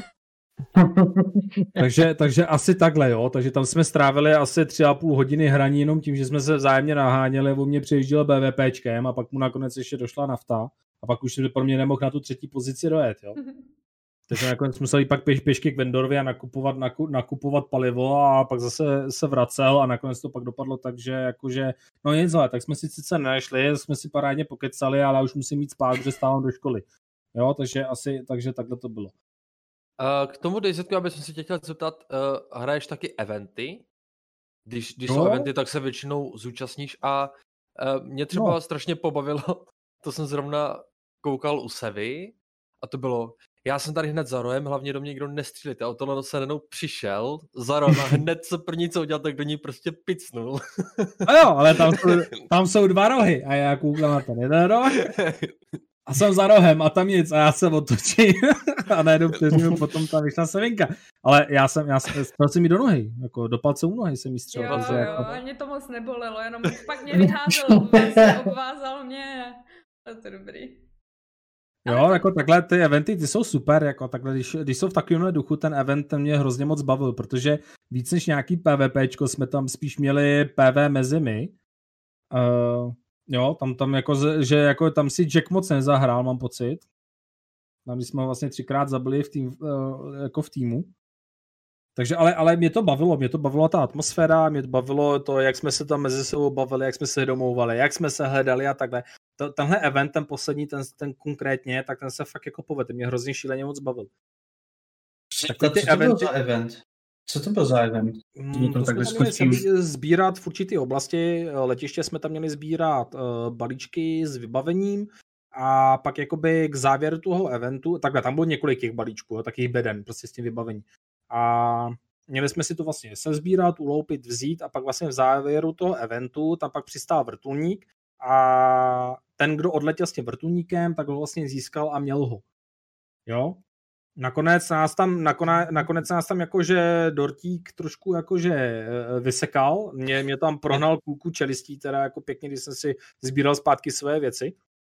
takže asi takhle, jo. Takže tam jsme strávili asi 3,5 hodiny hraní jenom tím, že jsme se vzájemně naháněli, on mě přejížděl BVPčkem a pak mu nakonec ještě došla nafta a pak už pro mě nemohl na tu 3. pozici dojet, jo. Takže nakonec museli pak pěšky k vendorovi a nakupovat palivo a pak zase se vracel a nakonec to pak dopadlo tak, že jakože, no nic, ale tak jsme si sice nešli, jsme si parádně pokecali, ale už musím jít spát, protože stávám do školy. Jo, takže takhle to bylo. K tomu DayZku, abych se tě chtěl zeptat, hraješ taky eventy? Když jsou eventy, tak se většinou zúčastníš a mě třeba strašně pobavilo, to jsem zrovna koukal u Sevy a to bylo, já jsem tady hned za rohem, hlavně do mě nikdo nestřílit. A o tohle se jednou přišel za rohem a hned se první, co udělal, tak do ní prostě picnul. A jo, ale tam jsou 2 rohy a já koukám na ten jeden roh a jsem za rohem a tam nic a já se otočím a najednou vteřinu potom tam vyšla Sevinka. Ale já jsem mi do nohy, jako do palce u nohy jsem jí střelil. Jo, mě to moc nebolelo, jenom pak mě vyházel, obvázal mě. To je dobrý. Jo, jako takhle ty eventy, ty jsou super, jako takhle, když jsou v takovémhle duchu, ten event ten mě hrozně moc bavil, protože víc než nějaký PvPčko jsme tam spíš měli PV mezi my. Jo, tam jako, že jako tam si Jack moc nezahrál, mám pocit. Tam jsme ho vlastně 3krát zabili jako v týmu. Takže, ale mě to bavilo ta atmosféra, mě to bavilo to, jak jsme se tam mezi sebou bavili, jak jsme se domlouvali, jak jsme se hledali a takhle. Tenhle event, ten poslední, ten konkrétně, tak ten se fakt jako povedl. Mě hrozně šíleně moc bavil. Co to byl za event? To jsme měli sbírat v určité oblasti letiště, jsme tam měli sbírat balíčky s vybavením a pak jakoby k závěru toho eventu, takhle, tam bylo několik těch balíčků, takových beden, prostě s tím vybavením. A měli jsme si to vlastně sezbírat, uloupit, vzít a pak vlastně v závěru toho eventu tam pak přistál vrtulník a ten, kdo odletěl s tím vrtulníkem, tak ho vlastně získal a měl ho. Jo? Nakonec nás tam jakože dortík trošku jakože vysekal, mě tam prohnal kůlku čelistí, teda jako pěkně, když jsem si sbíral zpátky své věci.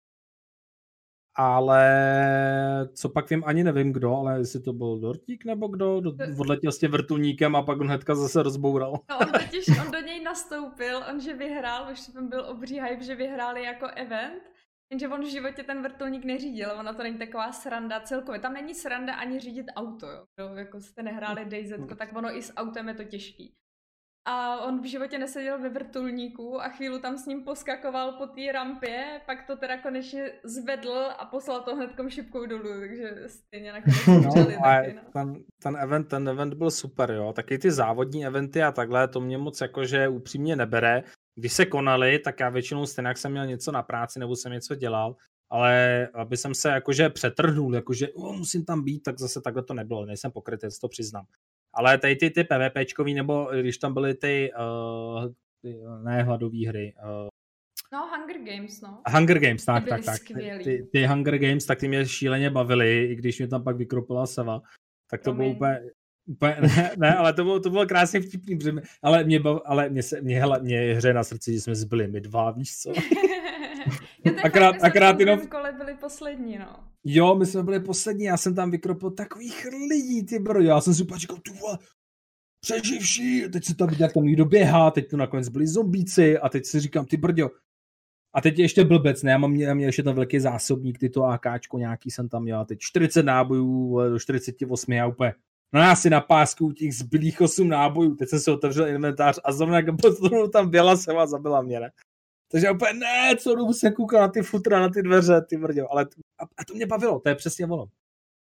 Ale co pak vím, ani nevím kdo, ale jestli to byl dortík nebo kdo odletěl s tím vrtulníkem a pak on hnedka zase rozboural. No on do něj nastoupil, on že vyhrál, už tam byl obří hype, že vyhráli jako event, jenže on v životě ten vrtulník neřídil, ono to není taková sranda celkově. Tam není sranda ani řídit auto, jo. Jako jste nehráli DayZ, tak ono i s autem je to těžký. A on v životě neseděl ve vrtulníku a chvíli tam s ním poskakoval po té rampě, pak to teda konečně zvedl a poslal to hnedkom šipkou dolů, takže stejně nakonec umřeli taky. No. Ten event byl super, jo. Taky ty závodní eventy a takhle, to mě moc jakože upřímně nebere. Když se konaly, tak já většinou stejně, jak jsem měl něco na práci nebo jsem něco dělal, ale aby jsem se jakože přetrhnul, jakože musím tam být, tak zase takhle to nebylo, nejsem pokrytec, to přiznám. Ale tady ty PvPčkový, nebo když tam byly ty ne hladové hry. No, Hunger Games, no. Hunger Games, tak. Ty Hunger Games, tak ty mě šíleně bavily, i když mě tam pak vykropila Seva. Tak to bylo úplně ne, ale to bylo krásně vtipný, ale mě hře na srdci, že jsme zbyli my 2, víš co? akorát jenom kole byli poslední, no. Jo, my jsme byli poslední, já jsem tam vykropil takových lidí, ty bro, já jsem si úplně říkal, přeživší, teď se tam viděl, jak tam někdo běhá, teď to nakonec byli zombíci a teď si říkám, ty brďo, a teď je ještě blbec, ne, já měl ještě tam velký zásobník, ty to AKčko nějaký jsem tam měl, teď 40 nábojů do 48, já úplně, no já si na pásku těch zbylých 8 nábojů, teď jsem si otevřel inventář a zrovna jak tam byla Seva, zabila mě, ne. Takže úplně ne, co dobu jsem koukal na ty futra, na ty dveře, ty brďo, ale a to mě bavilo, to je přesně ono.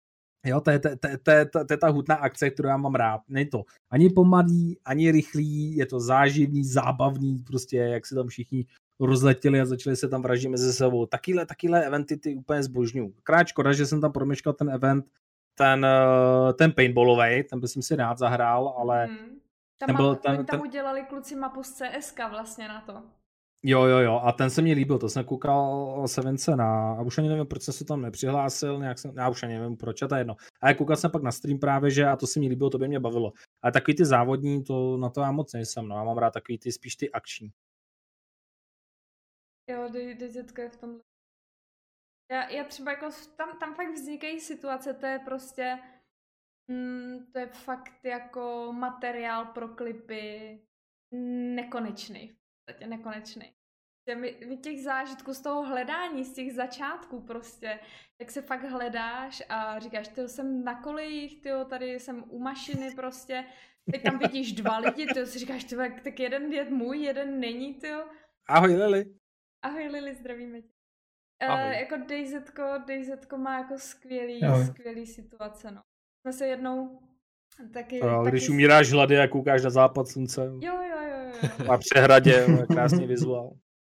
Jo, to je ta hutná akce, kterou já mám rád. Není to ani pomalý, ani rychlý, je to záživný, zábavný, prostě jak se tam všichni rozletěli a začali se tam vraždit mezi sebou. Takýhle eventy ty úplně zbožňuju. Krát škoda, že jsem tam promeškal ten event, ten paintballovej, ten bych si rád zahrál, ale... Tam udělali kluci mapu z CSK vlastně na to. Jo, a ten se mi líbil, to jsem koukal Sevence a už ani nevím, proč jsem se tam nepřihlásil, já už ani nevím, proč, a to je jedno. A koukal jsem pak na stream právě, že a to se mi líbilo, to by mě bavilo. Ale takový ty závodní, na to já moc nejsem, no, já mám rád takový ty, spíš ty akční. Jo, DZK je v tomhle. Já třeba jako, tam fakt vznikají situace, to je prostě, to je fakt jako materiál pro klipy nekonečný, v podstatě nekonečný. Vy těch zážitků z toho hledání, z těch začátků prostě, jak se fakt hledáš a říkáš, tyjo, jsem na kolejích, tyjo, tady jsem u mašiny prostě, teď tam vidíš 2 lidi, tyjo, si říkáš, tyjo, tak jeden je můj, jeden není, tyjo. Ahoj Lili. Ahoj Lili, zdravíme tě. Jako DayZko má jako skvělý situace, no. Jsme se jednou taky... Když umíráš hlady a koukáš na západ slunce. Jo. A přehradě, krásný vizuál.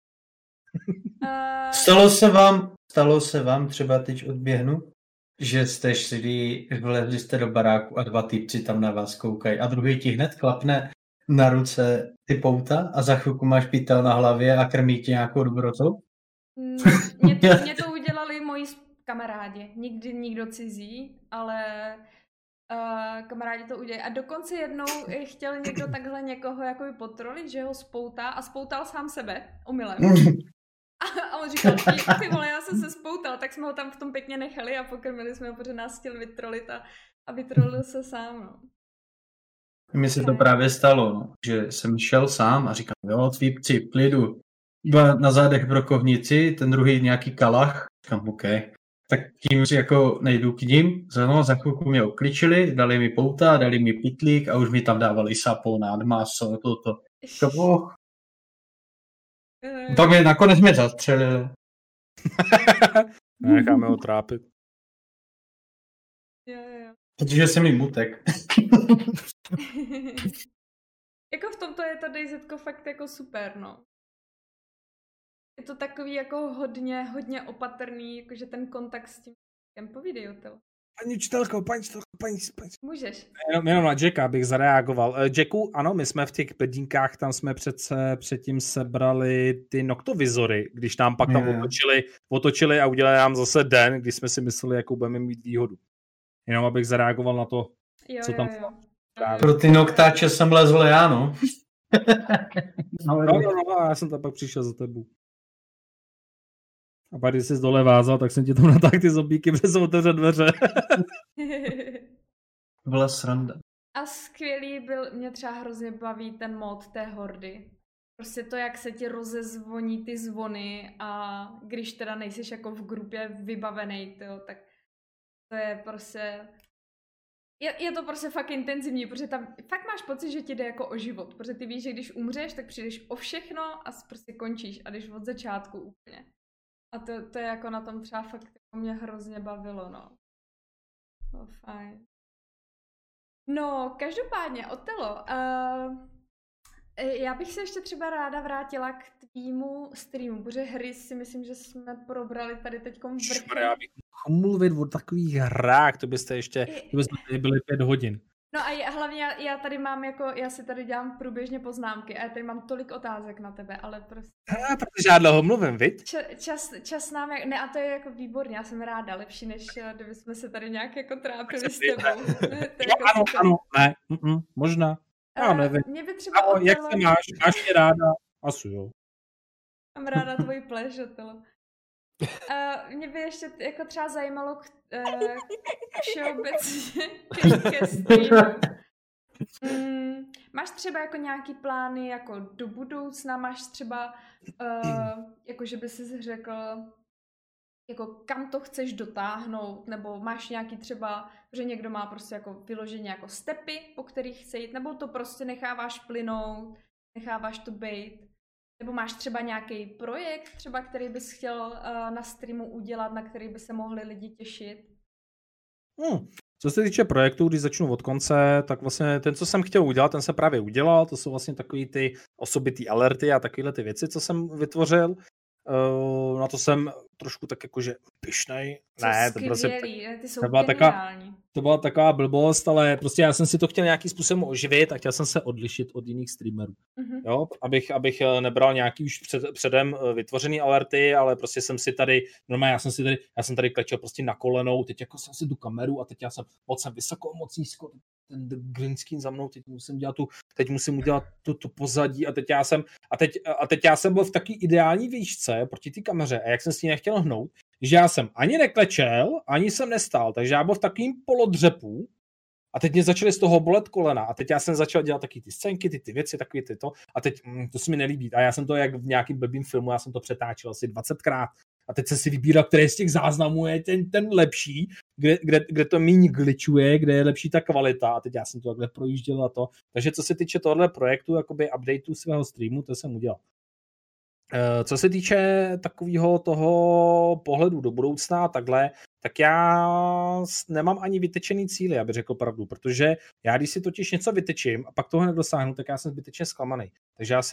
Stalo se vám, třeba teď odběhnu, že jste vlezli jste do baráku a 2 typci tam na vás koukají a druhý ti hned klapne na ruce ty pouta a za chvilku máš pytel na hlavě a krmí tě nějakou dobrotou? Mě to udělali moji kamarádi. Nikdy nikdo cizí, ale kamarádi to udělají. A dokonce jednou chtěl někdo takhle někoho jakoby potrolit, že ho spoutá a spoutal sám sebe omylem. A on říkal, ty vole, já jsem se spoutal, tak jsme ho tam v tom pěkně nechali a pokrmili jsme ho, protože nás chtěl vytrolit a vytrolil se sám, no. Mně se to právě stalo, no, že jsem šel sám a říkal, jo, tvýpci, v klidu. Dva na zádech brokovnici, ten druhý nějaký kalach. Říkám, OK. Tak tím si jako nejdu k ním, za chvilku mě okličili, dali mi pouta, dali mi pitlík a už mi tam dávali saponát, maso, toto. Pak mě nakonec zastřelili. Necháme ho trápit. Jo. Protože jsem jim utek. Jako v tomto je ta DayZko fakt jako super, no. Je to takový jako hodně opatrný, jakože ten kontakt s tím povídej, Jotel. Paní učitelko. Můžeš. Jenom na Jacka bych zareagoval. Jacku, ano, my jsme v těch bedínkách, tam jsme předtím sebrali ty noktovizory, když nám pak tam otočili a udělali nám zase den, když jsme si mysleli, jakou budeme mít výhodu. Jenom abych zareagoval na to, co tam... Pro ty noktáče jsem lezl já, no. No, já jsem tam pak přišel za tebou. A pak, když jsi dole vázal, tak jsem ti tam natáhl ty zombíky, protože jsem otevřel dveře. Byla sranda. A skvělý mě třeba hrozně baví ten mod té hordy. Prostě to, jak se ti rozezvoní ty zvony a když teda nejsiš jako v grupě vybavený, tyjo, tak to je prostě... Je to prostě fakt intenzivní, protože tam fakt máš pocit, že ti jde jako o život, protože ty víš, že když umřeš, tak přijdeš o všechno a prostě končíš a jdeš od začátku úplně. A to je jako na tom třeba fakt jako mě hrozně bavilo, no. No fajn. No, každopádně, Otelo, já bych se ještě třeba ráda vrátila k tvýmu streamu, protože hry si myslím, že jsme probrali tady teďkom vrchol. Já bych mohl mluvit o takových hrách, to byste byli 5 hodin. No a hlavně já si tady dělám průběžně poznámky a já tady mám tolik otázek na tebe, ale prostě... Protože já dlouho mluvím, viď? Čas nám, ne, a to je jako výborně, já jsem ráda, lepší, než kdybychom se tady nějak jako trápili s tebou. Ano, ne, možná. Já nevím. Mě by třeba jak se máš mě ráda? Asi jo. Mám ráda tvůj pleš, Otelo. Mě by ještě jako třeba zajímalo všeobecně ke streamu. Máš třeba jako nějaký plány jako do budoucna? Máš třeba jako že by si řekl jako kam to chceš dotáhnout? Nebo máš nějaký třeba, že někdo má prostě jako vyloženě jako stepy, po kterých chce jít? Nebo to prostě necháváš plynout, necháváš to bejt? Nebo máš třeba nějaký projekt, třeba, který bys chtěl na streamu udělat, na který by se mohli lidi těšit? Co se týče projektu, když začnu od konce, tak vlastně ten, co jsem chtěl udělat, ten se právě udělal. To jsou vlastně takový ty osobitý alerty a takovéhle ty věci, co jsem vytvořil. Na to jsem trošku tak jakože pyšnej. Ne, to prostě, ty jsou geniální. To byla taková blbost, ale prostě já jsem si to chtěl nějakým způsobem oživit a chtěl jsem se odlišit od jiných streamerů. Jo, abych nebral nějaký už předem vytvořený alerty, ale prostě jsem si tady, normálně já jsem tady klečel prostě na kolenou, teď jako jsem si tu kameru a teď já jsem moc vysoko, moc nízko, ten green screen za mnou, teď musím udělat tu pozadí a teď já jsem byl v taky ideální výšce proti té kameře a jak jsem s ní nechtěl hnout, že já jsem ani neklečel, ani jsem nestál, takže já byl v takovým polodřepu a teď mě začaly z toho bolet kolena a teď já jsem začal dělat taky ty scénky, ty věci, takový to a teď to se mi nelíbí a já jsem to jak v nějakým blbým filmu, já jsem to přetáčel asi 20krát a teď jsem si vybíral, který z těch záznamů je ten lepší, kde to míň glitchuje, kde je lepší ta kvalita a teď já jsem to takhle projížděl a to. Takže co se týče tohohle projektu, jakoby updateu svého streamu, to jsem udělal. Co se týče takového toho pohledu do budoucna takhle, tak já nemám ani vytečený cíly, aby řekl pravdu, protože já když si totiž něco vytečím a pak toho nedosáhnu, tak já jsem zbytečně zklamaný. Takže já si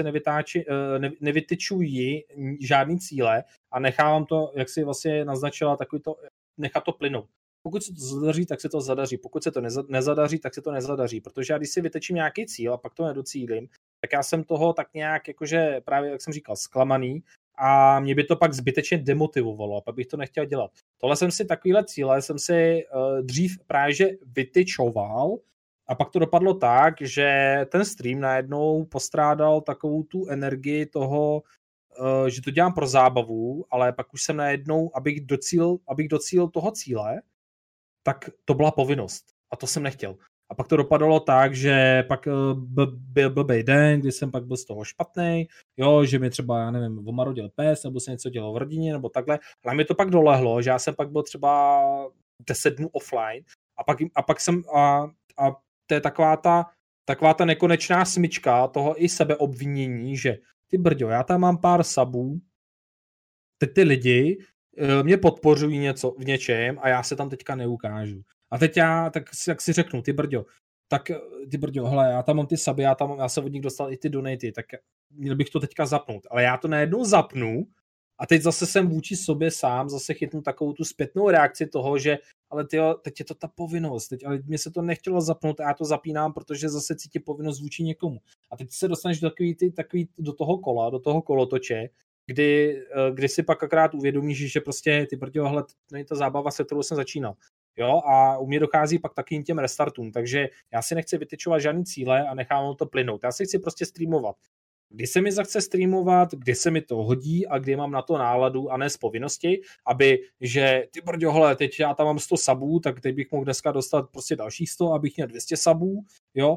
nevytečuji žádný cíle a nechávám to, jak si vlastně naznačila, takový to, nechat to plynout. Pokud se to zadaří, tak se to zadaří. Pokud se to nezadaří, tak se to nezadaří. Protože já když si vytečím nějaký cíl a pak to nedocílím, tak já jsem toho tak nějak, jakože právě, jak jsem říkal, zklamaný a mě by to pak zbytečně demotivovalo a pak bych to nechtěl dělat. Tohle jsem si takovýhle cíle jsem si dřív právě že vytyčoval a pak to dopadlo tak, že ten stream najednou postrádal takovou tu energii toho, že to dělám pro zábavu, ale pak už jsem najednou, abych docílil toho cíle, tak to byla povinnost a to jsem nechtěl. A pak to dopadalo tak, že pak byl blbej den, kdy jsem pak byl z toho špatnej, jo, že mi třeba, já nevím, omarodil pes, nebo se něco dělo v rodině, nebo takhle. Ale mi to pak dolehlo, že já jsem pak byl třeba 10 dnů offline a pak jsem, a to je taková ta nekonečná smyčka toho i sebeobvinění, že ty brďo, já tam mám pár sabů, teď ty lidi mě podpořují něco v něčem a já se tam teďka neukážu. A teď já, tak si řeknu, ty brďo, hele, já tam mám ty suby, já jsem od nich dostal i ty donaty, tak měl bych to teďka zapnout. Ale já to najednou zapnu a teď zase jsem vůči sobě sám, zase chytnu takovou tu zpětnou reakci toho, že ale tyjo, teď je to ta povinnost, ale mě se to nechtělo zapnout a já to zapínám, protože zase cítím povinnost vůči někomu. A teď se dostaneš do toho kola, do toho kolotoče, kdy si pak akorát uvědomíš, že prostě ty brďo, hele, to není ta zábava, se kterou jsem začínal. Jo, a u mě dochází pak takým těm restartům, takže já si nechci vytyčovat žádný cíle a nechám to plynout. Já si chci prostě streamovat. Kdy se mi zachce streamovat, kdy se mi to hodí a kdy mám na to náladu a ne z povinnosti, že ty brďo, hele, teď já tam mám 100 sabů, tak teď bych mohl dneska dostat prostě dalších 100, abych měl 200 sabů, jo.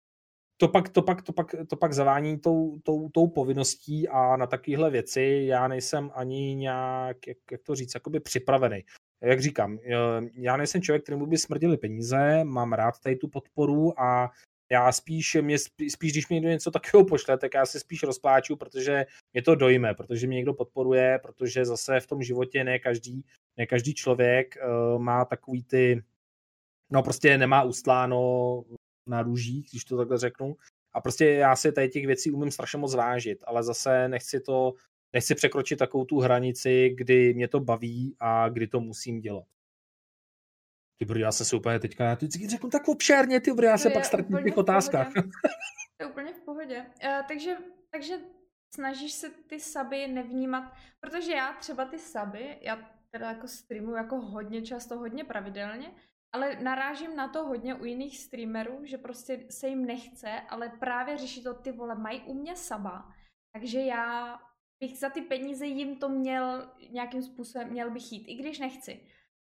To pak zavání tou povinností a na takovéhle věci já nejsem ani nějak, jak to říct, jakoby připravený. Jak říkám, já nejsem člověk, kterému by smrdily peníze, mám rád tady tu podporu a já spíš, když mi někdo něco takového pošle, tak já si spíš rozpláču, protože mě to dojme, protože mě někdo podporuje, protože zase v tom životě ne každý člověk má takový ty, no prostě nemá ustláno na růžích, když to takhle řeknu. A prostě já si tady těch věcí umím strašně moc vážit, ale zase nechci překročit takovou tu hranici, kdy mě to baví a kdy to musím dělat. Ty brdo, já jsem se úplně teďka, já teď řeknu tak obšárně, ty brdo, já se pak ztratím v těch otázkách. To je úplně v pohodě. Takže snažíš se ty suby nevnímat, protože já třeba ty suby, já teda jako streamuju jako hodně často, hodně pravidelně, ale narážím na to hodně u jiných streamerů, že prostě se jim nechce, ale právě řeší to, ty vole, mají u mě suba, takže já bych za ty peníze jim to měl nějakým způsobem, měl bych jít, i když nechci.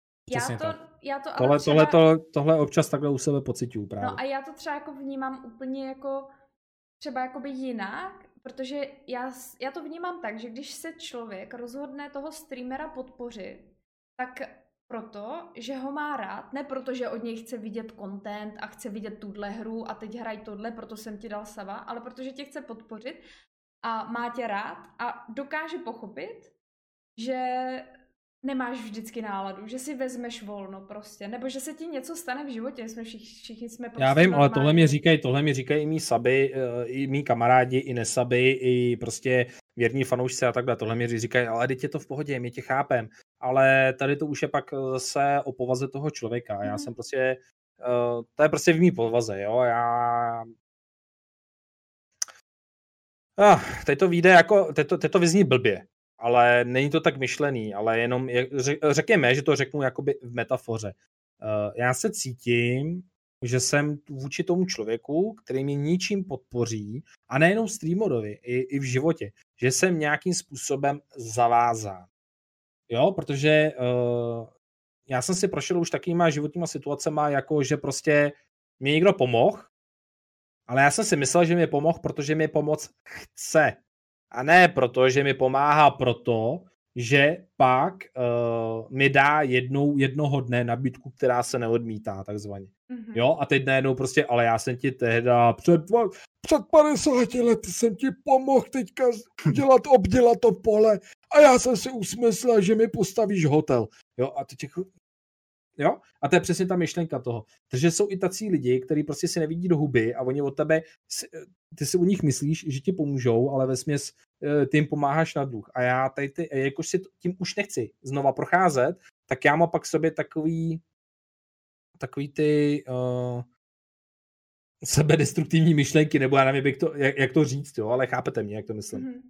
Tohle občas takhle u sebe pociťuju právě. No a já to třeba jako vnímám úplně jako třeba jakoby jinak, protože já to vnímám tak, že když se člověk rozhodne toho streamera podpořit, tak proto, že ho má rád, ne proto, že od něj chce vidět content a chce vidět tuhle hru a teď hraj tohle, proto jsem ti dal sava, ale protože tě chce podpořit a má tě rád a dokáže pochopit, že nemáš vždycky náladu, že si vezmeš volno prostě, nebo že se ti něco stane v životě, jsme všichni jsme prostě Já vím, ale normální. tohle mi říkají i mý saby, i mý kamarádi, i nesaby, i prostě věrní fanoušci a takhle. Tohle mi říkají, ale teď je to v pohodě, my tě chápem. Ale tady to už je pak zase o povaze toho člověka. Já jsem prostě, to je prostě v mý povaze, jo. Teď to vyjde jako, teď to vyzní blbě, ale není to tak myšlený, ale jenom, řekněme, že to řeknu jakoby v metafoře. Já se cítím, že jsem vůči tomu člověku, který mě ničím podpoří, a nejenom streamerovi, i v životě, že jsem nějakým způsobem zavázán. Jo, protože já jsem si prošel už takýma životníma situacema, jako že prostě mi někdo pomohl, ale já jsem si myslel, že mi pomohl, protože mi pomoc chce. A ne proto, že mi pomáhá proto, že pak mi dá jednoho dne nabídku, která se neodmítá, takzvaně. Mm-hmm. Jo, a teď najednou prostě, ale já jsem ti tehda před 50 lety jsem ti pomohl teďka obdělat to pole a já jsem si usmyslel, že mi postavíš hotel. Jo, a teď jo? A to je přesně ta myšlenka toho. Takže jsou i tací lidi, kteří prostě si nevidí do huby a oni od tebe, ty si u nich myslíš, že ti pomůžou, ale vesměs ty jim pomáháš na dluh. A já tady jakož si tím už nechci znova procházet, tak já mám pak v sobě takový ty sebedestruktivní myšlenky, nebo já nevím, jak to říct, jo? Ale chápete mě, jak to myslím. Mm-hmm.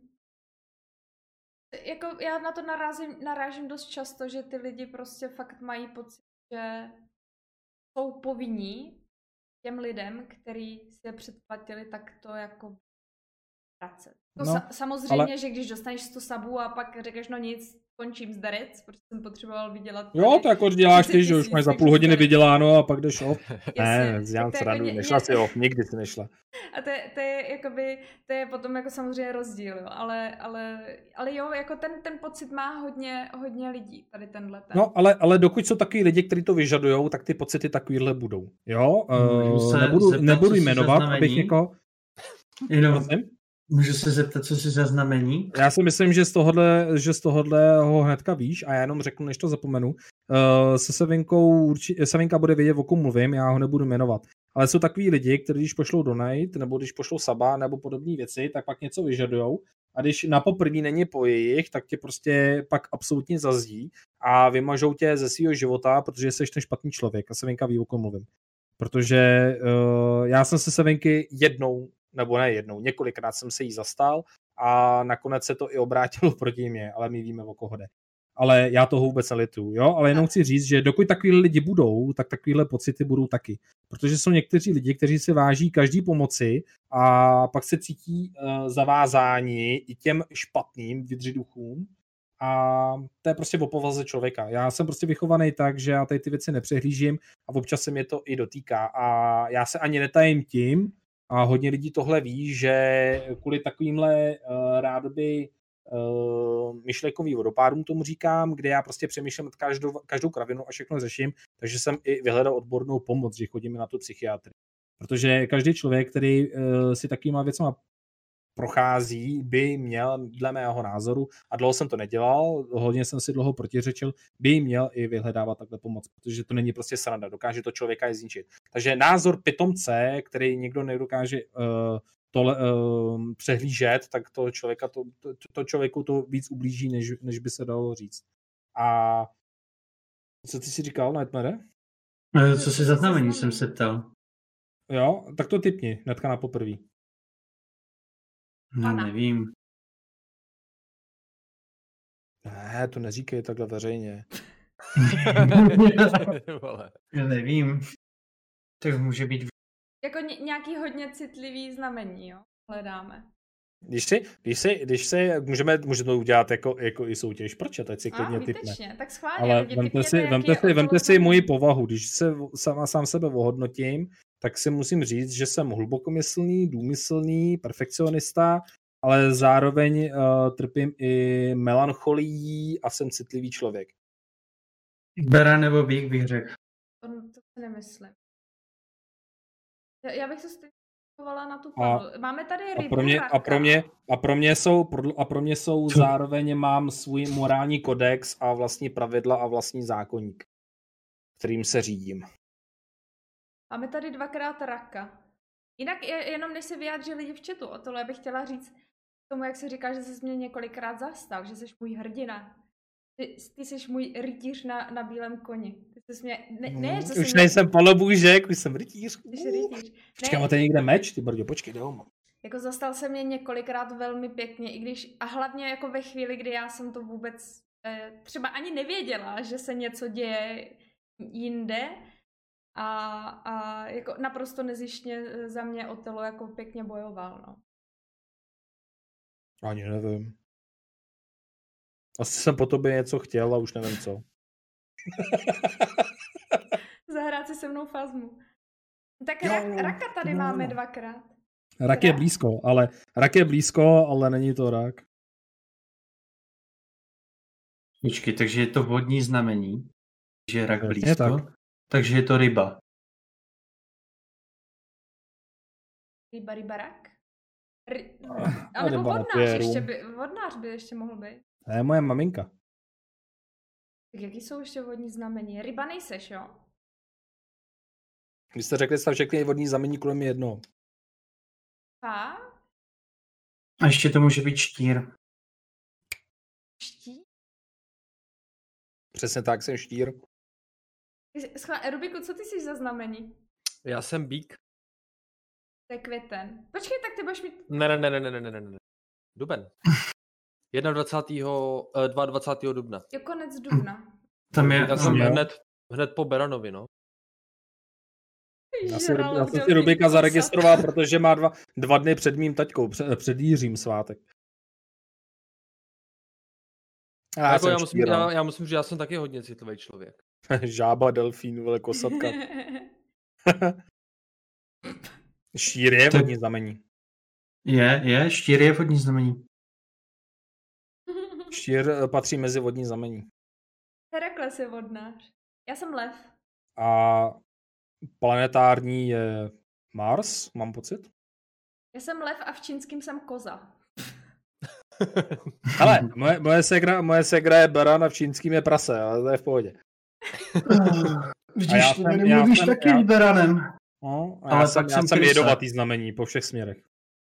Jako já na to narážím dost často, že ty lidi prostě fakt mají pocit, že jsou povinní těm lidem, který si je předplatili, tak to jako vracet. Samozřejmě, že když dostaneš 100 sabů a pak řekneš, no nic, končím z Darec, protože jsem potřeboval vydělat. Jo, to jako děláš ty, že už máš za půl hodiny vyděláno a pak jdeš off. Ne, dělám se radu, nešla si off, nikdy si nešla. A to je potom jako samozřejmě rozdíl, jo, ale jo, jako ten pocit má hodně lidí, tady tenhle. No, ale dokud jsou takový lidi, kteří to vyžadujou, tak ty pocity takovýhle budou, jo. Nebudu jmenovat, abych jako... Můžu se zeptat, co si za znamení? Já si myslím, že z tohohle ho hnedka víš a já jenom řeknu, než to zapomenu. Se Sevinkou Sevinka bude vědět, o kom mluvím, já ho nebudu jmenovat. Ale jsou takový lidi, kteří když pošlou donate, nebo když pošlou saba, nebo podobné věci, tak pak něco vyžadujou. A když na poprvé není po jejich, tak tě prostě pak absolutně zazdí a vymažou tě ze svého života, protože jsi ten špatný člověk. A Sevinka ví, o kom mluvím. Protože já jsem se Sevinky několikrát jsem se jí zastal a nakonec se to i obrátilo proti mě, ale my víme, o koho jde. Ale já toho vůbec nelituju, jo? Ale jenom chci říct, že dokud takový lidi budou, tak takovýhle pocity budou taky. Protože jsou někteří lidi, kteří se váží každý pomoci a pak se cítí zavázáni i těm špatným vydřiduchům a to je prostě o povaze člověka. Já jsem prostě vychovaný tak, že já tady ty věci nepřehlížím a občas se mě to i dotýká a já se ani netajím tím, a hodně lidí tohle ví, že kvůli takovýmhle rádoby myšlenkovým vodopádům tomu říkám, kde já prostě přemýšlím nad každou kravinu a všechno řeším, takže jsem i vyhledal odbornou pomoc, že chodím na tu psychiatrii. Protože každý člověk, který si takovýma věcma prochází, by měl, dle mého názoru, a dlouho jsem to nedělal, hodně jsem si dlouho protiřečil, by měl i vyhledávat takhle pomoc, protože to není prostě sranda, dokáže to člověka i zničit. Takže názor pitomce, který někdo nedokáže přehlížet, tak to člověku to víc ublíží, než by se dalo říct. A co ty si říkal, Nightmare? Co si za znamení jsem se ptal. Jo, tak to tipni, hnedka na poprví. No, nevím. Ne, to neříkej takhle veřejně. Já nevím. Tak může být... Jako nějaký hodně citlivý znamení, jo? Hledáme. Když se můžeme to udělat jako i soutěž, proč? Teď si klidně typne. Tak schválně. Ale vemte si moji povahu. Když se sám sebe ohodnotím, tak si musím říct, že jsem hlubokomyslný, důmyslný, perfekcionista, ale zároveň trpím i melancholií a jsem citlivý člověk. Beran nebo Bík bych řekl. To si nemyslím. Já bych to na tu panu. Máme tady rybu, A pro mě jsou zároveň mám svůj morální kodex a vlastní pravidla a vlastní zákoník, kterým se řídím. Máme tady 2x raka. Jinak jenom než se vyjádří lidi v chatu, o tohle bych chtěla říct tomu, jak se říká, že jsi mě několikrát zastal, že jsi můj hrdina. Ty jsi můj rytíř na bílém koni. Ty jsi mě... Už nejsem polobůžek, už jsem rytíř. Ty jsi rytíř. Počkej, máte někde meč? Ty brďo, počkej, doma. Jako zastal se mě několikrát velmi pěkně, i když... A hlavně jako ve chvíli, kdy já jsem to vůbec třeba ani nevěděla, že se něco děje jinde. A jako naprosto nezištně za mě Otelo jako pěkně bojoval, no. Ani nevím. Asi jsem po tobě něco chtěl a už nevím co. Zahrát si se mnou fazmu. Tak raka tady máme 2x. Rak je blízko, ale není to rak. Počkej, takže je to vodní znamení, že je rak Jasně blízko, tak. takže je to ryba. Ryba, rak? A nebo vodnář by ještě mohl být. To je moje maminka. Tak jaký jsou ještě vodní znamení? Ryba nejseš, jo? Vy jste řekli, že všechny vodní znamení kolem jednoho. A ještě to může být štír. Štír? Přesně tak, jsem štír. Rubiku, co ty jsi za znamení? Já jsem bík. To je květen. Počkej, tak ty budeš mít... Ne. Duben. 22. dubna. Jo, konec dubna. Tam je... Já jsem hned po Beranovi, no. Já jsem si Rubika zaregistroval, protože má dva dny před mým taťkou, před Jiřím svátek. Já musím říct, že já jsem taky hodně citlivý člověk. Žába, delfín, vole, kosatka. Štír je vodní znamení. Štír je vodní znamení. Štír patří mezi vodní znamení. Herakles je vodnář. Já jsem lev. A planetární je Mars, mám pocit. Já jsem lev a v čínským jsem koza. Ale moje segra je beran a v čínským je prase, ale to je v pohodě. Vidíš, ty nemluvíš taky s beranem. No, já jsem jedovatý znamení po všech směrech.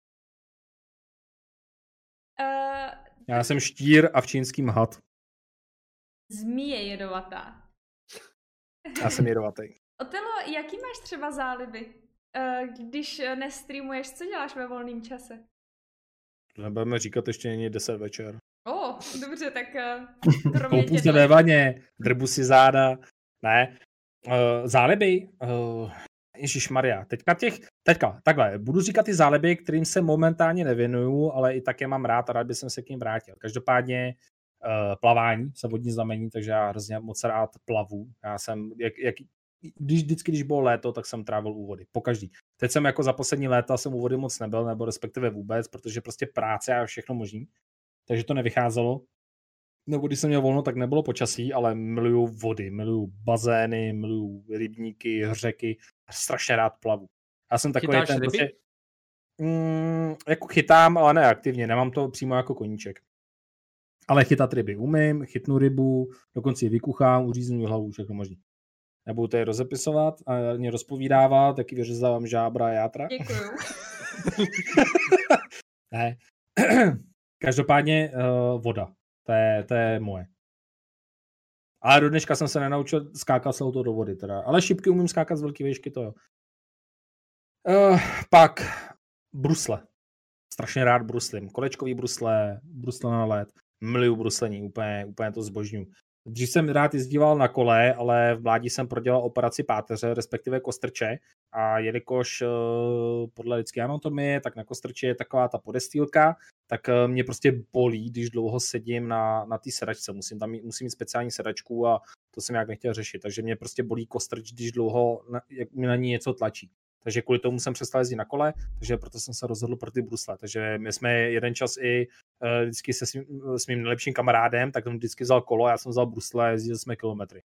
Já jsem štír a v čínským had. Zmíje jedovatá. Já jsem jedovatý. Otelo, jaký máš třeba záliby? Když nestreamuješ, co děláš ve volném čase? Nebudeme říkat, ještě není 10 večer. Dobře, tak koupu se ve vaně, drbu si záda. Ne. Záliby? Ježišmarja. Teďka, takhle. Budu říkat ty záliby, kterým se momentálně nevěnuju, ale i tak je mám rád a rád bych se k ním vrátil. Každopádně plavání se vodní znamení, takže já hrozně moc rád plavu. Já jsem, vždycky, když bylo léto, tak jsem trávil u vody. Pokaždý. Teď jsem jako za poslední léta jsem u vody moc nebyl, nebo respektive vůbec, protože prostě práce a všechno možný. Takže to nevycházelo. Nebo když jsem měl volno, tak nebylo počasí, ale miluju vody, miluju bazény, miluju rybníky, řeky. Strašně rád plavu. Já jsem takový Chytáš ten ryby? prostě, jako chytám, ale ne aktivně, nemám to přímo jako koníček. Ale chytat ryby umím, chytnu rybu, dokonce ji vykuchám, uříznu hlavu, všechno možný. Nebudu tady rozepisovat a mě rozpovídávat, taky vyřezávám žábra a játra. Děkuju. Ne. Každopádně voda. To je moje. Ale do dneška jsem se nenaučil skákat celou to do vody. Teda. Ale šipky umím skákat z velké výšky, to jo. Pak brusle. Strašně rád bruslím. Kolečkový brusle na led. Miluju bruslení, úplně to zbožňuju. Dřív jsem rád jezdíval na kole, ale v mládí jsem prodělal operaci páteře, respektive kostrče. A jelikož podle lidské anatomie, tak na kostrči je taková ta podestýlka, tak mě prostě bolí, když dlouho sedím na té sedačce. Musím mít speciální sedačku a to jsem nějak nechtěl řešit. Takže mě prostě bolí kostrč, když dlouho na ní něco tlačí. Takže kvůli tomu jsem přestal jezdit na kole, takže proto jsem se rozhodl pro ty brusle. Takže my jsme jeden čas i vždycky se s mým nejlepším kamarádem, tak on vždycky vzal kolo, já jsem vzal brusle a jezdili jsme kilometry.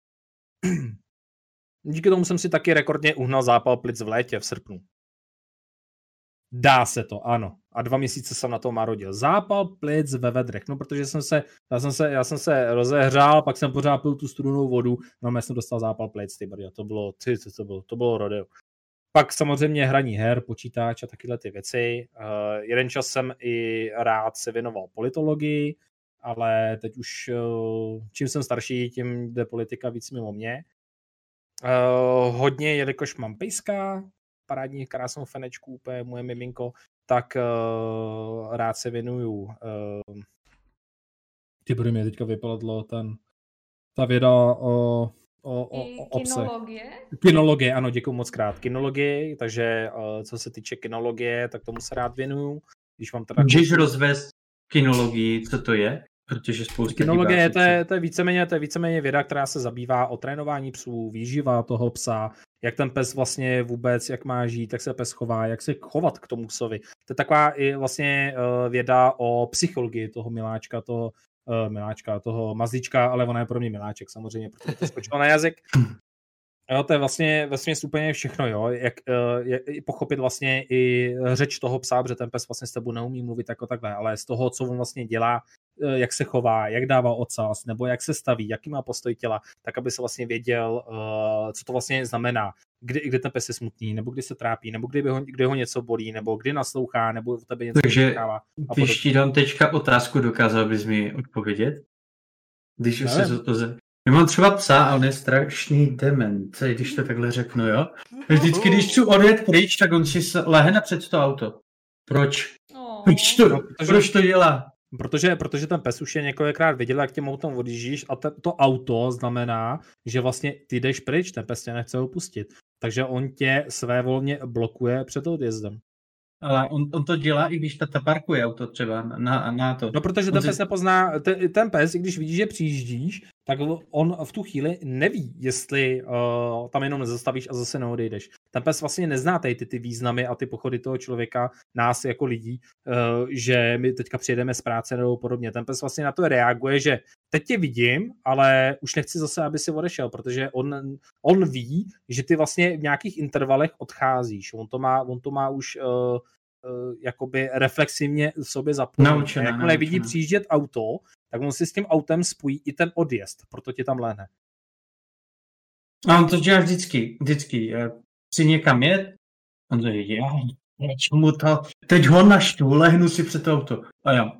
Díky tomu jsem si taky rekordně uhnal zápal plic v létě, v srpnu. Dá se to, ano. A 2 měsíce jsem na to marodil. Zápal plic ve vedrech, no protože já jsem se rozehřál, pak jsem pořád pil tu studenou vodu, no já jsem dostal zápal plic, to bylo rodeo. Pak samozřejmě hraní her, počítač a takyhle ty věci. Jeden čas jsem i rád se věnoval politologii, ale teď už čím jsem starší, tím jde politika víc mimo mě. Hodně, jelikož mám pejska, parádní krásnou fenečku, úplně moje miminko, tak rád se věnuju. Ty mě teďka vypadlo ta věda o kinologie? Kinologie, ano, děkuji moc krát. Kinologie, takže co se týče kinologie, tak tomu se rád věnuju. Když vám teda Můžeš rozvést kinologii, co to je? Protože spousta kinologie, to je víceméně věda, která se zabývá o trénování psů, výživa toho psa, jak ten pes vlastně vůbec, jak má žít, jak se pes chová, jak se chovat k tomu psovi. To je taková i vlastně věda o psychologii toho miláčka, toho mazlíčka, ale ona je pro mě miláček samozřejmě, protože to skočilo na jazyk. Jo, to je vlastně úplně všechno, jo, jak pochopit vlastně i řeč toho psa, protože ten pes vlastně s tebou neumí mluvit jako takhle, ale z toho, co on vlastně dělá, jak se chová, jak dává ocas, nebo jak se staví, jaký má postoj těla, tak aby se vlastně věděl, co to vlastně znamená, kdy ten pes je smutný, nebo kdy se trápí, nebo kdy ho něco bolí, nebo kdy naslouchá, nebo v tebe něco očekává. Takže když ti dám teďka otázku, dokázal bys mi odpovědět? Když už se to já mám třeba psa a on je strašný dement, když to takhle řeknu, jo? Vždycky, když chci odjet pryč, tak on si lehne před to auto. Proč? Proč to dělá? Protože ten pes už je několikrát viděl, jak tím autem odjíždíš a to auto znamená, že vlastně ty jdeš pryč, ten pes tě nechce opustit. Takže on tě svévolně blokuje před odjezdem. Ale on to dělá, i když ta parkuje auto třeba na to. No, protože ten pes nepozná, ten pes, i když vidí, že přijíždíš, tak on v tu chvíli neví, jestli tam jenom nezastavíš a zase neodejdeš. Ten pes vlastně nezná ty významy a ty pochody toho člověka, nás jako lidí, že my teďka přijedeme z práce nebo podobně. Ten pes vlastně na to reaguje, že teď tě vidím, ale už nechci zase, aby si odešel, protože on ví, že ty vlastně v nějakých intervalech odcházíš. On to má už jakoby reflexivně v sobě zapomnět. Jakmile vidí přijíždět auto, tak on si s tím autem spojí i ten odjezd, proto ti tam lehne. A on to dělá vždycky. Chci někam jet, on to jde, čemu to, teď ho naštvu, lehnu si před auto. A já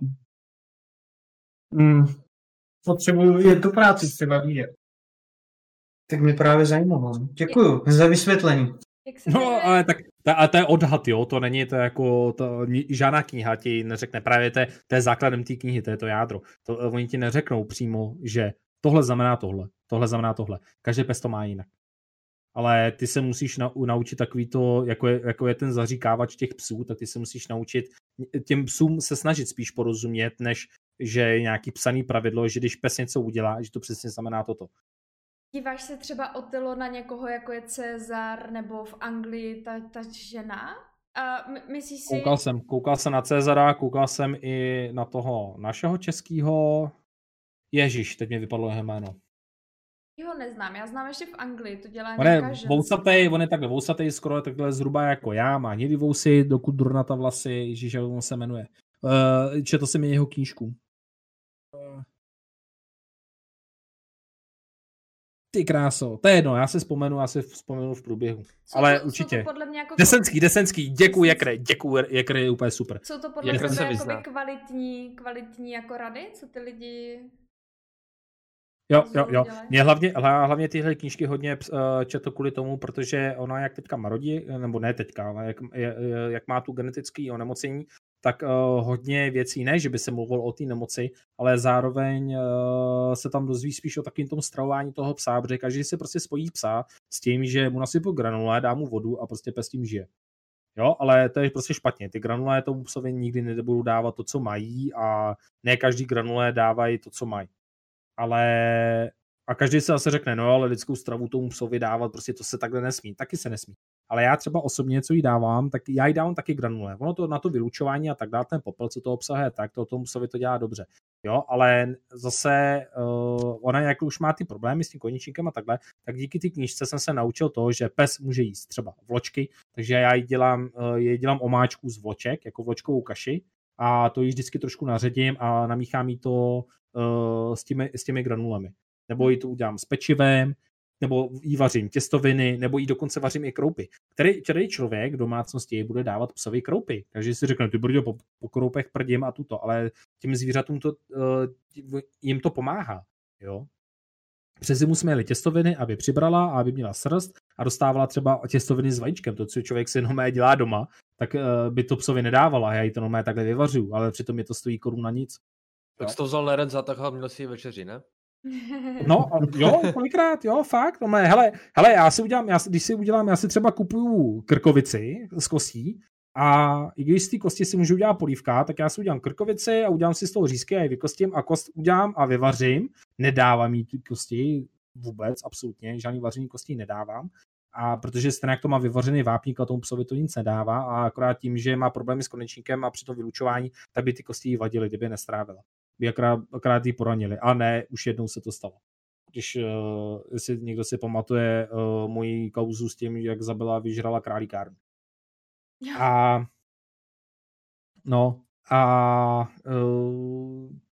potřebuji jet do práce, třeba vidět. Tak mě právě zajímalo. Děkuju za vysvětlení. No, ale tak a to je odhad, jo, to není to jako, žádná kniha ti neřekne, právě to je základem té knihy, to je to jádro. Oni ti neřeknou přímo, že tohle znamená tohle. Každý pes to má jinak. Ale ty se musíš naučit takový to, jako je ten zaříkávač těch psů, tak ty se musíš naučit těm psům se snažit spíš porozumět, než že je nějaký psaný pravidlo, že když pes něco udělá, že to přesně znamená toto. Díváš se třeba Otelo na někoho, jako je Cezar, nebo v Anglii ta žena? A myslíš si... Koukal jsem na Cezara, koukal jsem i na toho našeho českého. Ježíš, teď mi vypadlo jeho jméno. Jo, neznám, já znám ještě v Anglii, to dělá nějaká žena. On je takhle vousatej, skoro takhle zhruba jako já, má hnědý vousy, dokud durnata vlasy, ježíš, jak on se jmenuje. Četl jsem jeho knížku. Ty kráso, to je jedno, já si vzpomenu v průběhu. Ale určitě. Jsou to podle mě jako... Desenský, děkuji Jekre, je úplně super. Jsou to podle mě jako kvalitní jako rady, co ty lidi... Jo. Mě hlavně tyhle knížky hodně četl kvůli tomu, protože ona jak teďka marodí, nebo ne teďka, ale jak má tu genetické onemocnění, tak hodně věcí, ne, že by se mluvilo o té nemoci, ale zároveň se tam dozví spíš o takovém tom stravování toho psa, protože každý se prostě spojí psa s tím, že mu nasypou granule, dá mu vodu a prostě pes tím žije. Jo, ale to je prostě špatně. Ty granule tomu psovi nikdy nebudou dávat to, co mají a ne každý granule dávají to, co mají. Ale A každý se zase řekne, no ale lidskou stravu tomu psovi dávat, prostě to se takhle nesmí. Taky se nesmí. Ale já třeba osobně, co jí dávám, tak já jí dávám taky granule. Ono to na to vylučování a tak dále, ten popel, co to obsahuje, tak to tomu psovi to dělá dobře. Jo, ale zase ona jak už má ty problémy s tím koníčníkem a takhle, tak díky té knížce jsem se naučil to, že pes může jíst třeba vločky, takže já jí dělám omáčku z vloček, jako vločkovou kaši a to jí vždycky trošku naředím a namíchám jí to s těmi granulemi. Nebo jí to udělám s pečivem, nebo jí vařím těstoviny, nebo jí dokonce vařím i kroupy. Který člověk v domácnosti bude dávat psovi kroupy. Takže si řekne, ty brďo, po kroupech prdím a tuto, ale těm zvířatům jim to pomáhá. Jo? Přes zimu jsme jeli těstoviny, aby přibrala a aby měla srst a dostávala třeba těstoviny s vajíčkem. To, co člověk si normálně dělá doma, tak by to psovi nedávala. Já jí to normálně takhle vyvařuju, ale přitom je to stojí korun na nic. Tak jsi to vzal na jeden zatah a měl si večeři, ne? No, jo, kolikrát, jo, fakt. No, hele, já si třeba kupuju krkovici z kostí a i když z té kosti si můžu udělat polívka, tak já si udělám krkovici a udělám si z toho řízky a ji vykostím a kost udělám a vyvařím. Nedávám jí ty kosti vůbec, absolutně, žádný vaření kostí nedávám. A protože stejně jak to má vyvařený vápník a tomu psovi to nic nedává a akorát tím, že má problémy s konečníkem a při tom vylučování, tak by ty kosti jí vadily, kdyby je nestrávila. By akorát jí poranili. A ne, už jednou se to stalo. Když jestli někdo si pamatuje moji kauzu s tím, jak zabila a vyžrala králíkárnu. A